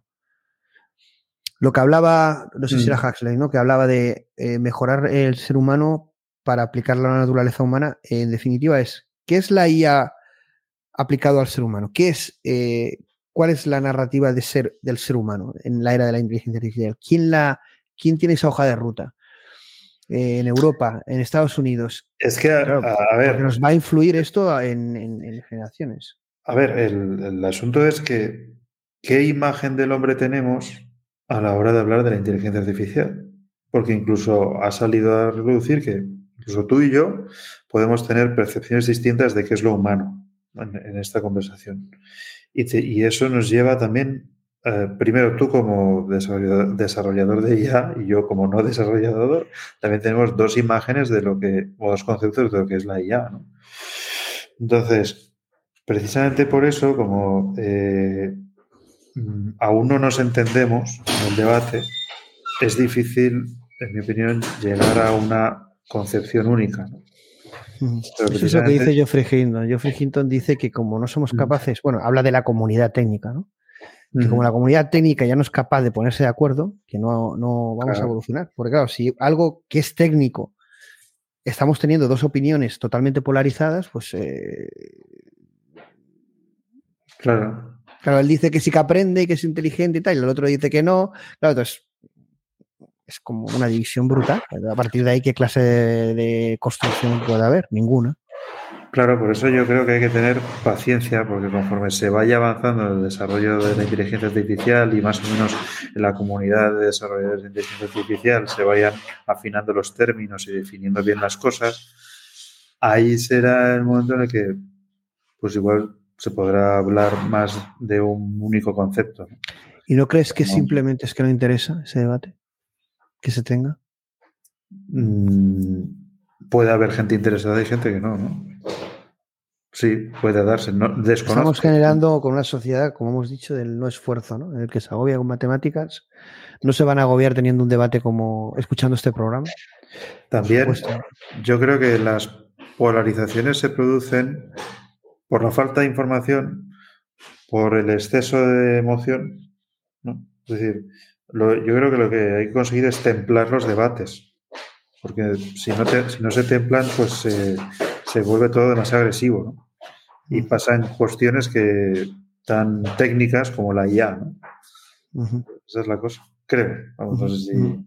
Lo que hablaba, no sé si era Mm. Huxley, ¿no? Que hablaba de eh, mejorar el ser humano para aplicarlo a la naturaleza humana. En definitiva, es ¿qué es la I A aplicado al ser humano? ¿Qué es, eh, ¿Cuál es la narrativa de ser, del ser humano en la era de la inteligencia artificial? ¿Quién, la, quién tiene esa hoja de ruta? Eh, en Europa, en Estados Unidos. Es que, a, Claro, a- a ver, porque nos va a influir esto en, en- en generaciones. a ver, el, el asunto es que ¿qué imagen del hombre tenemos a la hora de hablar de la inteligencia artificial? Porque incluso ha salido a relucir que incluso tú y yo podemos tener percepciones distintas de qué es lo humano en, en esta conversación. Y, te- y eso nos lleva también, eh, primero tú como desarrollador, desarrollador de I A y yo como no desarrollador, también tenemos dos imágenes de lo que, o dos conceptos de lo que es la I A, ¿no? Entonces, precisamente por eso, como eh, mm, aún no nos entendemos en el debate, es difícil, en mi opinión, llegar a una concepción única, ¿no? Ujú. Pero Eso es lo que dice precisamente- Geoffrey Hinton. Geoffrey Hinton dice que como no somos capaces, bueno, habla de la comunidad técnica, ¿no? Que como Ujú. la comunidad técnica ya no es capaz de ponerse de acuerdo, que no, no vamos a Claro. evolucionar. Porque claro, si algo que es técnico, estamos teniendo dos opiniones totalmente polarizadas, pues eh, Claro. claro, él dice que sí que aprende y que es inteligente y tal, y el otro dice que no. Claro, entonces es como una división brutal. A partir de ahí, ¿qué clase de, de construcción puede haber? Ninguna. Claro, por eso yo creo que hay que tener paciencia, porque conforme se vaya avanzando en el desarrollo de la inteligencia artificial y más o menos en la comunidad de desarrolladores de inteligencia artificial se vayan afinando los términos y definiendo bien las cosas, ahí será el momento en el que, pues igual se podrá hablar más de un único concepto, ¿no? ¿Y no crees que No. simplemente es que no interesa ese debate? Que se tenga. Mm, puede haber gente interesada y gente que no, ¿no? Sí, puede darse. No, desconozco. Estamos generando con una sociedad, como hemos dicho, del no esfuerzo, ¿no? En el que se agobia con matemáticas. No se van a agobiar teniendo un debate como escuchando este programa. También Por supuesto. yo creo que las polarizaciones se producen por la falta de información, por el exceso de emoción, ¿no? Es decir, lo- yo creo que lo que hay que conseguir es templar los debates, porque si no, te- si no se templan, pues se- se vuelve todo demasiado agresivo, ¿no? Y pasa en cuestiones que tan técnicas como la I A, ¿no? Ujú. Esa es la cosa, creo. Vamos, no sé si... Ujú.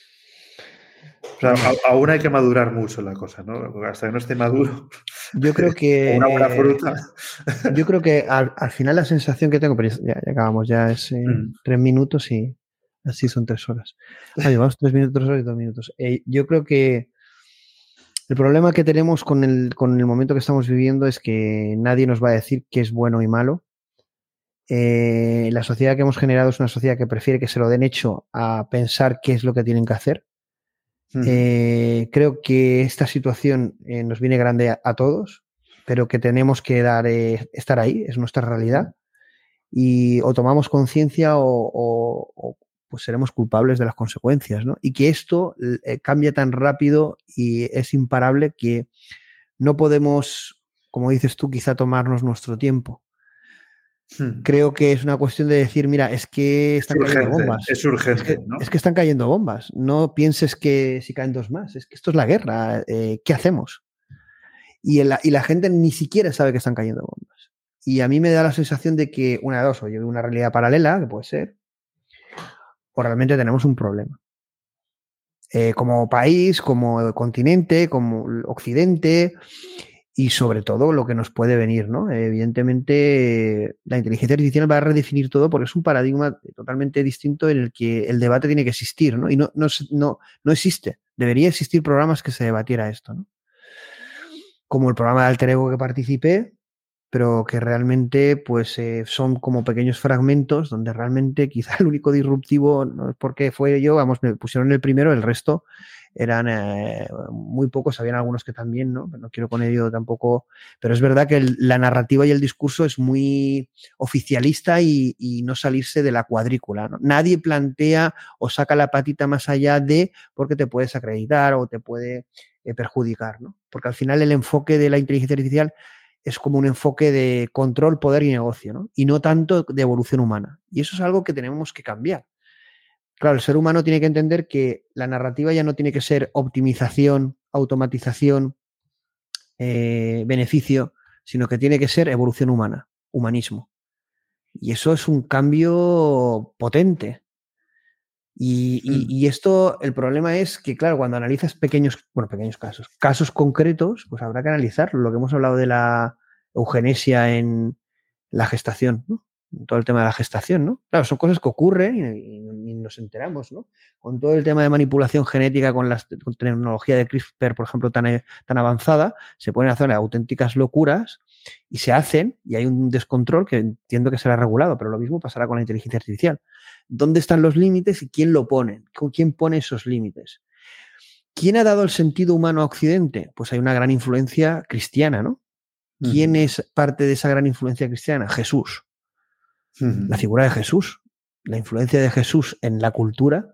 O sea, a- aún hay que madurar mucho la cosa, ¿no? Hasta que no esté maduro. Yo creo que. Una buena eh, fruta. Yo creo que al, al final la sensación que tengo, pero ya, ya acabamos, ya es eh, Mm. tres minutos y así son tres horas. Ah, llevamos tres minutos, tres horas y dos minutos. Eh, yo creo que el problema que tenemos con el, con el momento que estamos viviendo es que nadie nos va a decir qué es bueno y malo. Eh, la sociedad que hemos generado es una sociedad que prefiere que se lo den hecho a pensar qué es lo que tienen que hacer. Mm. Eh, creo que esta situación eh, nos viene grande a, a todos, pero que tenemos que dar, eh, estar ahí, es nuestra realidad. Y o tomamos conciencia o, o- o, pues seremos culpables de las consecuencias, ¿no? Y que esto eh, cambia tan rápido y es imparable que no podemos, como dices tú, quizá tomarnos nuestro tiempo. Hmm. Creo que es una cuestión de decir, mira, es que están Es cayendo urgente, bombas. es urgente, Es que, ¿no? es que están cayendo bombas. No pienses que si caen dos más. Es que esto es la guerra. Eh, ¿Qué hacemos? Y la, y la gente ni siquiera sabe que están cayendo bombas. Y a mí me da la sensación de que una de dos, o yo veo una realidad paralela, que puede ser, o realmente tenemos un problema. Eh, como país, como continente, como Occidente. y sobre todo lo que nos puede venir, ¿no? Evidentemente, la inteligencia artificial va a redefinir todo porque es un paradigma totalmente distinto en el que el debate tiene que existir, ¿no? Y no, no, no, no existe. Debería existir programas que se debatiera esto, ¿no? Como el programa de Alter Ego que participé, pero que realmente pues eh, son como pequeños fragmentos donde realmente quizá el único disruptivo, no es porque fue yo, vamos, me pusieron el primero, el resto eran eh, muy pocos, habían algunos que también, ¿no? No quiero con ello tampoco, pero es verdad que el, la narrativa y el discurso es muy oficialista y, y no salirse de la cuadrícula, ¿no? Nadie plantea o saca la patita más allá de porque te puedes acreditar o te puede eh, perjudicar, ¿no? Porque al final el enfoque de la inteligencia artificial es como un enfoque de control, poder y negocio, ¿no? Y no tanto de evolución humana. Y eso es algo que tenemos que cambiar. Claro, el ser humano tiene que entender que la narrativa ya no tiene que ser optimización, automatización, eh, beneficio, sino que tiene que ser evolución humana, humanismo. Y eso es un cambio potente. Y, y, y esto, el problema es que, claro, cuando analizas pequeños, bueno, pequeños casos, casos concretos, pues habrá que analizarlo. Lo que hemos hablado de la eugenesia en la gestación, ¿no? Todo el tema de la gestación, ¿no? Claro, son cosas que ocurren y, y, y nos enteramos, ¿no? Con todo el tema de manipulación genética, con la con tecnología de CRISPR, por ejemplo, tan, tan avanzada, se pueden hacer auténticas locuras y se hacen, y hay un descontrol que entiendo que será regulado, pero lo mismo pasará con la inteligencia artificial. ¿Dónde están los límites y quién lo pone? ¿Quién pone esos límites? ¿Quién ha dado el sentido humano a Occidente? Pues hay una gran influencia cristiana, ¿no? ¿Quién uh-huh. es parte de esa gran influencia cristiana? Jesús. Uh-huh. La figura de Jesús. La influencia de Jesús en la cultura.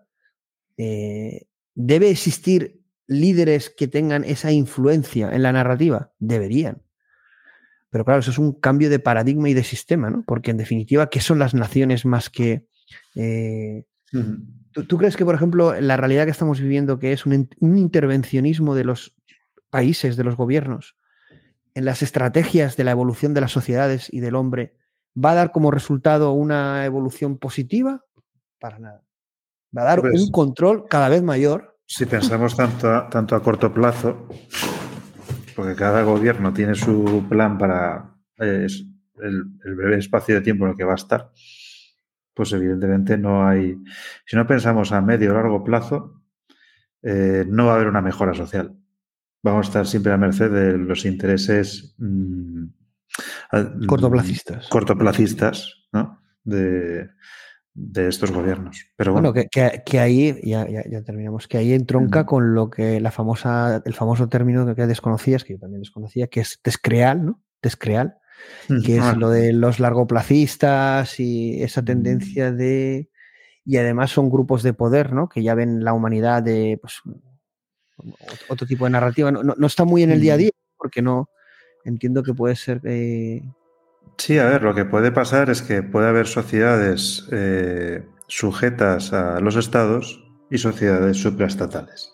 Eh, ¿Debe existir líderes que tengan esa influencia en la narrativa? Deberían. Pero claro, eso es un cambio de paradigma y de sistema, ¿no? Porque en definitiva, ¿qué son las naciones más que... Eh, uh-huh. ¿tú, ¿Tú crees que, por ejemplo, la realidad que estamos viviendo, que es un, un intervencionismo de los países, de los gobiernos, en las estrategias de la evolución de las sociedades y del hombre, va a dar como resultado una evolución positiva? Para nada. Va a dar pues, un control cada vez mayor. Si pensamos tanto a, tanto a corto plazo, porque cada gobierno tiene su plan para eh, el, el breve espacio de tiempo en el que va a estar, pues evidentemente no hay... Si no pensamos a medio o largo plazo, eh, no va a haber una mejora social. Vamos a estar siempre a merced de los intereses mmm, cortoplacistas, cortoplacistas, ¿no? de, de estos gobiernos. Pero bueno, bueno que, que, que ahí, ya, ya, ya terminamos, que ahí entronca uh-huh. con lo que la famosa, el famoso término que desconocías, que yo también desconocía, que es descreal, ¿no? Descreal. Que es lo de los largoplacistas y esa tendencia de... Y además son grupos de poder, ¿no? Que ya ven la humanidad de pues, otro tipo de narrativa. No, no, no está muy en el día a día porque no... Entiendo que puede ser... Eh... Sí, a ver, lo que puede pasar es que puede haber sociedades eh, sujetas a los estados y sociedades supraestatales.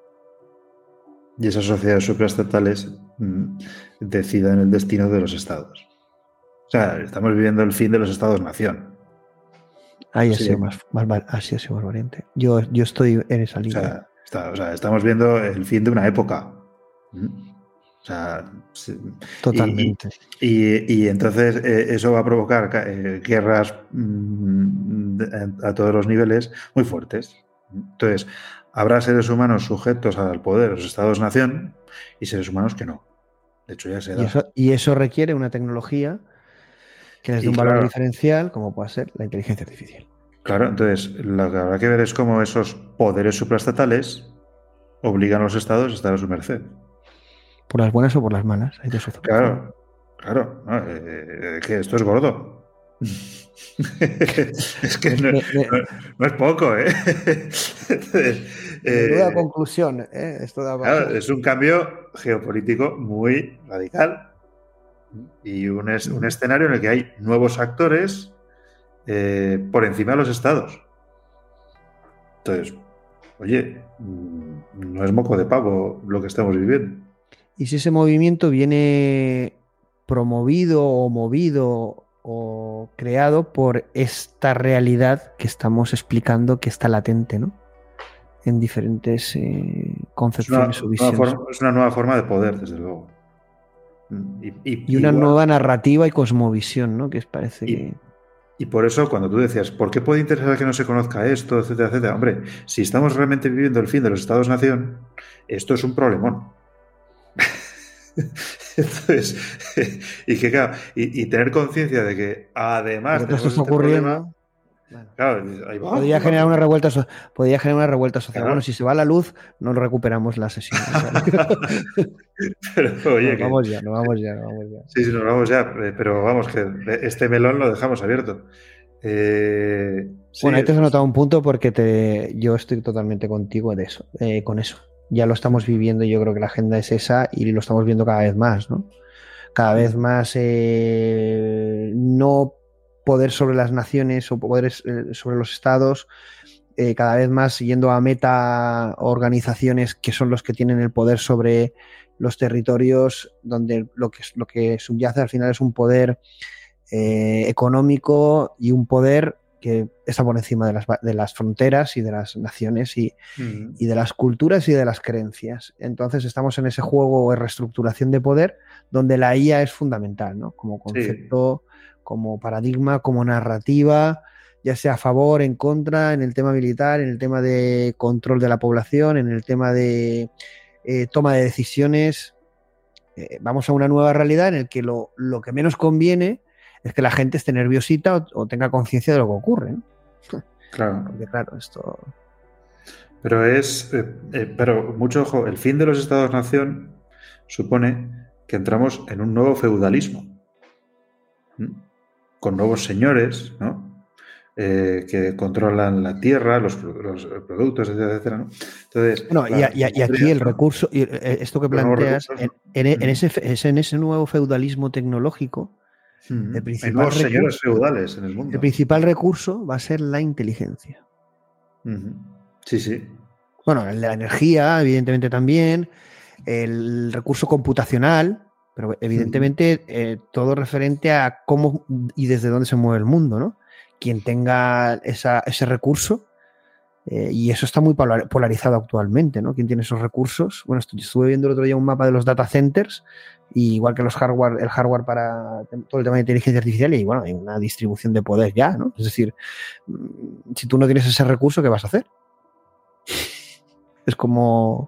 Y esas sociedades supraestatales mmm, decidan el destino de los estados. O sea, estamos viviendo el fin de los estados-nación. Ahí ha sido más, más, así ha sido más valiente. Yo, yo estoy en esa línea. O sea, está, o sea, estamos viendo el fin de una época. O sea, totalmente. Y, y, y entonces eh, eso va a provocar eh, guerras mmm, a todos los niveles muy fuertes. Entonces, habrá seres humanos sujetos al poder de los estados-nación y seres humanos que no. De hecho, ya se da. Y eso, y eso requiere una tecnología que les dé un valor claro, diferencial, como puede ser la inteligencia artificial. Claro, entonces lo que habrá que ver es cómo esos poderes supraestatales obligan a los estados a estar a su merced. Por las buenas o por las malas. Hay dos claro, claro. No, eh, que esto es gordo. Es que no, no, no es poco, ¿eh? Entonces, eh conclusión, ¿eh? Esto da claro, es un cambio geopolítico muy radical y un, es, un escenario en el que hay nuevos actores eh, por encima de los estados. Entonces, oye, no es moco de pavo lo que estamos viviendo. ¿Y si ese movimiento viene promovido o movido o creado por esta realidad que estamos explicando que está latente, ¿no? En diferentes eh, concepciones es una, o visiones? Forma, es una nueva forma de poder, desde luego. Y, y, y una igual, nueva narrativa y cosmovisión, ¿no? Que parece y, que... Y por eso, cuando tú decías, ¿por qué puede interesar que no se conozca esto, etcétera, etcétera? Hombre, si estamos realmente viviendo el fin de los Estados-nación, esto es un problemón. Entonces, y que claro, y, y tener conciencia de que además esto está ocurriendo. Problema, bueno, claro, ahí va, podría, va, generar va. Una revuelta so podría generar una revuelta social. Claro. Bueno, si se va la luz, no recuperamos la sesión. Pero, oye, nos que... vamos ya, nos vamos ya, nos vamos ya. Sí, sí, nos vamos ya, pero vamos, que este melón lo dejamos abierto. Eh, sí, bueno, ahí te has anotado un punto porque te, yo estoy totalmente contigo de eso, eh, con eso. Ya lo estamos viviendo y yo creo que la agenda es esa y lo estamos viendo cada vez más, ¿no? Cada vez más eh, no poder sobre las naciones o poderes eh, sobre los estados, eh, cada vez más yendo a meta organizaciones que son los que tienen el poder sobre los territorios, donde lo que, lo que subyace al final es un poder eh, económico y un poder que está por encima de las, de las fronteras y de las naciones y, uh-huh. y de las culturas y de las creencias. Entonces estamos en ese juego de reestructuración de poder donde la I A es fundamental, ¿no? Como concepto, sí. como paradigma, como narrativa, ya sea a favor, en contra, en el tema militar, en el tema de control de la población, en el tema de eh, toma de decisiones. Eh, vamos a una nueva realidad en la que lo, lo que menos conviene es que la gente esté nerviosita o, o tenga conciencia de lo que ocurre, ¿no? Claro. Porque claro, esto... Pero es... Eh, eh, pero mucho ojo, el fin de los Estados-nación supone que entramos en un nuevo feudalismo, ¿Mm? con nuevos señores, ¿no? Eh, que controlan la tierra, los, los productos, etcétera, etcétera, ¿no? Entonces, bueno, y, y, y aquí el recurso, y esto que planteas, en, en, en, ese, en ese nuevo feudalismo tecnológico, Mm. El principal Hay nuevos recurso, señores feudales en el mundo. El principal recurso va a ser la inteligencia. Uh-huh. Sí, sí. Bueno, la energía, evidentemente también, el recurso computacional, pero evidentemente uh-huh. eh, todo referente a cómo y desde dónde se mueve el mundo, ¿no? Quien tenga esa, ese recurso, eh, y eso está muy polarizado actualmente, ¿no? Quien tiene esos recursos. Bueno, estuve viendo el otro día un mapa de los data centers, y igual que los hardware, el hardware para todo el tema de inteligencia artificial, y bueno, hay una distribución de poder ya, ¿no? Es decir, si tú no tienes ese recurso, ¿qué vas a hacer? Es como...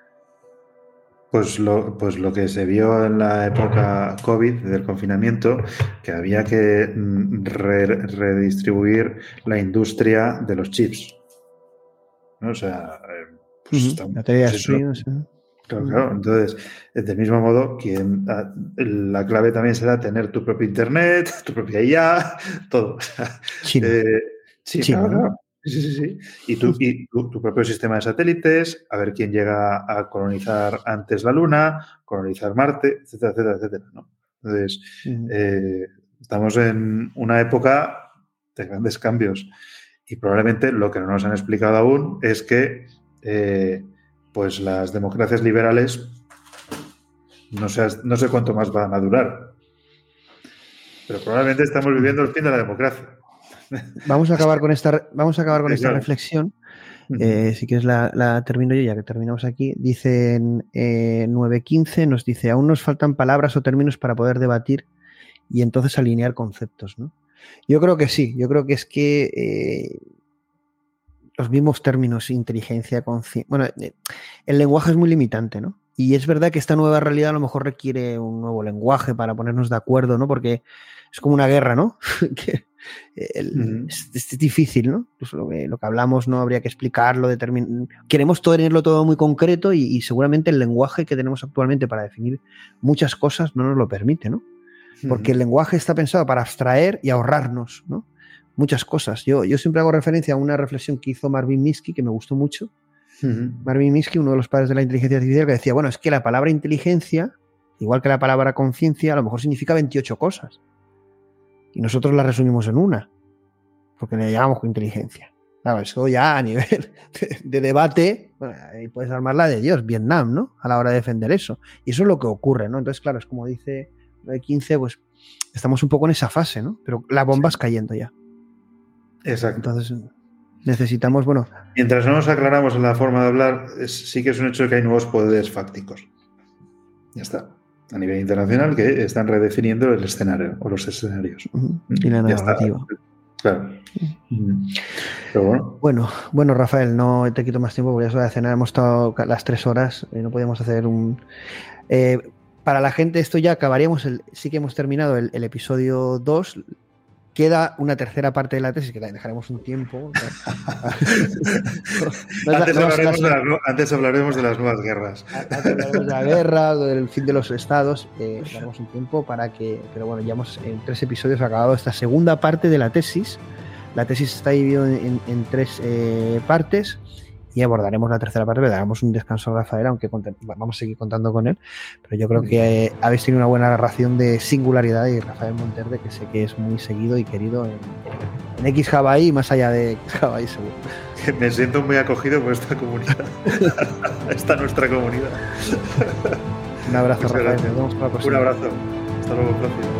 Pues lo, pues lo que se vio en la época COVID del confinamiento, que había que re, redistribuir la industria de los chips, ¿no? O sea, pues uh-huh. está, la teoría pues de eso, sí, Claro, claro. Entonces, del mismo modo, quien, la clave también será tener tu propio internet, tu propia I A, todo. China. Eh, sí, China, claro, ¿no? claro. Sí, sí, sí. Y, tu, y tu, tu propio sistema de satélites, a ver quién llega a colonizar antes la Luna, colonizar Marte, etcétera, etcétera, etcétera, ¿no? Entonces, uh-huh. eh, estamos en una época de grandes cambios. Y probablemente lo que no nos han explicado aún es que eh, pues las democracias liberales no sé, no sé cuánto más van a durar, pero probablemente estamos viviendo el fin de la democracia. Vamos a acabar con esta, vamos a acabar con esta reflexión. Eh, si quieres la, la termino yo ya que terminamos aquí. Dice en eh, nueve quince, nos dice, aún nos faltan palabras o términos para poder debatir y entonces alinear conceptos, ¿no? Yo creo que sí, yo creo que es que eh, los mismos términos, inteligencia, conciencia... Bueno, el lenguaje es muy limitante, ¿no? Y es verdad que esta nueva realidad a lo mejor requiere un nuevo lenguaje para ponernos de acuerdo, ¿no? Porque es como una guerra, ¿no? que el, mm. es, es difícil, ¿no? Pues lo, que, lo que hablamos no habría que explicarlo, determinar... Queremos tenerlo todo muy concreto y, y seguramente el lenguaje que tenemos actualmente para definir muchas cosas no nos lo permite, ¿no? Porque mm. el lenguaje está pensado para abstraer y ahorrarnos, ¿no? Muchas cosas. Yo, yo siempre hago referencia a una reflexión que hizo Marvin Minsky, que me gustó mucho. Uh-huh. Marvin Minsky, uno de los padres de la inteligencia artificial, que decía, bueno, es que la palabra inteligencia, igual que la palabra conciencia, a lo mejor significa veintiocho cosas. Y nosotros la resumimos en una, porque le llamamos inteligencia. Claro, eso ya a nivel de, de debate, bueno, ahí puedes armarla de Dios, Vietnam, ¿no? A la hora de defender eso. Y eso es lo que ocurre, ¿no? Entonces, claro, es como dice nueve quince, pues estamos un poco en esa fase, ¿no? Pero la bomba es cayendo ya. Exacto. Entonces necesitamos, bueno... Mientras no nos aclaramos en la forma de hablar, es, sí que es un hecho de que hay nuevos poderes fácticos. Ya está. a nivel internacional que están redefiniendo el escenario o los escenarios. Uh-huh. Y la narrativa. Claro. Pero bueno. bueno. Bueno, Rafael, no te quito más tiempo porque ya es hora de cenar. Hemos estado las tres horas y no podíamos hacer un... Eh, para la gente esto ya acabaríamos, el, sí que hemos terminado el, el episodio dos. Queda una tercera parte de la tesis que la dejaremos un tiempo. no, antes, no, hablaremos de las, antes hablaremos de las nuevas guerras. Antes hablaremos de la guerra, del fin de los estados. Eh, daremos un tiempo para que. Pero bueno, ya hemos en tres episodios acabado esta segunda parte de la tesis. La tesis está dividida en, en, en tres eh, partes. Y abordaremos la tercera parte, le daremos un descanso a Rafael, aunque vamos a seguir contando con él, pero yo creo que eh, habéis tenido una buena narración de singularidad y Rafael Monterde, que sé que es muy seguido y querido en, en X Hawaii y más allá de X Hawaii, seguro. Me siento muy acogido por esta comunidad, esta nuestra comunidad. Un abrazo, Muchas Rafael, nos vemos para la próxima. Un abrazo, hasta luego, Plácido.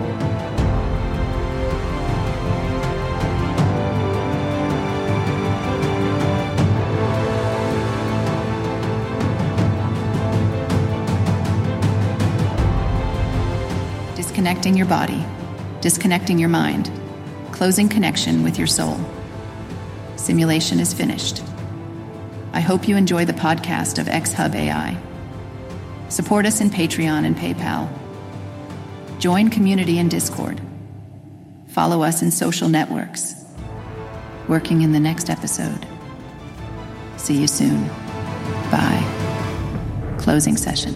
Disconnecting your body, disconnecting your mind, closing connection with your soul. Simulation is finished. I hope you enjoy the podcast of X-Hub A I. Support us in Patreon and PayPal. Join community in Discord. Follow us in social networks. Working in the next episode. See you soon. Bye. Closing session.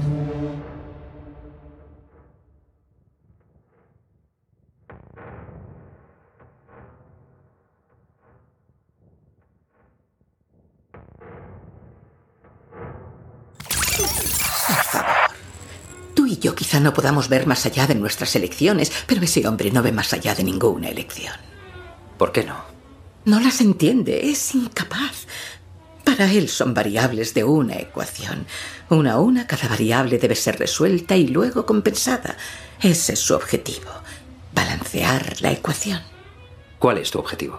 Yo quizá no podamos ver más allá de nuestras elecciones, pero ese hombre no ve más allá de ninguna elección. ¿Por qué no? No las entiende, es incapaz. Para él son variables de una ecuación. Una a una, cada variable debe ser resuelta y luego compensada. Ese es su objetivo, balancear la ecuación. ¿Cuál es tu objetivo?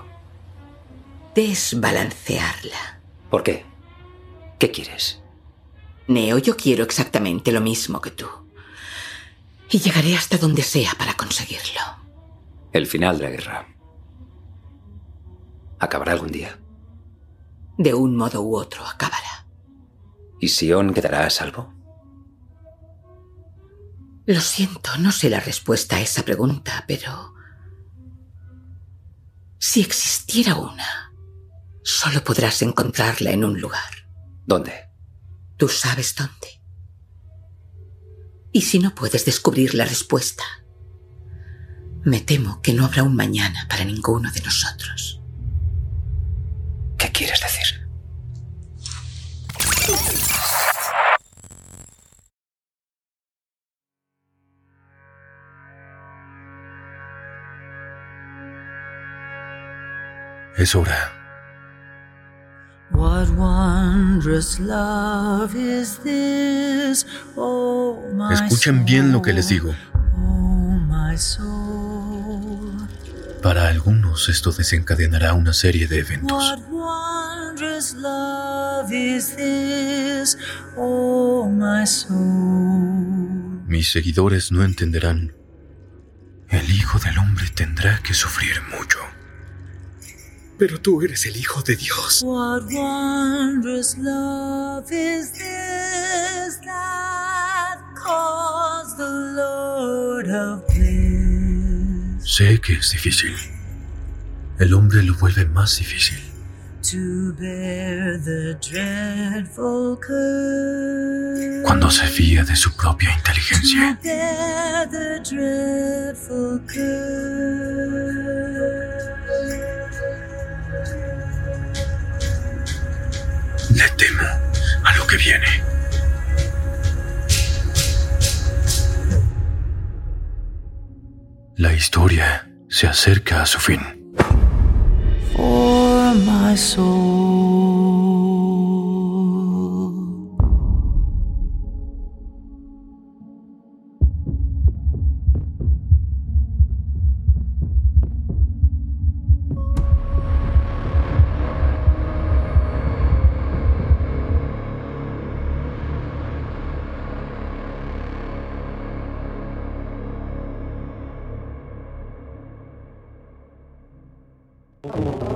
Desbalancearla. ¿Por qué? ¿Qué quieres? Neo, yo quiero exactamente lo mismo que tú. Y llegaré hasta donde sea para conseguirlo. El final de la guerra acabará algún día. De un modo u otro acabará. ¿Y Sion quedará a salvo? Lo siento, no sé la respuesta a esa pregunta, pero... si existiera una, solo podrás encontrarla en un lugar. ¿Dónde? Tú sabes dónde. Y si no puedes descubrir la respuesta, me temo que no habrá un mañana para ninguno de nosotros. ¿Qué quieres decir? Es hora. What wondrous love is this, oh my Escuchen bien lo que les digo. oh my soul. Para algunos esto desencadenará una serie de eventos. What wondrous love is this, oh my soul. Mis seguidores no entenderán. El Hijo del Hombre tendrá que sufrir mucho. Pero tú eres el Hijo de Dios. What wondrous love is this that caused the Lord of bliss Sé que es difícil. El hombre lo vuelve más difícil. to bear the dreadful curse. Cuando se fía de su propia inteligencia. To bear the dreadful curse. Le temo a lo que viene. La historia se acerca a su fin. For my soul. Thank you.